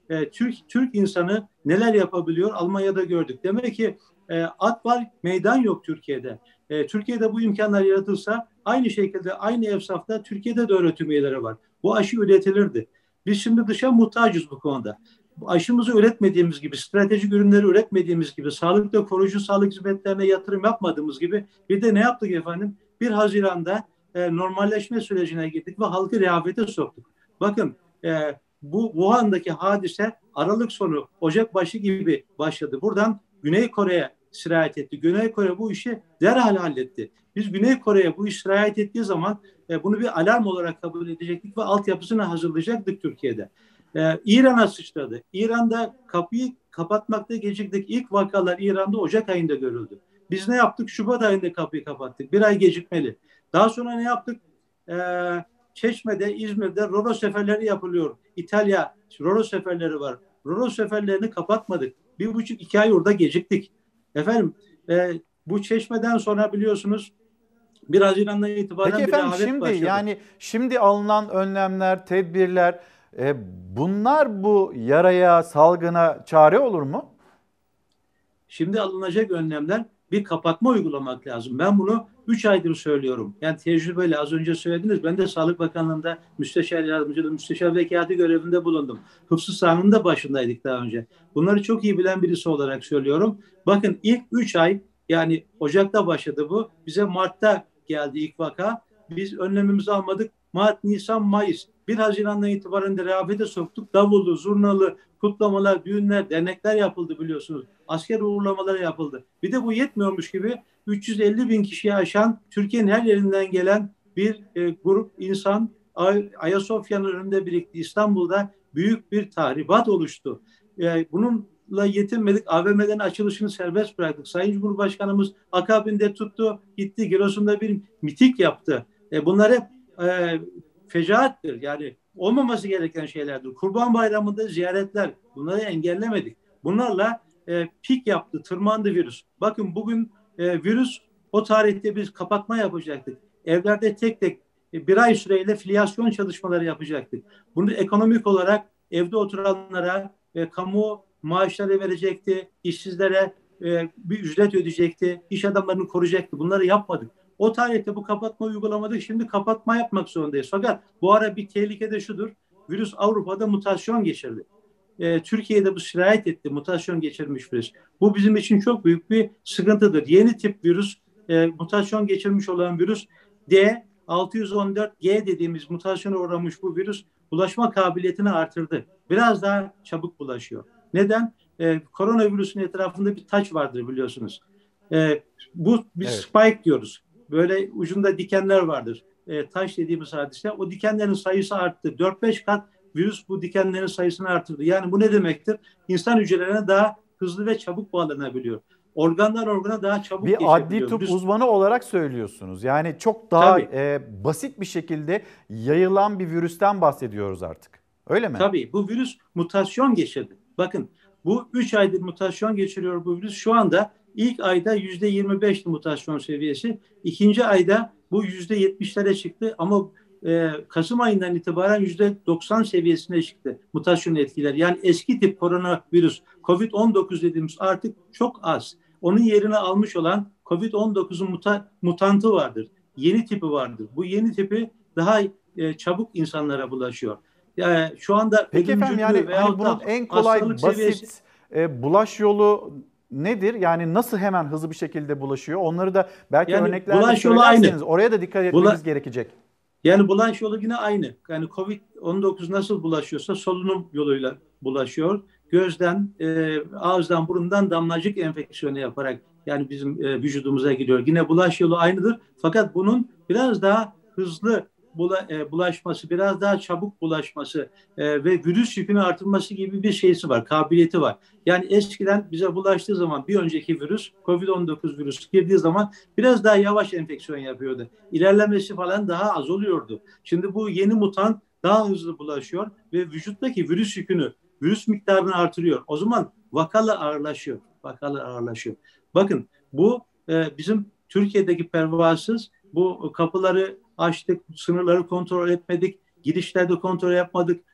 e, Türk Türk insanı neler yapabiliyor Almanya'da gördük. Demek ki e, at var, meydan yok Türkiye'de. E, Türkiye'de bu imkanlar yaratılsa aynı şekilde aynı efsafta Türkiye'de de öğretim üyeleri var. Bu aşı üretilirdi. Biz şimdi dışa muhtacız bu konuda. Aşımızı üretmediğimiz gibi, stratejik ürünleri üretmediğimiz gibi, sağlıkta koruyucu sağlık hizmetlerine yatırım yapmadığımız gibi bir de ne yaptık efendim? bir Haziran'da e, normalleşme sürecine girdik ve halkı rehavete soktuk. Bakın e, bu Wuhan'daki hadise Aralık sonu, Ocak başı gibi başladı. Buradan Güney Kore'ye sirayet etti. Güney Kore bu işi derhal halletti. Biz Güney Kore'ye bu iş sirayet ettiği zaman e, bunu bir alarm olarak kabul edecektik ve altyapısını hazırlayacaktık Türkiye'de. Ee, İran'a sıçradı. İran'da kapıyı kapatmakta geciktik. İlk vakalar İran'da Ocak ayında görüldü. Biz ne yaptık? Şubat ayında kapıyı kapattık. Bir ay gecikmeli. Daha sonra ne yaptık? Ee, Çeşme'de, İzmir'de Roro seferleri yapılıyor. İtalya Roro seferleri var. Roro seferlerini kapatmadık. Bir buçuk iki ay orada geciktik. Efendim e, bu Çeşme'den sonra biliyorsunuz bir Haziran'dan itibaren Peki bir efendim rehavet şimdi başladı. yani şimdi alınan önlemler, tedbirler e, bunlar bu yaraya, salgına çare olur mu? Şimdi alınacak önlemler bir kapatma uygulamak lazım. Ben bunu üç aydır söylüyorum. Yani tecrübeyle az önce söylediniz. Ben de Sağlık Bakanlığı'nda müsteşar yardımcılığı, müsteşar vekilati görevinde bulundum. Hıfzı sahanın da başındaydık daha önce. Bunları çok iyi bilen birisi olarak söylüyorum. Bakın ilk üç ay yani Ocak'ta başladı bu. Bize Mart'ta geldi ilk vaka. Biz önlemimizi almadık. Mart, Nisan, Mayıs. bir Haziran'dan itibaren de rehavete soktuk. Davullu, zurnalı, kutlamalar, düğünler, dernekler yapıldı biliyorsunuz. Asker uğurlamaları yapıldı. Bir de bu yetmiyormuş gibi üç yüz elli bin kişiyi aşan Türkiye'nin her yerinden gelen bir e, grup insan Ay- Ayasofya'nın önünde birikti. İstanbul'da büyük bir tahribat oluştu. E, bununla yetinmedik. A V M'lerin açılışını serbest bıraktık. Sayın Cumhurbaşkanımız akabinde tuttu, gitti Giresun'da bir miting yaptı. E, bunlar hep e, fecaattir. Yani olmaması gereken şeylerdir. Kurban Bayramı'nda ziyaretler, bunları engellemedik. Bunlarla e, pik yaptı, tırmandı virüs. Bakın bugün e, virüs o tarihte biz kapatma yapacaktık. Evlerde tek tek e, bir ay süreyle filyasyon çalışmaları yapacaktık. Bunu ekonomik olarak evde oturanlara e, kamu maaşları verecekti, işsizlere e, bir ücret ödeyecekti, iş adamlarını koruyacaktı. Bunları yapmadık. O tarihte bu kapatma uygulamadık. Şimdi kapatma yapmak zorundayız. Fakat bu ara bir tehlike de şudur. Virüs Avrupa'da mutasyon geçirdi. Ee, Türkiye'de bu sirayet etti. Mutasyon geçirmiş virüs. Bu bizim için çok büyük bir sıkıntıdır. Yeni tip virüs, e, mutasyon geçirmiş olan virüs D altı yüz on dört G dediğimiz mutasyona uğramış bu virüs bulaşma kabiliyetini artırdı. Biraz daha çabuk bulaşıyor. Neden? Ee, koronavirüsün etrafında bir taç vardır biliyorsunuz. Ee, bu biz evet. Spike diyoruz. Böyle ucunda dikenler vardır. E, taş dediğimiz hadise. O dikenlerin sayısı arttı. dört beş kat virüs bu dikenlerin sayısını artırdı. Yani bu ne demektir? İnsan hücrelerine daha hızlı ve çabuk bağlanabiliyor. Organdan organa daha çabuk geçebiliyor. Bir adli tıp virüs... uzmanı olarak söylüyorsunuz. Yani çok daha e, basit bir şekilde yayılan bir virüsten bahsediyoruz artık. Öyle mi? Tabii. Bu virüs mutasyon geçirdi. Bakın bu üç aydır mutasyon geçiriyor bu virüs. Şu anda İlk ayda yüzde yirmi beş mutasyon seviyesi. İkinci ayda bu yüzde yetmişlere çıktı ama e, Kasım ayından itibaren yüzde doksan seviyesine çıktı mutasyon etkileri. Yani eski tip koronavirüs kovid on dokuz dediğimiz artık çok az. Onun yerini almış olan kovid on dokuzun muta, mutantı vardır. Yeni tipi vardır. Bu yeni tipi daha e, çabuk insanlara bulaşıyor. Yani şu anda peki efendim yani hani bunun en kolay basit seviyesi, e, bulaş yolu nedir? Yani nasıl hemen hızlı bir şekilde bulaşıyor? Onları da belki yani örneklerle söylerseniz oraya da dikkat etmemiz Bula- gerekecek. Yani bulaş yolu yine aynı. Yani kovid on dokuz nasıl bulaşıyorsa solunum yoluyla bulaşıyor. Gözden, e, ağızdan, burundan damlacık enfeksiyonu yaparak yani bizim e, vücudumuza giriyor. Yine bulaş yolu aynıdır. Fakat bunun biraz daha hızlı bula, e, bulaşması, biraz daha çabuk bulaşması e, ve virüs yükünü artırması gibi bir şeysi var, kabiliyeti var. Yani eskiden bize bulaştığı zaman bir önceki virüs, kovid on dokuz virüs girdiği zaman biraz daha yavaş enfeksiyon yapıyordu. İlerlemesi falan daha az oluyordu. Şimdi bu yeni mutant daha hızlı bulaşıyor ve vücuttaki virüs yükünü, virüs miktarını artırıyor. O zaman vakalar ağırlaşıyor. Vakalar ağırlaşıyor. Bakın bu e, bizim Türkiye'deki pervasız bu kapıları açtık, sınırları kontrol etmedik, girişlerde kontrol yapmadık.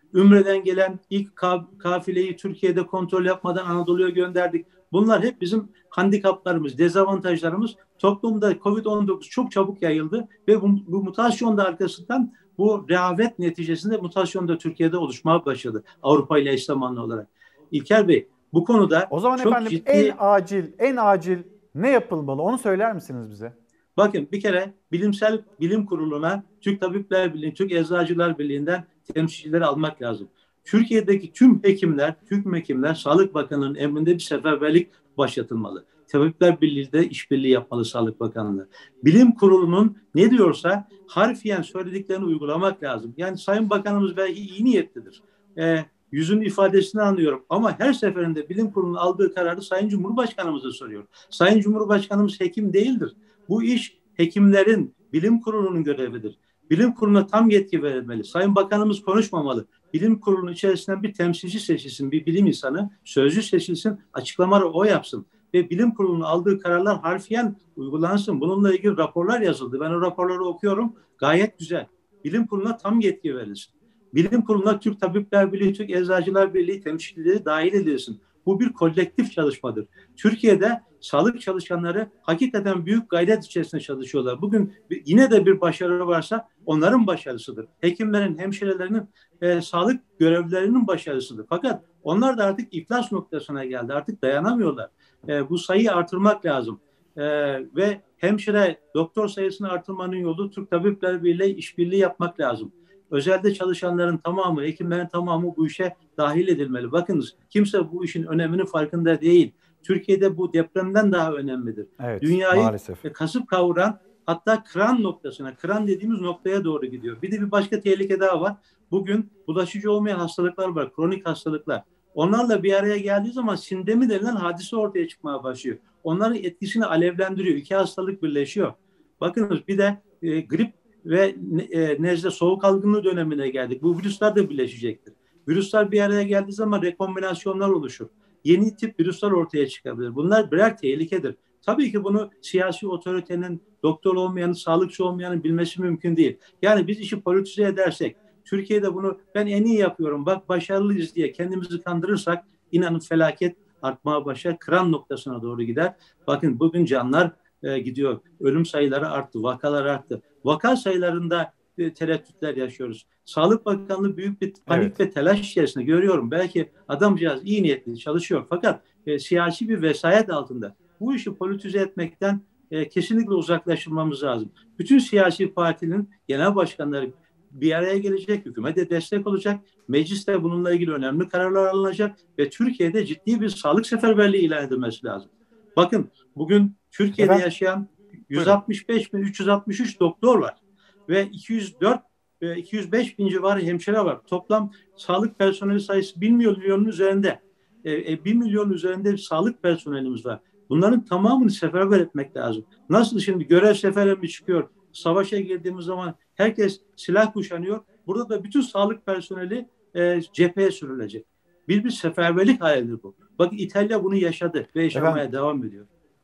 Ümre'den gelen ilk kafileyi Türkiye'de kontrol yapmadan Anadolu'ya gönderdik. Bunlar hep bizim handikaplarımız, dezavantajlarımız. Toplumda kovid on dokuz çok çabuk yayıldı ve bu, bu mutasyon da arkasından bu rehavet neticesinde mutasyon da Türkiye'de oluşmaya başladı. Avrupa ile eş zamanlı olarak. İlker Bey, bu konuda o zaman çok efendim ciddi... en acil, en acil ne yapılmalı? Onu söyler misiniz bize? Bakın bir kere bilimsel bilim kuruluna Türk Tabipler Birliği, Türk Eczacılar Birliği'nden temsilcileri almak lazım. Türkiye'deki tüm hekimler, tüm hekimler Sağlık Bakanı'nın emrinde bir seferberlik başlatılmalı. Tabipler Birliği de işbirliği yapmalı Sağlık Bakanlığı. Bilim kurulunun ne diyorsa harfiyen söylediklerini uygulamak lazım. Yani Sayın Bakanımız belki iyi niyetlidir. Ee, yüzün ifadesini anlıyorum ama her seferinde bilim kurulunun aldığı kararı Sayın Cumhurbaşkanımıza soruyor. Sayın Cumhurbaşkanımız hekim değildir. Bu iş hekimlerin, bilim kurulunun görevidir. Bilim kuruluna tam yetki verilmeli. Sayın Bakanımız konuşmamalı. Bilim kurulunun içerisinden bir temsilci seçilsin, bir bilim insanı, sözcü seçilsin, açıklamaları o yapsın. Ve bilim kurulunun aldığı kararlar harfiyen uygulansın. Bununla ilgili raporlar yazıldı. Ben o raporları okuyorum. Gayet güzel. Bilim kuruluna tam yetki verilsin. Bilim kuruluna Türk Tabipler Birliği, Türk Eczacılar Birliği temsilcileri dahil edilsin. Bu bir kolektif çalışmadır. Türkiye'de sağlık çalışanları hakikaten büyük gayret içerisinde çalışıyorlar. Bugün yine de bir başarı varsa onların başarısıdır. Hekimlerin, hemşirelerinin, e, sağlık görevlilerinin başarısıdır. Fakat onlar da artık iflas noktasına geldi. Artık dayanamıyorlar. E, bu sayıyı artırmak lazım. E, ve hemşire, doktor sayısını artırmanın yolu Türk Tabipler Birliği işbirliği yapmak lazım. Özelde çalışanların tamamı, hekimlerin tamamı bu işe dahil edilmeli. Bakınız kimse bu işin öneminin farkında değil. Türkiye'de bu depremden daha önemlidir. Evet, Dünyayı maalesef. kasıp kavuran, hatta kıran noktasına, kıran dediğimiz noktaya doğru gidiyor. Bir de bir başka tehlike daha var. Bugün bulaşıcı olmayan hastalıklar var, kronik hastalıklar. Onlarla bir araya geldiği zaman sindemi denilen hadise ortaya çıkmaya başlıyor. Onların etkisini alevlendiriyor. İki hastalık birleşiyor. Bakınız bir de e, grip ve e, nezle, soğuk algınlığı dönemine geldik. Bu virüsler de birleşecektir. Virüsler bir araya geldiği zaman rekombinasyonlar oluşur. Yeni tip virüsler ortaya çıkabilir. Bunlar birer tehlikedir. Tabii ki bunu siyasi otoritenin, doktor olmayanın, sağlıkçı olmayanın bilmesi mümkün değil. Yani biz işi politize edersek, Türkiye'de bunu ben en iyi yapıyorum, bak başarılıyız diye kendimizi kandırırsak inanın felaket artmaya başlar, kıran noktasına doğru gider. Bakın bugün canlar e, gidiyor. Ölüm sayıları arttı, vakalar arttı. Vaka sayılarında e, tereddütler yaşıyoruz. Sağlık Bakanlığı büyük bir panik evet. ve telaş içerisinde görüyorum. Belki adamcağız iyi niyetli çalışıyor fakat e, siyasi bir vesayet altında. Bu işi politize etmekten e, kesinlikle uzaklaştırmamız lazım. Bütün siyasi partinin genel başkanları bir araya gelecek, hükümete destek olacak, mecliste bununla ilgili önemli kararlar alınacak ve Türkiye'de ciddi bir sağlık seferberliği ilan edilmesi lazım. Bakın bugün Türkiye'de evet. yaşayan yüz altmış beş bin üç yüz altmış üç doktor var ve iki yüz dört iki yüz beş bin civarı hemşire var. Toplam sağlık personeli sayısı bir milyonun üzerinde. bir milyon üzerinde bir sağlık personelimiz var. Bunların tamamını seferber etmek lazım. Nasıl şimdi görev seferberliği çıkıyor? Savaşa girdiğimiz zaman herkes silah kuşanıyor. Burada da bütün sağlık personeli e, cepheye sürülecek. Bir bir seferberlik halidir bu. Bakın İtalya bunu yaşadı ve yaşamaya Efendim? devam ediyor.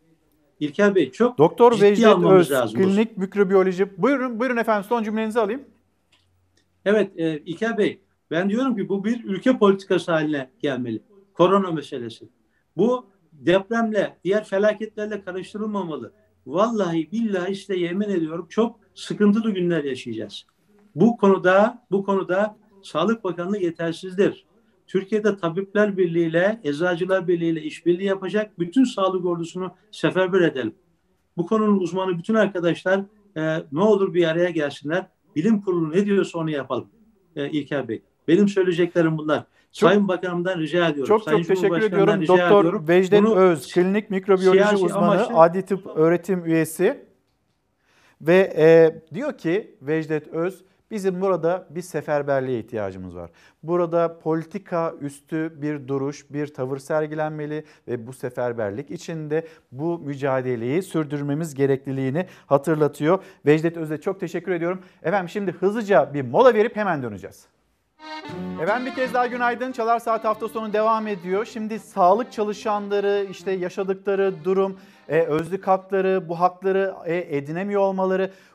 İlker Bey çok Doktor ciddi Vejdet almamız Öz, lazım. klinik mikrobiyoloji. Buyurun, buyurun efendim son cümlenizi alayım. Evet e, İlker Bey ben diyorum ki bu bir ülke politikası haline gelmeli. Korona meselesi. Bu depremle, diğer felaketlerle karıştırılmamalı. Vallahi billahi size yemin ediyorum çok sıkıntılı günler yaşayacağız. Bu konuda bu konuda Sağlık Bakanlığı yetersizdir. Türkiye'de Tabipler Birliği ile Eczacılar Birliği ile işbirliği yapacak bütün sağlık ordusunu seferber edelim. Bu konunun uzmanı bütün arkadaşlar e, ne olur bir araya gelsinler. Bilim kurulu ne diyorsa onu yapalım. E, İlker Bey. Benim söyleyeceklerim bunlar. Çok, Sayın Bakanımdan rica ediyorum. Çok Sayın çok teşekkür ediyorum. Doktor Vejdet Öz, klinik mikrobiyoloji uzmanı, amaçlı... Adli Tıp öğretim üyesi. Ve e, diyor ki Vejdet Öz, bizim burada bir seferberliğe ihtiyacımız var. Burada politika üstü bir duruş, bir tavır sergilenmeli ve bu seferberlik içinde bu mücadeleyi sürdürmemiz gerekliliğini hatırlatıyor. Vejdet Öz'e çok teşekkür ediyorum. Efendim şimdi hızlıca bir mola verip hemen döneceğiz. Efendim bir kez daha günaydın. Çalar Saat hafta sonu devam ediyor. Şimdi sağlık çalışanları, işte yaşadıkları durum, e, özlük hakları, bu hakları e, edinemiyor olmaları,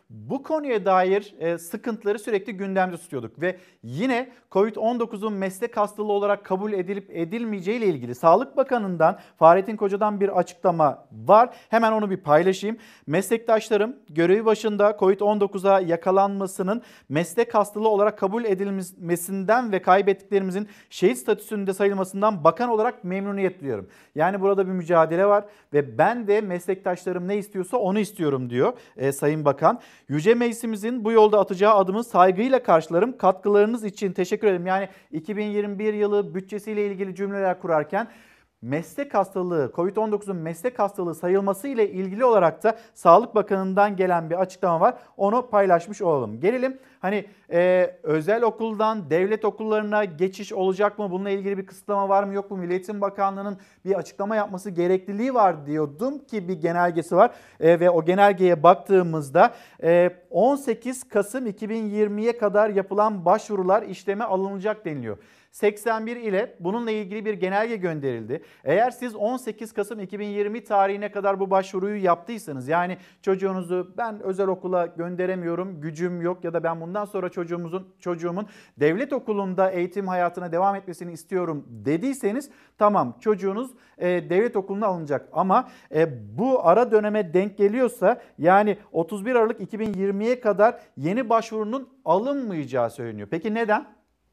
Bu konuya dair e, sıkıntıları sürekli gündemde tutuyorduk ve yine kovid on dokuzun meslek hastalığı olarak kabul edilip edilmeyeceği ile ilgili Sağlık Bakanı'ndan Fahrettin Koca'dan bir açıklama var. Hemen onu bir paylaşayım. Meslektaşlarım görevi başında kovid on dokuza yakalanmasının meslek hastalığı olarak kabul edilmesinden ve kaybettiklerimizin şehit statüsünde sayılmasından bakan olarak memnuniyet duyuyorum. Yani burada bir mücadele var ve ben de meslektaşlarım ne istiyorsa onu istiyorum diyor e, Sayın Bakan. Yüce Meclisimizin bu yolda atacağı adımı saygıyla karşılarım. Katkılarınız için teşekkür ederim. Yani iki bin yirmi bir yılı bütçesiyle ilgili cümleler kurarken meslek hastalığı, kovid on dokuzun meslek hastalığı sayılması ile ilgili olarak da Sağlık Bakanı'ndan gelen bir açıklama var. Onu paylaşmış olalım. Gelelim hani e, özel okuldan devlet okullarına geçiş olacak mı? Bununla ilgili bir kısıtlama var mı yok mu? Milli Eğitim Bakanlığı'nın bir açıklama yapması gerekliliği var diyordum ki bir genelgesi var. E, ve o genelgeye baktığımızda e, on sekiz Kasım iki bin yirmiye kadar yapılan başvurular işleme alınacak deniliyor. seksen bir ile bununla ilgili bir genelge gönderildi. Eğer siz on sekiz Kasım iki bin yirmi tarihine kadar bu başvuruyu yaptıysanız, yani çocuğunuzu ben özel okula gönderemiyorum, gücüm yok ya da ben bundan sonra çocuğumuzun çocuğumun devlet okulunda eğitim hayatına devam etmesini istiyorum dediyseniz tamam, çocuğunuz e, devlet okuluna alınacak. Ama e, bu ara döneme denk geliyorsa, yani otuz bir Aralık iki bin yirmiye kadar yeni başvurunun alınmayacağı söyleniyor. Peki neden?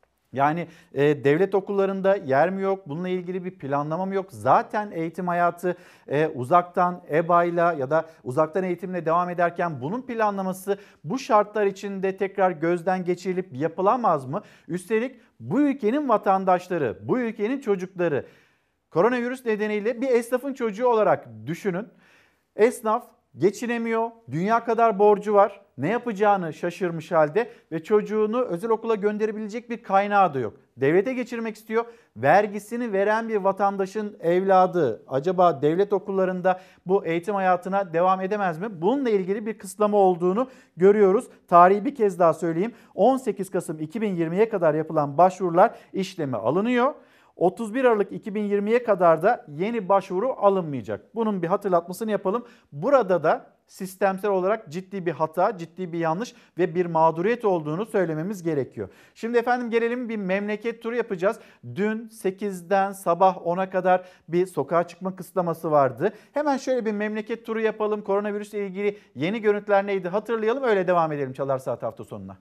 Yani e, devlet okullarında yer mi yok? Bununla ilgili bir planlama mı yok? Zaten eğitim hayatı e, uzaktan E B A'yla ya da uzaktan eğitimle devam ederken bunun planlaması bu şartlar içinde tekrar gözden geçirilip yapılamaz mı? Üstelik bu ülkenin vatandaşları, bu ülkenin çocukları koronavirüs nedeniyle bir esnafın çocuğu olarak düşünün. Esnaf geçinemiyor, dünya kadar borcu var, ne yapacağını şaşırmış halde ve çocuğunu özel okula gönderebilecek bir kaynağı da yok. Devlete geçirmek istiyor, vergisini veren bir vatandaşın evladı acaba devlet okullarında bu eğitim hayatına devam edemez mi? Bununla ilgili bir kısıtlama olduğunu görüyoruz. Tarihi bir kez daha söyleyeyim, on sekiz Kasım iki bin yirmiye kadar yapılan başvurular işleme alınıyor. otuz bir Aralık iki bin yirmiye kadar da yeni başvuru alınmayacak. Bunun bir hatırlatmasını yapalım. Burada da sistemsel olarak ciddi bir hata, ciddi bir yanlış ve bir mağduriyet olduğunu söylememiz gerekiyor. Şimdi efendim gelelim, bir memleket turu yapacağız. Dün sekizden sabah ona kadar bir sokağa çıkma kısıtlaması vardı. Hemen şöyle bir memleket turu yapalım. Koronavirüsle ilgili yeni görüntüler neydi hatırlayalım, öyle devam edelim Çalar Saat hafta sonuna.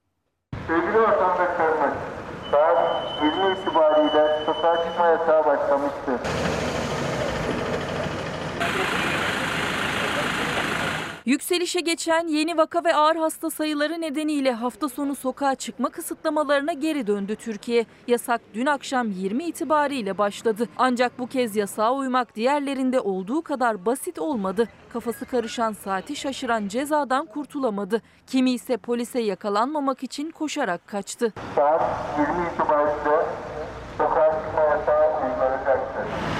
Sevgili vatandaşlarımız, saat yirmi itibariyle sokağa çıkma yasağı başlamıştır. Yükselişe geçen yeni vaka ve ağır hasta sayıları nedeniyle hafta sonu sokağa çıkma kısıtlamalarına geri döndü Türkiye. Yasak dün akşam yirmi itibariyle başladı. Ancak bu kez yasağa uymak diğerlerinde olduğu kadar basit olmadı. Kafası karışan, saati şaşıran cezadan kurtulamadı. Kimi ise polise yakalanmamak için koşarak kaçtı. Saat yirmi itibariyle sokağa çıkma yasağı uygulanacaktır.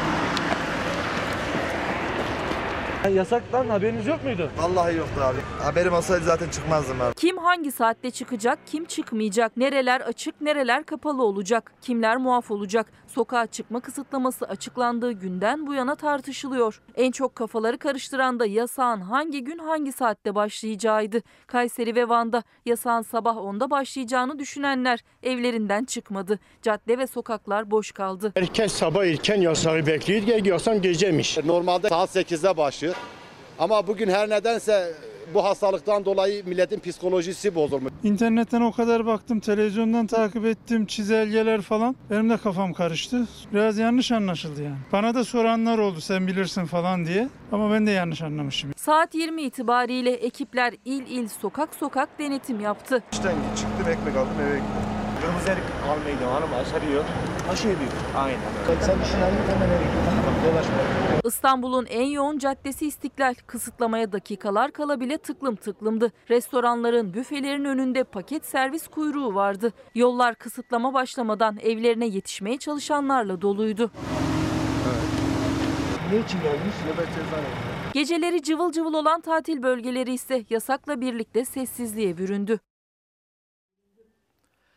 Yasaktan haberiniz yok muydu? Vallahi yoktu abi. Haberim olsaydı zaten çıkmazdım abi. Kim hangi saatte çıkacak, kim çıkmayacak? Nereler açık, nereler kapalı olacak? Kimler muaf olacak? Sokağa çıkma kısıtlaması açıklandığı günden bu yana tartışılıyor. En çok kafaları karıştıran da yasağın hangi gün hangi saatte başlayacağıydı. Kayseri ve Van'da yasağın sabah onda başlayacağını düşünenler evlerinden çıkmadı. Cadde ve sokaklar boş kaldı. Herkes sabah erken yasağı bekliyor, geliyorsan gecemiş. Normalde saat sekizde başlıyor. Ama bugün her nedense bu hastalıktan dolayı milletin psikolojisi bozulmuş. İnternetten o kadar baktım, televizyondan takip ettim, çizelgeler falan. Benim de kafam karıştı. Biraz yanlış anlaşıldı yani. Bana da soranlar oldu, sen bilirsin falan diye. Ama ben de yanlış anlamışım. Saat yirmi itibariyle ekipler il il sokak sokak denetim yaptı. İşten çıktım, ekmek aldım, eve gittim. Kırmızı erik almaydı hanım, aşarıyor. Aşı ediyor. Aynen öyle. Sen işini hallet, hemen eve git. Tamam, dolaşma. İstanbul'un en yoğun caddesi İstiklal. Kısıtlamaya dakikalar kala bile tıklım tıklımdı. Restoranların, büfelerin önünde paket servis kuyruğu vardı. Yollar kısıtlama başlamadan evlerine yetişmeye çalışanlarla doluydu. Evet. Ne için geldiniz? Nöbet cezayı. Geceleri cıvıl cıvıl olan tatil bölgeleri ise yasakla birlikte sessizliğe büründü.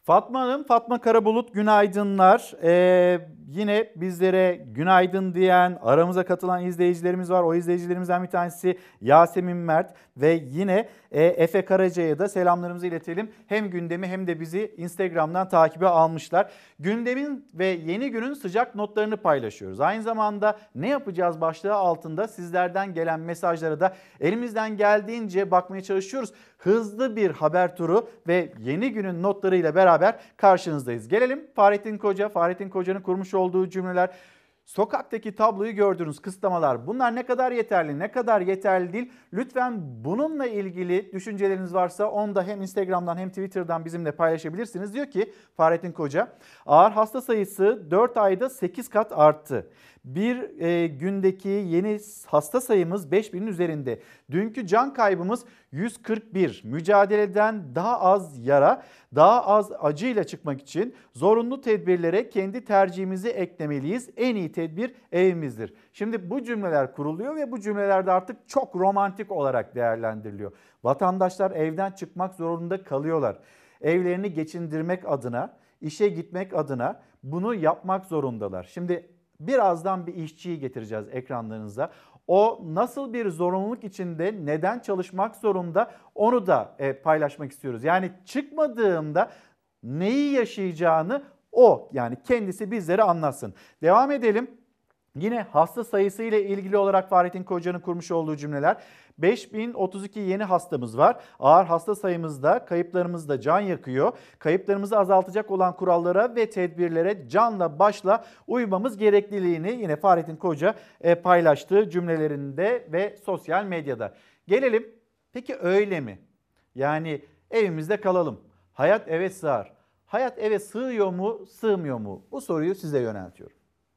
Fatma Hanım, Fatma Karabulut günaydınlar. Ee, yine bizlere günaydın diyen, aramıza katılan izleyicilerimiz var. O izleyicilerimizden bir tanesi Yasemin Mert ve yine e, Efe Karaca'ya da selamlarımızı iletelim. Hem gündemi hem de bizi Instagram'dan takibe almışlar. Gündemin ve yeni günün sıcak notlarını paylaşıyoruz. Aynı zamanda ne yapacağız başlığı altında sizlerden gelen mesajlara da elimizden geldiğince bakmaya çalışıyoruz. Hızlı bir haber turu ve yeni günün notlarıyla beraber karşınızdayız. Gelelim Fahrettin Koca. Fahrettin Koca'nın kurmuş olduğu cümleler. Sokaktaki tabloyu gördünüz, kısıtlamalar. Bunlar ne kadar yeterli, ne kadar yeterli değil? Lütfen bununla ilgili düşünceleriniz varsa onu da hem Instagram'dan hem Twitter'dan bizimle paylaşabilirsiniz. Diyor ki Fahrettin Koca, ağır hasta sayısı dört ayda sekiz kat arttı. Bir e, gündeki yeni hasta sayımız beş binin üzerinde. Dünkü can kaybımız yüz kırk bir. Mücadeleden daha az yara, daha az acıyla çıkmak için zorunlu tedbirlere kendi tercihimizi eklemeliyiz. En iyi tedbir evimizdir. Şimdi bu cümleler kuruluyor ve bu cümlelerde artık çok romantik olarak değerlendiriliyor. Vatandaşlar evden çıkmak zorunda kalıyorlar. Evlerini geçindirmek adına, işe gitmek adına bunu yapmak zorundalar. Şimdi birazdan bir işçiyi getireceğiz ekranlarınıza. O nasıl bir zorunluluk içinde neden çalışmak zorunda onu da e, paylaşmak istiyoruz. Yani çıkmadığında neyi yaşayacağını o yani kendisi bizlere anlatsın. Devam edelim. Yine hasta sayısı ile ilgili olarak Fahrettin Koca'nın kurmuş olduğu cümleler. beş bin otuz iki yeni hastamız var. Ağır hasta sayımızda, kayıplarımızda can yakıyor. Kayıplarımızı azaltacak olan kurallara ve tedbirlere canla başla uymamız gerekliliğini yine Fahrettin Koca paylaştığı cümlelerinde ve sosyal medyada. Gelelim, peki öyle mi? Yani evimizde kalalım. Hayat eve sığar. Hayat eve sığıyor mu, sığmıyor mu? Bu soruyu size yöneltiyorum.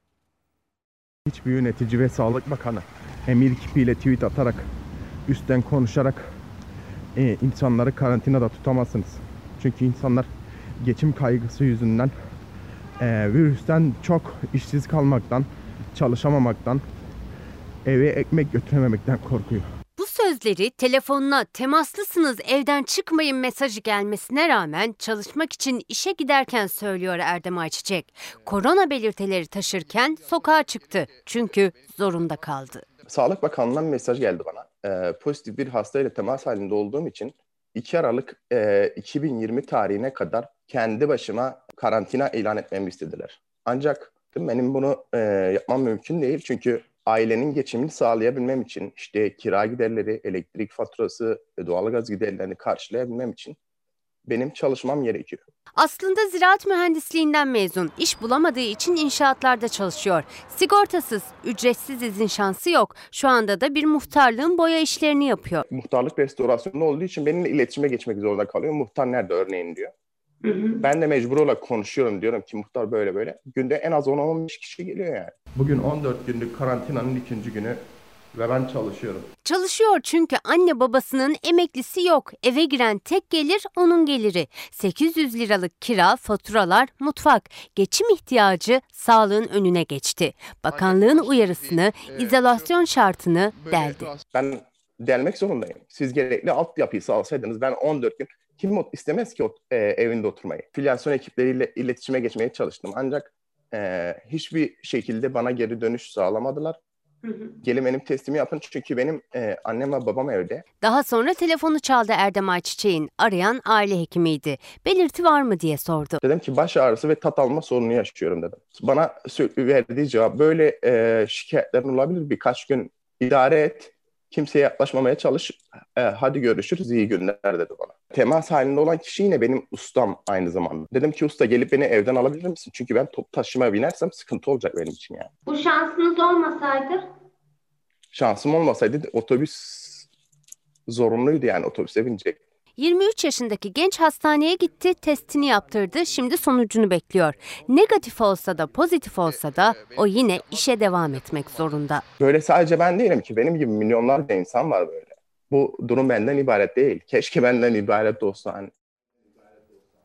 Hiçbir yönetici ve Sağlık Bakanı emir kipiyle tweet atarak, üstten konuşarak e, insanları karantinada tutamazsınız. Çünkü insanlar geçim kaygısı yüzünden e, virüsten çok işsiz kalmaktan, çalışamamaktan, eve ekmek götürememekten korkuyor. Bu sözleri telefonuna temaslısınız evden çıkmayın mesajı gelmesine rağmen çalışmak için işe giderken söylüyor Erdem Ayçiçek. Korona belirtileri taşırken sokağa çıktı çünkü zorunda kaldı. Sağlık Bakanlığı'ndan mesaj geldi bana. Ee, pozitif bir hastayla temas halinde olduğum için iki Aralık e, iki bin yirmi tarihine kadar kendi başıma karantina ilan etmemi istediler. Ancak benim bunu e, yapmam mümkün değil çünkü ailenin geçimini sağlayabilmem için işte kira giderleri, elektrik faturası, doğalgaz giderlerini karşılayabilmem için benim çalışmam gerekiyor. Aslında ziraat mühendisliğinden mezun, iş bulamadığı için inşaatlarda çalışıyor. Sigortasız, ücretsiz izin şansı yok. Şu anda da bir muhtarlığın boya işlerini yapıyor. Muhtarlık restorasyonu olduğu için benimle iletişime geçmek zorunda kalıyor. Muhtar nerede örneğin diyor. Hı hı. Ben de mecbur olarak konuşuyorum, diyorum ki muhtar böyle böyle. Günde en az on on beş kişi geliyor yani. Bugün on dört günlük karantinanın ikinci günü ve ben çalışıyorum. Çalışıyor çünkü anne babasının emeklisi yok. Eve giren tek gelir onun geliri. sekiz yüz liralık kira, faturalar, mutfak. Geçim ihtiyacı sağlığın önüne geçti. Bakanlığın uyarısını, izolasyon şartını deldi. Ben delmek zorundayım. Siz gerekli altyapıyı sağlasaydınız ben on dört gün kim istemez ki o, e, evinde oturmayı. Filyasyon ekipleriyle iletişime geçmeye çalıştım. Ancak e, hiçbir şekilde bana geri dönüş sağlamadılar. Hı hı. Gelin benim testimi yapın çünkü benim e, annem ve babam evde. Daha sonra telefonu çaldı Erdem Ayçiçek'in. Arayan aile hekimiydi. Belirti var mı diye sordu. Dedim ki baş ağrısı ve tat alma sorunu yaşıyorum dedim. Bana verdiği cevap böyle e, şikayetlerin olabilir, birkaç gün idare et. Kimseye yaklaşmamaya çalış. E, hadi görüşürüz, iyi günler dedi bana. Temas halinde olan kişi yine benim ustam aynı zamanda. Dedim ki usta gelip beni evden alabilir misin? Çünkü ben top taşımaya binersem sıkıntı olacak benim için yani. Bu şansınız olmasaydı? Şansım olmasaydı otobüs zorunluydu yani otobüse binecek. yirmi üç yaşındaki genç hastaneye gitti, testini yaptırdı, şimdi sonucunu bekliyor. Negatif olsa da pozitif olsa da o yine işe devam etmek zorunda. Böyle sadece ben değilim ki, benim gibi milyonlarca insan var böyle. Bu durum benden ibaret değil. Keşke benden ibaret olsa hani.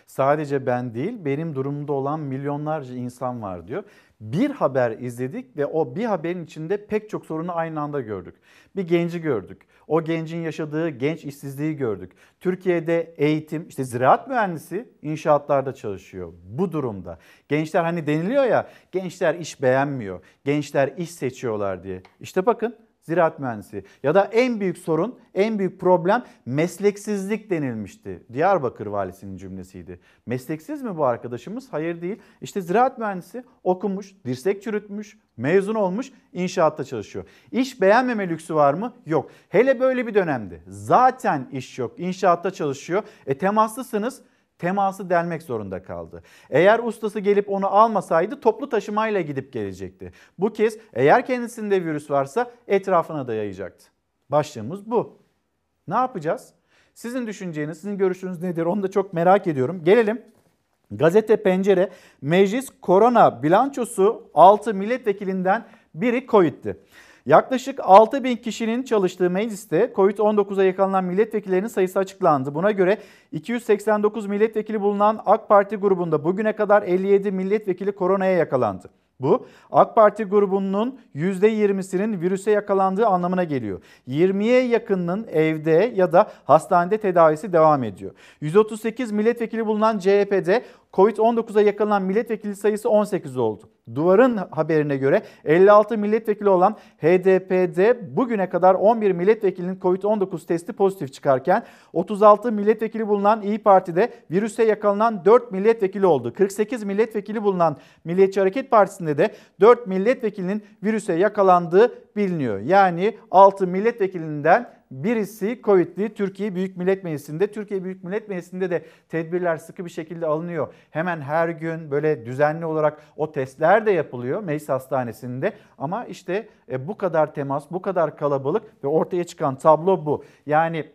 Sadece ben değil, benim durumda olan milyonlarca insan var diyor. Bir haber izledik ve o bir haberin içinde pek çok sorunu aynı anda gördük. Bir genci gördük. O gencin yaşadığı genç işsizliği gördük. Türkiye'de eğitim, işte ziraat mühendisi inşaatlarda çalışıyor bu durumda. Gençler hani deniliyor ya, gençler iş beğenmiyor, gençler iş seçiyorlar diye. İşte bakın ziraat mühendisi ya da en büyük sorun, en büyük problem mesleksizlik denilmişti. Diyarbakır valisinin cümlesiydi. Mesleksiz mi bu arkadaşımız? Hayır değil. İşte ziraat mühendisi okumuş, dirsek çürütmüş, mezun olmuş, inşaatta çalışıyor. İş beğenmeme lüksü var mı? Yok. Hele böyle bir dönemde zaten iş yok, inşaatta çalışıyor. E temaslısınız. Teması delmek zorunda kaldı. Eğer ustası gelip onu almasaydı toplu taşımayla gidip gelecekti. Bu kez eğer kendisinde virüs varsa etrafına da yayacaktı. Başlığımız bu. Ne yapacağız? Sizin düşünceniz, sizin görüşünüz nedir? Onu da çok merak ediyorum. Gelelim. Gazete Pencere, meclis korona bilançosu altı milletvekilinden biri Covid'ti. Yaklaşık altı bin kişinin çalıştığı mecliste Covid on dokuza yakalanan milletvekillerinin sayısı açıklandı. Buna göre iki yüz seksen dokuz milletvekili bulunan AK Parti grubunda bugüne kadar elli yedi milletvekili koronaya yakalandı. Bu AK Parti grubunun yüzde yirmisinin virüse yakalandığı anlamına geliyor. yirmiye yakınının evde ya da hastanede tedavisi devam ediyor. yüz otuz sekiz milletvekili bulunan C H P'de Covid on dokuza yakalanan milletvekili sayısı on sekiz oldu. Duvar'ın haberine göre elli altı milletvekili olan H D P'de bugüne kadar on bir milletvekilinin Covid on dokuz testi pozitif çıkarken otuz altı milletvekili bulunan İYİ Parti'de virüse yakalanan dört milletvekili oldu. kırk sekiz milletvekili bulunan Milliyetçi Hareket Partisi'nde de dört milletvekilinin virüse yakalandığı biliniyor. Yani altı milletvekilinden birisi Covid'li. Türkiye Büyük Millet Meclisi'nde. Türkiye Büyük Millet Meclisi'nde de tedbirler sıkı bir şekilde alınıyor. Hemen her gün böyle düzenli olarak o testler de yapılıyor meclis hastanesinde. Ama işte e, bu kadar temas, bu kadar kalabalık ve ortaya çıkan tablo bu. Yani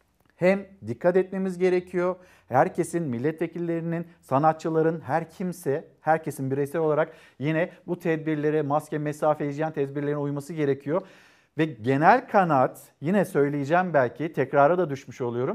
hem dikkat etmemiz gerekiyor. Herkesin, milletvekillerinin, sanatçıların, her kimse, herkesin bireysel olarak yine bu tedbirlere, maske, mesafe, hijyen tedbirlerine uyması gerekiyor. Ve genel kanaat, yine söyleyeceğim belki, tekrara da düşmüş oluyorum.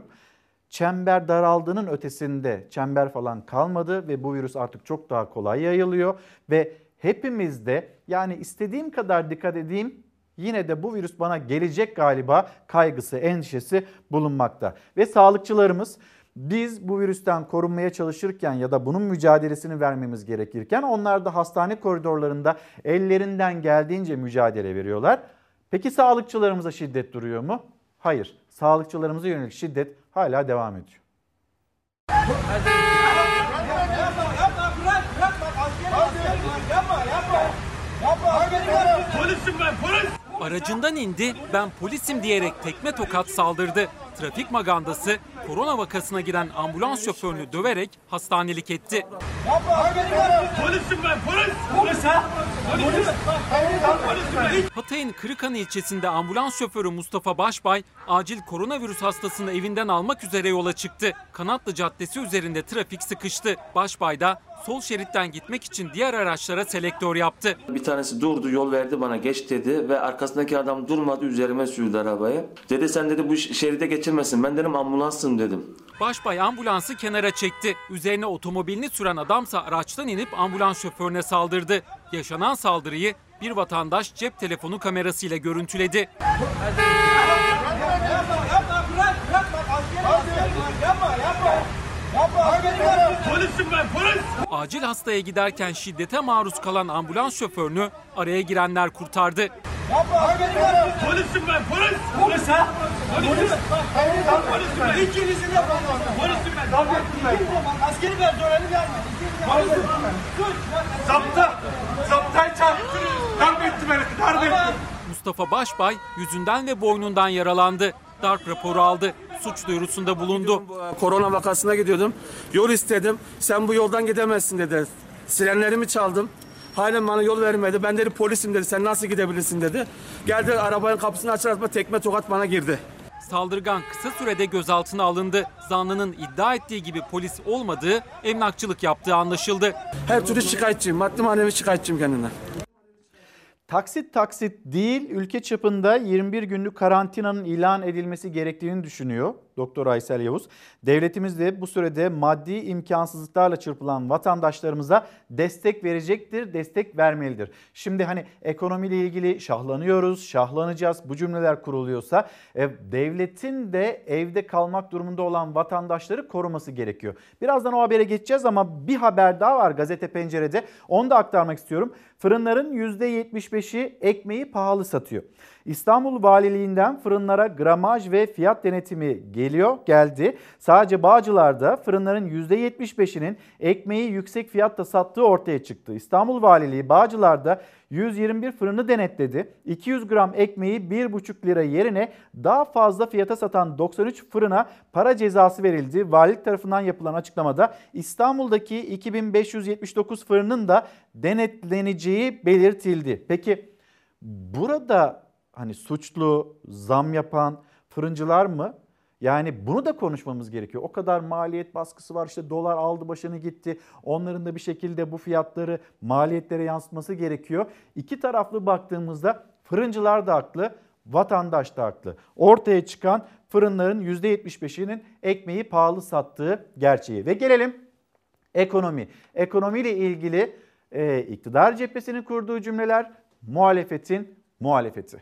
Çember daraldığının ötesinde çember falan kalmadı ve bu virüs artık çok daha kolay yayılıyor. Ve hepimiz de yani istediğim kadar dikkat edeyim, yine de bu virüs bana gelecek galiba kaygısı, endişesi bulunmakta. Ve sağlıkçılarımız, biz bu virüsten korunmaya çalışırken ya da bunun mücadelesini vermemiz gerekirken onlar da hastane koridorlarında ellerinden geldiğince mücadele veriyorlar. Peki sağlıkçılarımıza şiddet duruyor mu? Hayır. Sağlıkçılarımıza yönelik şiddet hala devam ediyor. Polisim ben, polis! Aracından indi, ben polisim diyerek tekme tokat saldırdı. Trafik magandası korona vakasına giren ambulans şoförünü döverek hastanelik etti. Polisim ben, polis! Polis ha? Polis! Hatay'ın Kırıkhan ilçesinde ambulans şoförü Mustafa Başbay acil koronavirüs hastasını evinden almak üzere yola çıktı. Kanatlı Caddesi üzerinde trafik sıkıştı. Başbay da sol şeritten gitmek için diğer araçlara selektör yaptı. Bir tanesi durdu, yol verdi, bana geç dedi ve arkasındaki adam durmadı, üzerime sürdü arabayı. Dedi sen dedi bu şeride geçirmesin, ben dedim ambulansım dedim. Başbay ambulansı kenara çekti. Üzerine otomobilini süren adamsa araçtan inip ambulans şoförüne saldırdı. Yaşanan saldırıyı bir vatandaş cep telefonu kamerasıyla görüntüledi. Polisim ben, polis! Acil hastaya giderken şiddete maruz kalan ambulans şoförünü araya girenler kurtardı. Polisim ben, polis! Polis ha? Polis! Polisim ben! İkinizin yapalım. Polisim ben! Darbe ettim ben! Askeri ver, döneni verme. Polisim ben! Zapta! Zaptayı çarptırıyoruz! Darbe etti beni, darbe etti! Mustafa Başbay yüzünden ve boynundan yaralandı. Darp raporu aldı. Suç duyurusunda bulundu. Korona vakasına gidiyordum. Yol istedim. Sen bu yoldan gidemezsin dedi. Sirenlerimi çaldım. Halen bana yol vermedi. Ben dedi polisim dedi. Sen nasıl gidebilirsin dedi. Geldi arabanın kapısını açar açmaz tekme tokat bana girdi. Saldırgan kısa sürede gözaltına alındı. Zanlının iddia ettiği gibi polis olmadığı, emlakçılık yaptığı anlaşıldı. Her türlü şikayetçiyim. Maddi manevi şikayetçiyim kendinden. Taksit taksit değil, ülke çapında yirmi bir günlük karantinanın ilan edilmesi gerektiğini düşünüyor Doktor Aysel Yavuz. Devletimiz de bu sürede maddi imkansızlıklarla çırpılan vatandaşlarımıza destek verecektir, destek vermelidir. Şimdi hani ekonomiyle ilgili şahlanıyoruz, şahlanacağız, bu cümleler kuruluyorsa e, devletin de evde kalmak durumunda olan vatandaşları koruması gerekiyor. Birazdan o habere geçeceğiz ama bir haber daha var Gazete Pencere'de. Onu da aktarmak istiyorum. Fırınların yüzde yetmiş beşi ekmeği pahalı satıyor. İstanbul Valiliğinden fırınlara gramaj ve fiyat denetimi geliyor, geldi. Sadece Bağcılar'da fırınların yüzde yetmiş beşinin ekmeği yüksek fiyatta sattığı ortaya çıktı. İstanbul Valiliği Bağcılar'da yüz yirmi bir fırını denetledi. iki yüz gram ekmeği bir buçuk lira yerine daha fazla fiyata satan doksan üç fırına para cezası verildi. Valilik tarafından yapılan açıklamada İstanbul'daki iki bin beş yüz yetmiş dokuz fırının da denetleneceği belirtildi. Peki burada hani suçlu, zam yapan fırıncılar mı? Yani bunu da konuşmamız gerekiyor. O kadar maliyet baskısı var, işte dolar aldı başını gitti. Onların da bir şekilde bu fiyatları maliyetlere yansıtması gerekiyor. İki taraflı baktığımızda fırıncılar da haklı, vatandaş da haklı. Ortaya çıkan fırınların yüzde yetmiş beşinin ekmeği pahalı sattığı gerçeği. Ve gelelim ekonomi. Ekonomiyle ilgili e, iktidar cephesinin kurduğu cümleler, muhalefetin muhalefeti.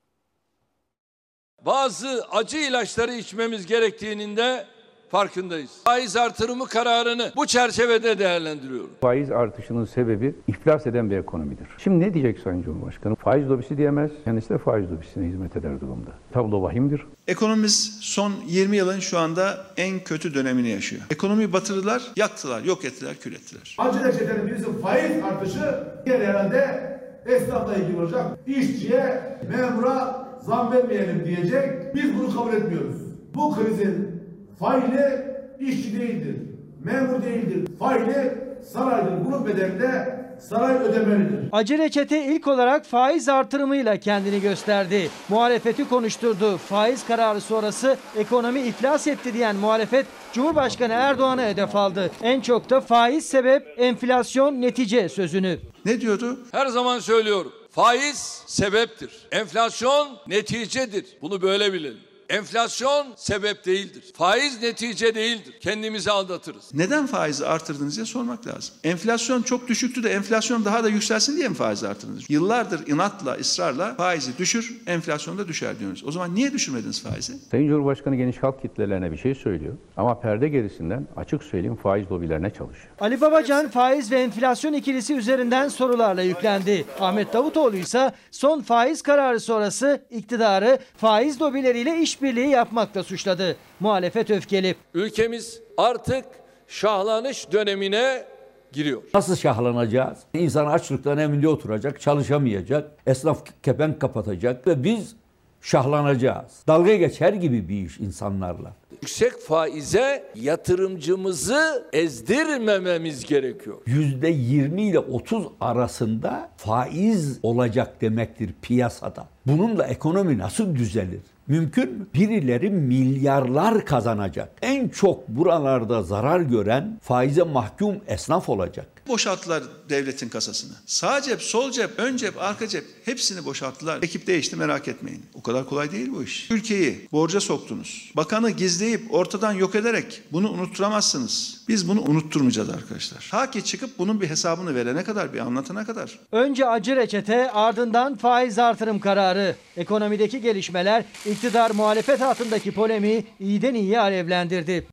Bazı acı ilaçları içmemiz gerektiğinin de farkındayız. Faiz artırımı kararını bu çerçevede değerlendiriyorum. Faiz artışının sebebi iflas eden bir ekonomidir. Şimdi ne diyecek Sayın Cumhurbaşkanı? Faiz lobisi diyemez. Kendisi de faiz lobisine hizmet eder durumda. Tablo vahimdir. Ekonomimiz son yirmi yılın şu anda en kötü dönemini yaşıyor. Ekonomiyi batırdılar, yaktılar, yok ettiler, kül ettiler. Acı reçetenin birisi faiz artışı, diğer herhalde esnafla ilgili olacak. İşçiye, memura zam vermeyelim diyecek. Biz bunu kabul etmiyoruz. Bu krizin faili işçi değildir, memur değildir. Faili saraydır. Bunun bedelini de saray ödemelidir. Acı reçete ilk olarak faiz artırımıyla kendini gösterdi. Muhalefeti konuşturdu. Faiz kararı sonrası ekonomi iflas etti diyen muhalefet Cumhurbaşkanı Erdoğan'a hedef aldı. En çok da faiz sebep, enflasyon netice sözünü. Ne diyordu? Her zaman söylüyorum. Faiz sebeptir. Enflasyon neticedir. Bunu böyle bilelim. Enflasyon sebep değildir. Faiz netice değildir. Kendimizi aldatırız. Neden faizi artırdınız diye sormak lazım. Enflasyon çok düşüktü de enflasyon daha da yükselsin diye mi faizi artırdınız? Yıllardır inatla, ısrarla faizi düşür, enflasyon da düşer diyoruz. O zaman niye düşürmediniz faizi? Sayın Cumhurbaşkanı geniş halk kitlelerine bir şey söylüyor. Ama perde gerisinden açık söyleyeyim faiz lobilerine çalışıyor. Ali Babacan faiz ve enflasyon ikilisi üzerinden sorularla yüklendi. Ahmet Davutoğlu ise son faiz kararı sonrası iktidarı faiz lobileriyle işbirliği yapmakla suçladı. Muhalefet öfkeli. Ülkemiz artık şahlanış dönemine giriyor. Nasıl şahlanacağız? İnsan açlıktan evinde oturacak, çalışamayacak, esnaf kepenk kapatacak ve biz şahlanacağız. Dalga geçer gibi bir iş insanlarla. Yüksek faize yatırımcımızı ezdirmememiz gerekiyor. yüzde yirmi ile otuz arasında faiz olacak demektir piyasada. Bununla ekonomi nasıl düzelir? Mümkün mü? Birileri milyarlar kazanacak. En çok buralarda zarar gören faize mahkum esnaf olacak. Boşalttılar devletin kasasını. Sağ cep, sol cep, ön cep, arka cep hepsini boşalttılar. Ekip değişti, merak etmeyin. O kadar kolay değil bu iş. Ülkeyi borca soktunuz. Bakanı gizleyip ortadan yok ederek bunu unutturamazsınız. Biz bunu unutturmayacağız arkadaşlar. Ta ki çıkıp bunun bir hesabını verene kadar, bir anlatana kadar. Önce acı reçete, ardından faiz artırım kararı. Ekonomideki gelişmeler iktidar muhalefet altındaki polemiği iyiden iyiye alevlendirdi.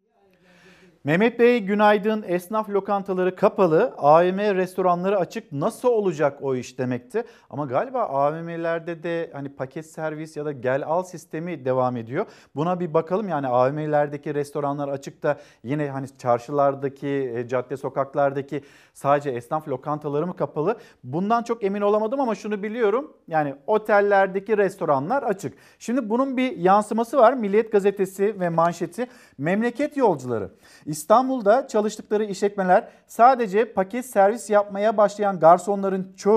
Mehmet Bey günaydın. Esnaf lokantaları kapalı, A V M restoranları açık. Nasıl olacak o iş demekti. Ama galiba A V M'lerde de hani paket servis ya da gel al sistemi devam ediyor. Buna bir bakalım. Yani A V M'lerdeki restoranlar açık da yine hani çarşılardaki, cadde sokaklardaki sadece esnaf lokantaları mı kapalı? Bundan çok emin olamadım ama şunu biliyorum. Yani otellerdeki restoranlar açık. Şimdi bunun bir yansıması var. Milliyet gazetesi ve manşeti memleket yolcuları. İstanbul'da çalıştıkları işletmeler sadece paket servis yapmaya başlayan garsonların çoğu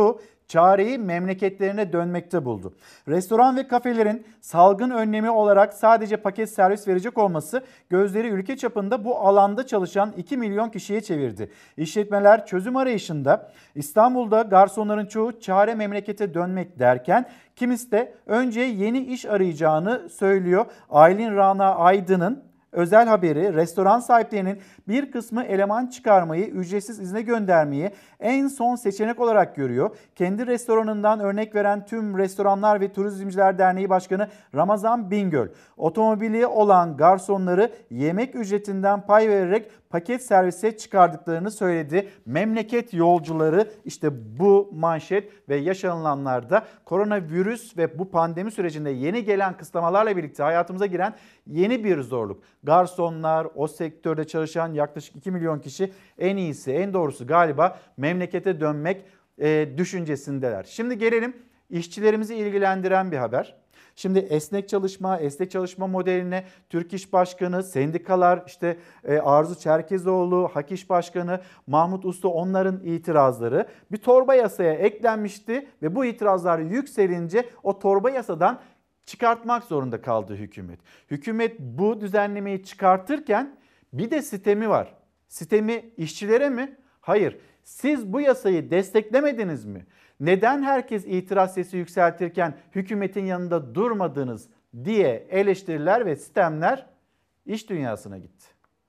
çareyi memleketlerine dönmekte buldu. Restoran ve kafelerin salgın önlemi olarak sadece paket servis verecek olması gözleri ülke çapında bu alanda çalışan iki milyon kişiye çevirdi. İşletmeler çözüm arayışında. İstanbul'da garsonların çoğu çare memlekete dönmek derken kimisi de önce yeni iş arayacağını söylüyor. Aylin Rana Aydın'ın özel haberi, restoran sahiplerinin bir kısmı eleman çıkarmayı, ücretsiz izne göndermeyi en son seçenek olarak görüyor. Kendi restoranından örnek veren Tüm Restoranlar ve Turizmciler Derneği Başkanı Ramazan Bingöl, otomobili olan garsonları yemek ücretinden pay vererek paket servise çıkardıklarını söyledi. Memleket yolcuları, işte bu manşet ve yaşanılanlarda koronavirüs ve bu pandemi sürecinde yeni gelen kısıtlamalarla birlikte hayatımıza giren yeni bir zorluk. Garsonlar, o sektörde çalışan yaklaşık iki milyon kişi en iyisi, en doğrusu galiba memlekete dönmek e, düşüncesindeler. Şimdi gelelim işçilerimizi ilgilendiren bir haber. Şimdi esnek çalışma, esnek çalışma modeline Türk İş Başkanı, sendikalar, işte Arzu Çerkezoğlu, Hak İş Başkanı Mahmut Usta, onların itirazları bir torba yasaya eklenmişti ve bu itirazlar yükselince o torba yasadan çıkartmak zorunda kaldı hükümet. Hükümet bu düzenlemeyi çıkartırken bir de sitemi var. Sitemi işçilere mi? Hayır. Siz bu yasayı desteklemediniz mi? Neden herkes itiraz sesi yükseltirken hükümetin yanında durmadınız diye eleştiriler ve sistemler iş dünyasına gitti.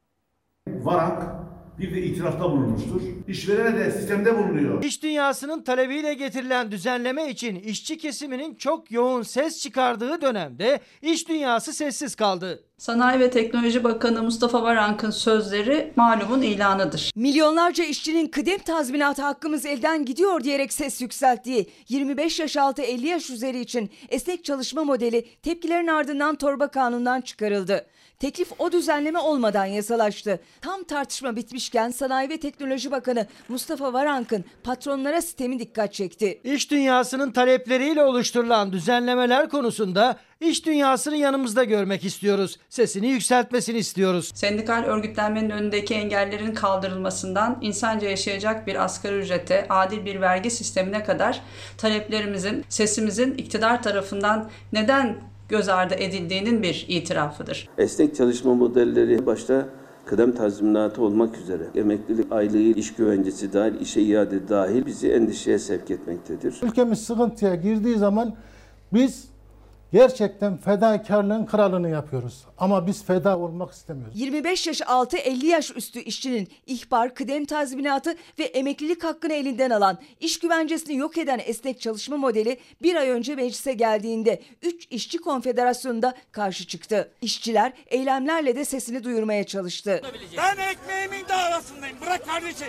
Varank bir de itirafta bulunmuştur. İşverene de sistemde bulunuyor. İş dünyasının talebiyle getirilen düzenleme için işçi kesiminin çok yoğun ses çıkardığı dönemde iş dünyası sessiz kaldı. Sanayi ve Teknoloji Bakanı Mustafa Varank'ın sözleri malumun ilanıdır. Milyonlarca işçinin kıdem tazminatı hakkımız elden gidiyor diyerek ses yükselttiği yirmi beş yaş altı elli yaş üzeri için esnek çalışma modeli tepkilerin ardından torba kanundan çıkarıldı. Teklif o düzenleme olmadan yasalaştı. Tam tartışma bitmişken Sanayi ve Teknoloji Bakanı Mustafa Varank'ın patronlara sitemi dikkat çekti. İş dünyasının talepleriyle oluşturulan düzenlemeler konusunda iş dünyasını yanımızda görmek istiyoruz. Sesini yükseltmesini istiyoruz. Sendikal örgütlenmenin önündeki engellerin kaldırılmasından insanca yaşayacak bir asgari ücrete, adil bir vergi sistemine kadar taleplerimizin, sesimizin iktidar tarafından neden göz ardı edildiğinin bir itirafıdır. Esnek çalışma modelleri başta kıdem tazminatı olmak üzere emeklilik aylığı, iş güvencesi dahil, işe iade dahil bizi endişeye sevk etmektedir. Ülkemiz sıkıntıya girdiği zaman biz gerçekten fedakarlığın kralını yapıyoruz. Ama biz feda olmak istemiyoruz. yirmi beş yaş altı elli yaş üstü işçinin ihbar, kıdem tazminatı ve emeklilik hakkını elinden alan, iş güvencesini yok eden esnek çalışma modeli bir ay önce meclise geldiğinde üç işçi konfederasyonunda karşı çıktı. İşçiler eylemlerle de sesini duyurmaya çalıştı. Ben ekmeğimin davasındayım. Bırak kardeşim.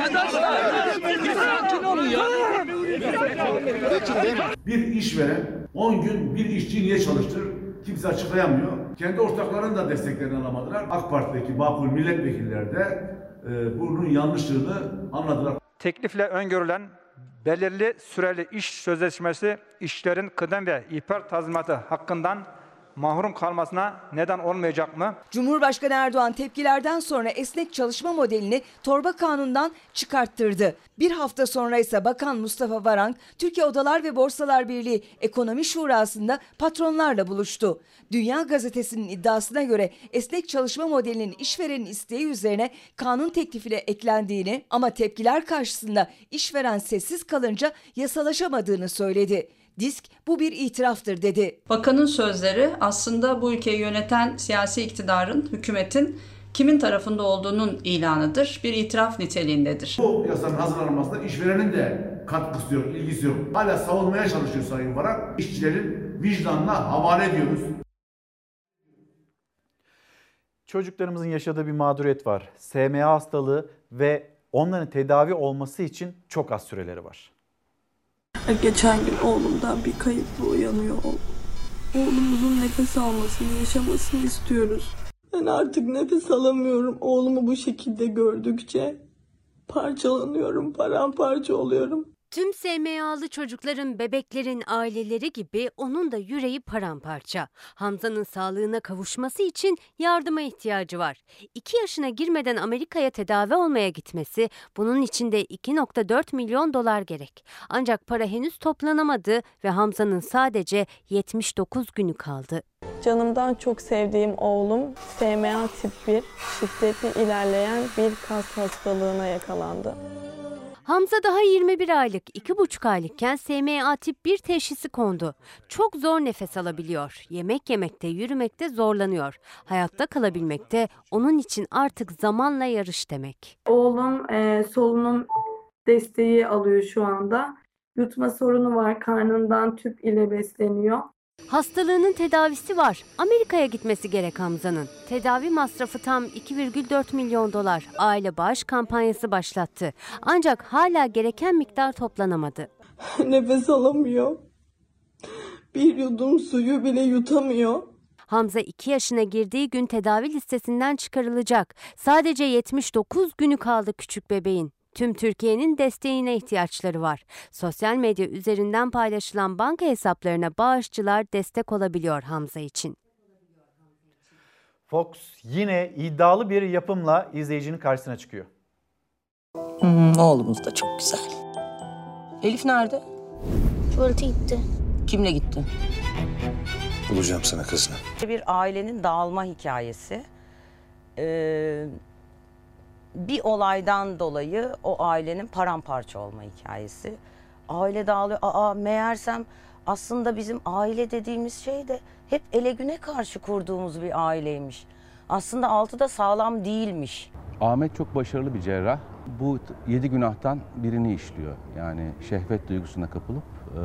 Bir işveren on gün bir işçiyi niye çalıştırır? Kimse açıklayamıyor. Kendi ortaklarının da desteklerini alamadılar. AK Parti'deki makul milletvekiller de e, bunun yanlışlığını anladılar. Teklifle öngörülen belirli süreli iş sözleşmesi işçilerin kıdem ve ihbar tazminatı hakkından mahrum kalmasına neden olmayacak mı? Cumhurbaşkanı Erdoğan tepkilerden sonra esnek çalışma modelini torba kanundan çıkarttırdı. Bir hafta sonra ise Bakan Mustafa Varank, Türkiye Odalar ve Borsalar Birliği Ekonomi Şurası'nda patronlarla buluştu. Dünya Gazetesi'nin iddiasına göre esnek çalışma modelinin işverenin isteği üzerine kanun teklifiyle eklendiğini ama tepkiler karşısında işveren sessiz kalınca yasalaşamadığını söyledi. Disk bu bir itiraftır dedi. Bakanın sözleri aslında bu ülkeyi yöneten siyasi iktidarın, hükümetin kimin tarafında olduğunun ilanıdır. Bir itiraf niteliğindedir. Bu yasanın hazırlanmasında işverenin de katkısı yok, ilgisi yok. Hala savunmaya çalışıyor Sayın Varank. İşçilerin vicdanına havale ediyoruz. Çocuklarımızın yaşadığı bir mağduriyet var. S M A hastalığı ve onların tedavi olması için çok az süreleri var. Geçen gün oğlumdan bir kayıpla uyanıyor oğlum. Oğlumuzun nefes almasını, yaşamasını istiyoruz. Ben artık nefes alamıyorum. Oğlumu bu şekilde gördükçe parçalanıyorum, paramparça oluyorum. Tüm S M A'lı çocukların, bebeklerin aileleri gibi onun da yüreği paramparça. Hamza'nın sağlığına kavuşması için yardıma ihtiyacı var. iki yaşına girmeden Amerika'ya tedavi olmaya gitmesi, bunun için de iki nokta dört milyon dolar gerek. Ancak para henüz toplanamadı ve Hamza'nın sadece yetmiş dokuz günü kaldı. Canımdan çok sevdiğim oğlum S M A tip bir şiddetli ilerleyen bir kas hastalığına yakalandı. Hamza daha yirmi bir aylık, iki buçuk aylıkken S M A tip bir teşhisi kondu. Çok zor nefes alabiliyor. Yemek yemekte, yürümekte zorlanıyor. Hayatta kalabilmekte onun için artık zamanla yarış demek. Oğlum e, solunum desteği alıyor şu anda. Yutma sorunu var, karnından tüp ile besleniyor. Hastalığının tedavisi var. Amerika'ya gitmesi gerek Hamza'nın. Tedavi masrafı tam iki virgül dört milyon dolar. Aile bağış kampanyası başlattı. Ancak hala gereken miktar toplanamadı. Nefes alamıyor. Bir yudum suyu bile yutamıyor. Hamza iki yaşına girdiği gün tedavi listesinden çıkarılacak. Sadece yetmiş dokuz günü kaldı küçük bebeğin. Tüm Türkiye'nin desteğine ihtiyaçları var. Sosyal medya üzerinden paylaşılan banka hesaplarına bağışçılar destek olabiliyor Hamza için. Fox yine iddialı bir yapımla izleyicinin karşısına çıkıyor. Hmm, oğlumuz da çok güzel. Elif nerede? Tuvalete gitti. Kimle gitti? Bulacağım sana kızını. Bir ailenin dağılma hikayesi. Ee, bir olaydan dolayı o ailenin paramparça olma hikayesi. Aile dağılıyor. Aa meğersem aslında bizim aile dediğimiz şey de hep ele güne karşı kurduğumuz bir aileymiş. Aslında altı da sağlam değilmiş. Ahmet çok başarılı bir cerrah. Bu yedi günahtan birini işliyor. Yani şehvet duygusuna kapılıp e,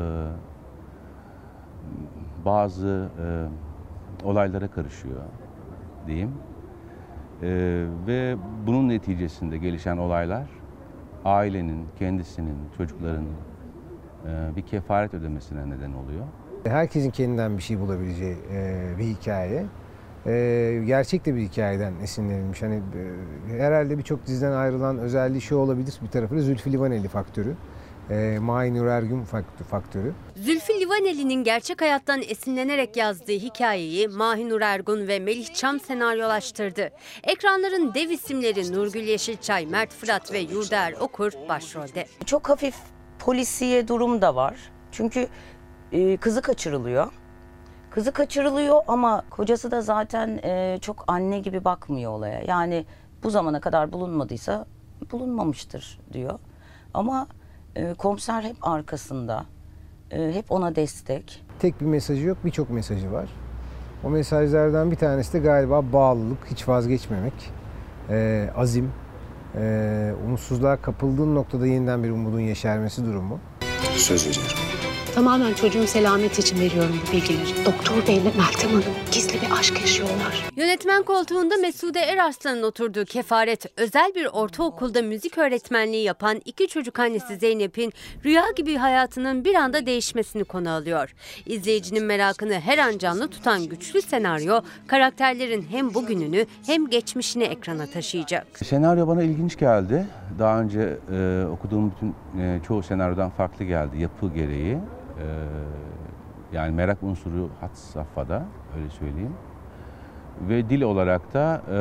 bazı e, olaylara karışıyor diyeyim. Ee, ve bunun neticesinde gelişen olaylar ailenin, kendisinin, çocukların e, bir kefaret ödemesine neden oluyor. Herkesin kendinden bir şey bulabileceği e, bir hikaye. E, gerçek de bir hikayeden esinlenilmiş. Hani e, herhalde birçok diziden ayrılan özelliği şu olabilir. Bir tarafı da Zülfü Livaneli faktörü. E, Mahinur Ergün faktörü. Zülfü Livaneli'nin gerçek hayattan esinlenerek yazdığı hikayeyi Mahinur Ergun ve Melih Çam senaryolaştırdı. Ekranların dev isimleri Nurgül Yeşilçay, Mert Fırat ve Yurdaer Okur başrolde. Çok hafif polisiye durum da var. Çünkü e, kızı kaçırılıyor. Kızı kaçırılıyor ama kocası da zaten e, çok anne gibi bakmıyor olaya. Yani bu zamana kadar bulunmadıysa bulunmamıştır diyor. Ama e, komiser hep arkasında. E, hep ona destek. Tek bir mesajı yok, birçok mesajı var. O mesajlardan bir tanesi de galiba bağlılık, hiç vazgeçmemek, e, azim, e, umutsuzluğa kapıldığın noktada yeniden bir umudun yeşermesi durumu. Söz veriyorum. Tamamen çocuğun selameti için veriyorum bu bilgileri. Doktor Bey ile Meltem Hanım gizli bir aşk yaşıyorlar. Yönetmen koltuğunda Mesude Erarslan'ın oturduğu Kefaret, özel bir ortaokulda müzik öğretmenliği yapan iki çocuk annesi Zeynep'in rüya gibi hayatının bir anda değişmesini konu alıyor. İzleyicinin merakını her an canlı tutan güçlü senaryo, karakterlerin hem bugününü hem geçmişini ekrana taşıyacak. Senaryo bana ilginç geldi. Daha önce e, okuduğum bütün e, çoğu senaryodan farklı geldi yapı gereği. Ee, yani merak unsuru had safhada, öyle söyleyeyim. Ve dil olarak da e,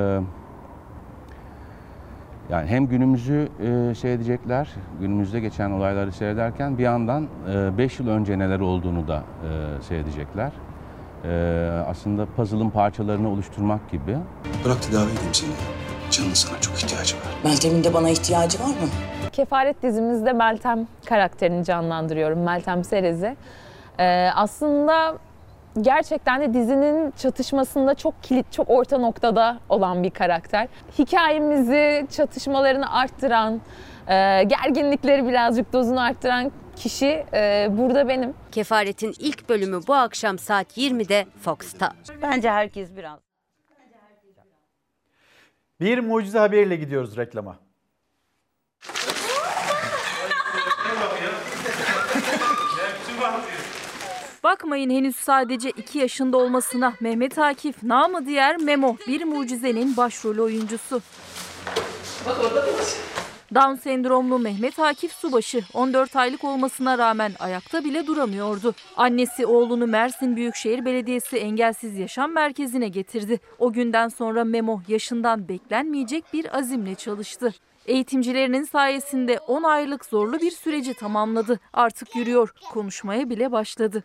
yani hem günümüzü e, seyredecekler, günümüzde geçen olayları seyrederken bir yandan beş e, yıl önce neler olduğunu da e, seyredecekler. E, aslında puzzle'ın parçalarını oluşturmak gibi. Bırak tedavi edeyim seni. Canın sana çok ihtiyacı var. Meltem'in de bana ihtiyacı var mı? Kefaret dizimizde Meltem karakterini canlandırıyorum. Meltem Serez'i. Ee, aslında gerçekten de dizinin çatışmasında çok kilit, çok orta noktada olan bir karakter. Hikayemizi, çatışmalarını arttıran, e, gerginlikleri birazcık dozunu arttıran kişi e, burada benim. Kefaret'in ilk bölümü bu akşam saat yirmide Fox'ta. Bence herkes biraz. Bir mucize haberiyle gidiyoruz reklama. Bakmayın henüz sadece iki yaşında olmasına. Mehmet Akif, namı diğer Memo, bir mucizenin başrol oyuncusu. Bak orada da var. Down sendromlu Mehmet Akif Subaşı on dört aylık olmasına rağmen ayakta bile duramıyordu. Annesi oğlunu Mersin Büyükşehir Belediyesi Engelsiz Yaşam Merkezi'ne getirdi. O günden sonra Memo yaşından beklenmeyecek bir azimle çalıştı. Eğitimcilerinin sayesinde on aylık zorlu bir süreci tamamladı. Artık yürüyor, konuşmaya bile başladı.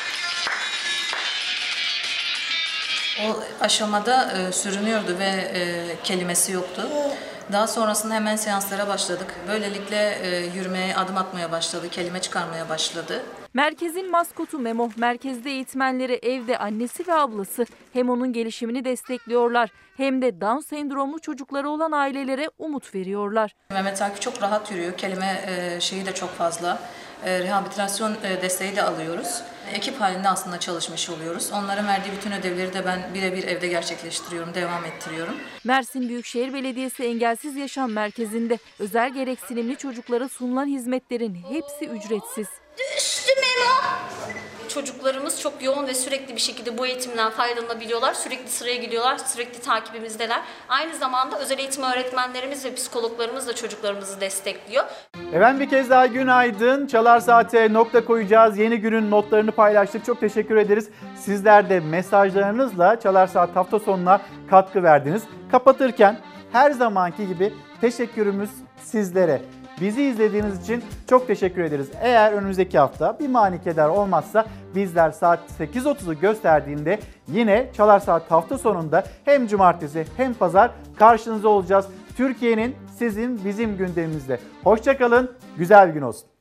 O aşamada e, sürünüyordu ve e, kelimesi yoktu. Daha sonrasında hemen seanslara başladık. Böylelikle e, yürümeye, adım atmaya başladı, kelime çıkarmaya başladı. Merkezin maskotu Memo, merkezde eğitmenleri evde annesi ve ablası hem onun gelişimini destekliyorlar hem de Down sendromlu çocukları olan ailelere umut veriyorlar. Mehmet Akif çok rahat yürüyor, kelime e, şeyi de çok fazla. E, rehabilitasyon e, desteği de alıyoruz. Ekip halinde aslında çalışmış oluyoruz. Onların verdiği bütün ödevleri de ben birebir evde gerçekleştiriyorum, devam ettiriyorum. Mersin Büyükşehir Belediyesi Engelsiz Yaşam Merkezi'nde özel gereksinimli çocuklara sunulan hizmetlerin hepsi ücretsiz. Düştü Memo. Çocuklarımız çok yoğun ve sürekli bir şekilde bu eğitimden faydalanabiliyorlar. Sürekli sıraya gidiyorlar, sürekli takibimizdeler. Aynı zamanda özel eğitim öğretmenlerimiz ve psikologlarımız da çocuklarımızı destekliyor. Efendim bir kez daha günaydın. Çalar Saat'e nokta koyacağız. Yeni günün notlarını paylaştık. Çok teşekkür ederiz. Sizler de mesajlarınızla Çalar Saat hafta sonuna katkı verdiniz. Kapatırken her zamanki gibi teşekkürümüz sizlere. Bizi izlediğiniz için çok teşekkür ederiz. Eğer önümüzdeki hafta bir manikedar olmazsa bizler saat sekiz otuzu gösterdiğinde yine Çalar Saat hafta sonunda hem cumartesi hem pazar karşınızda olacağız. Türkiye'nin, sizin, bizim gündemimizde. Hoşça kalın, güzel bir gün olsun.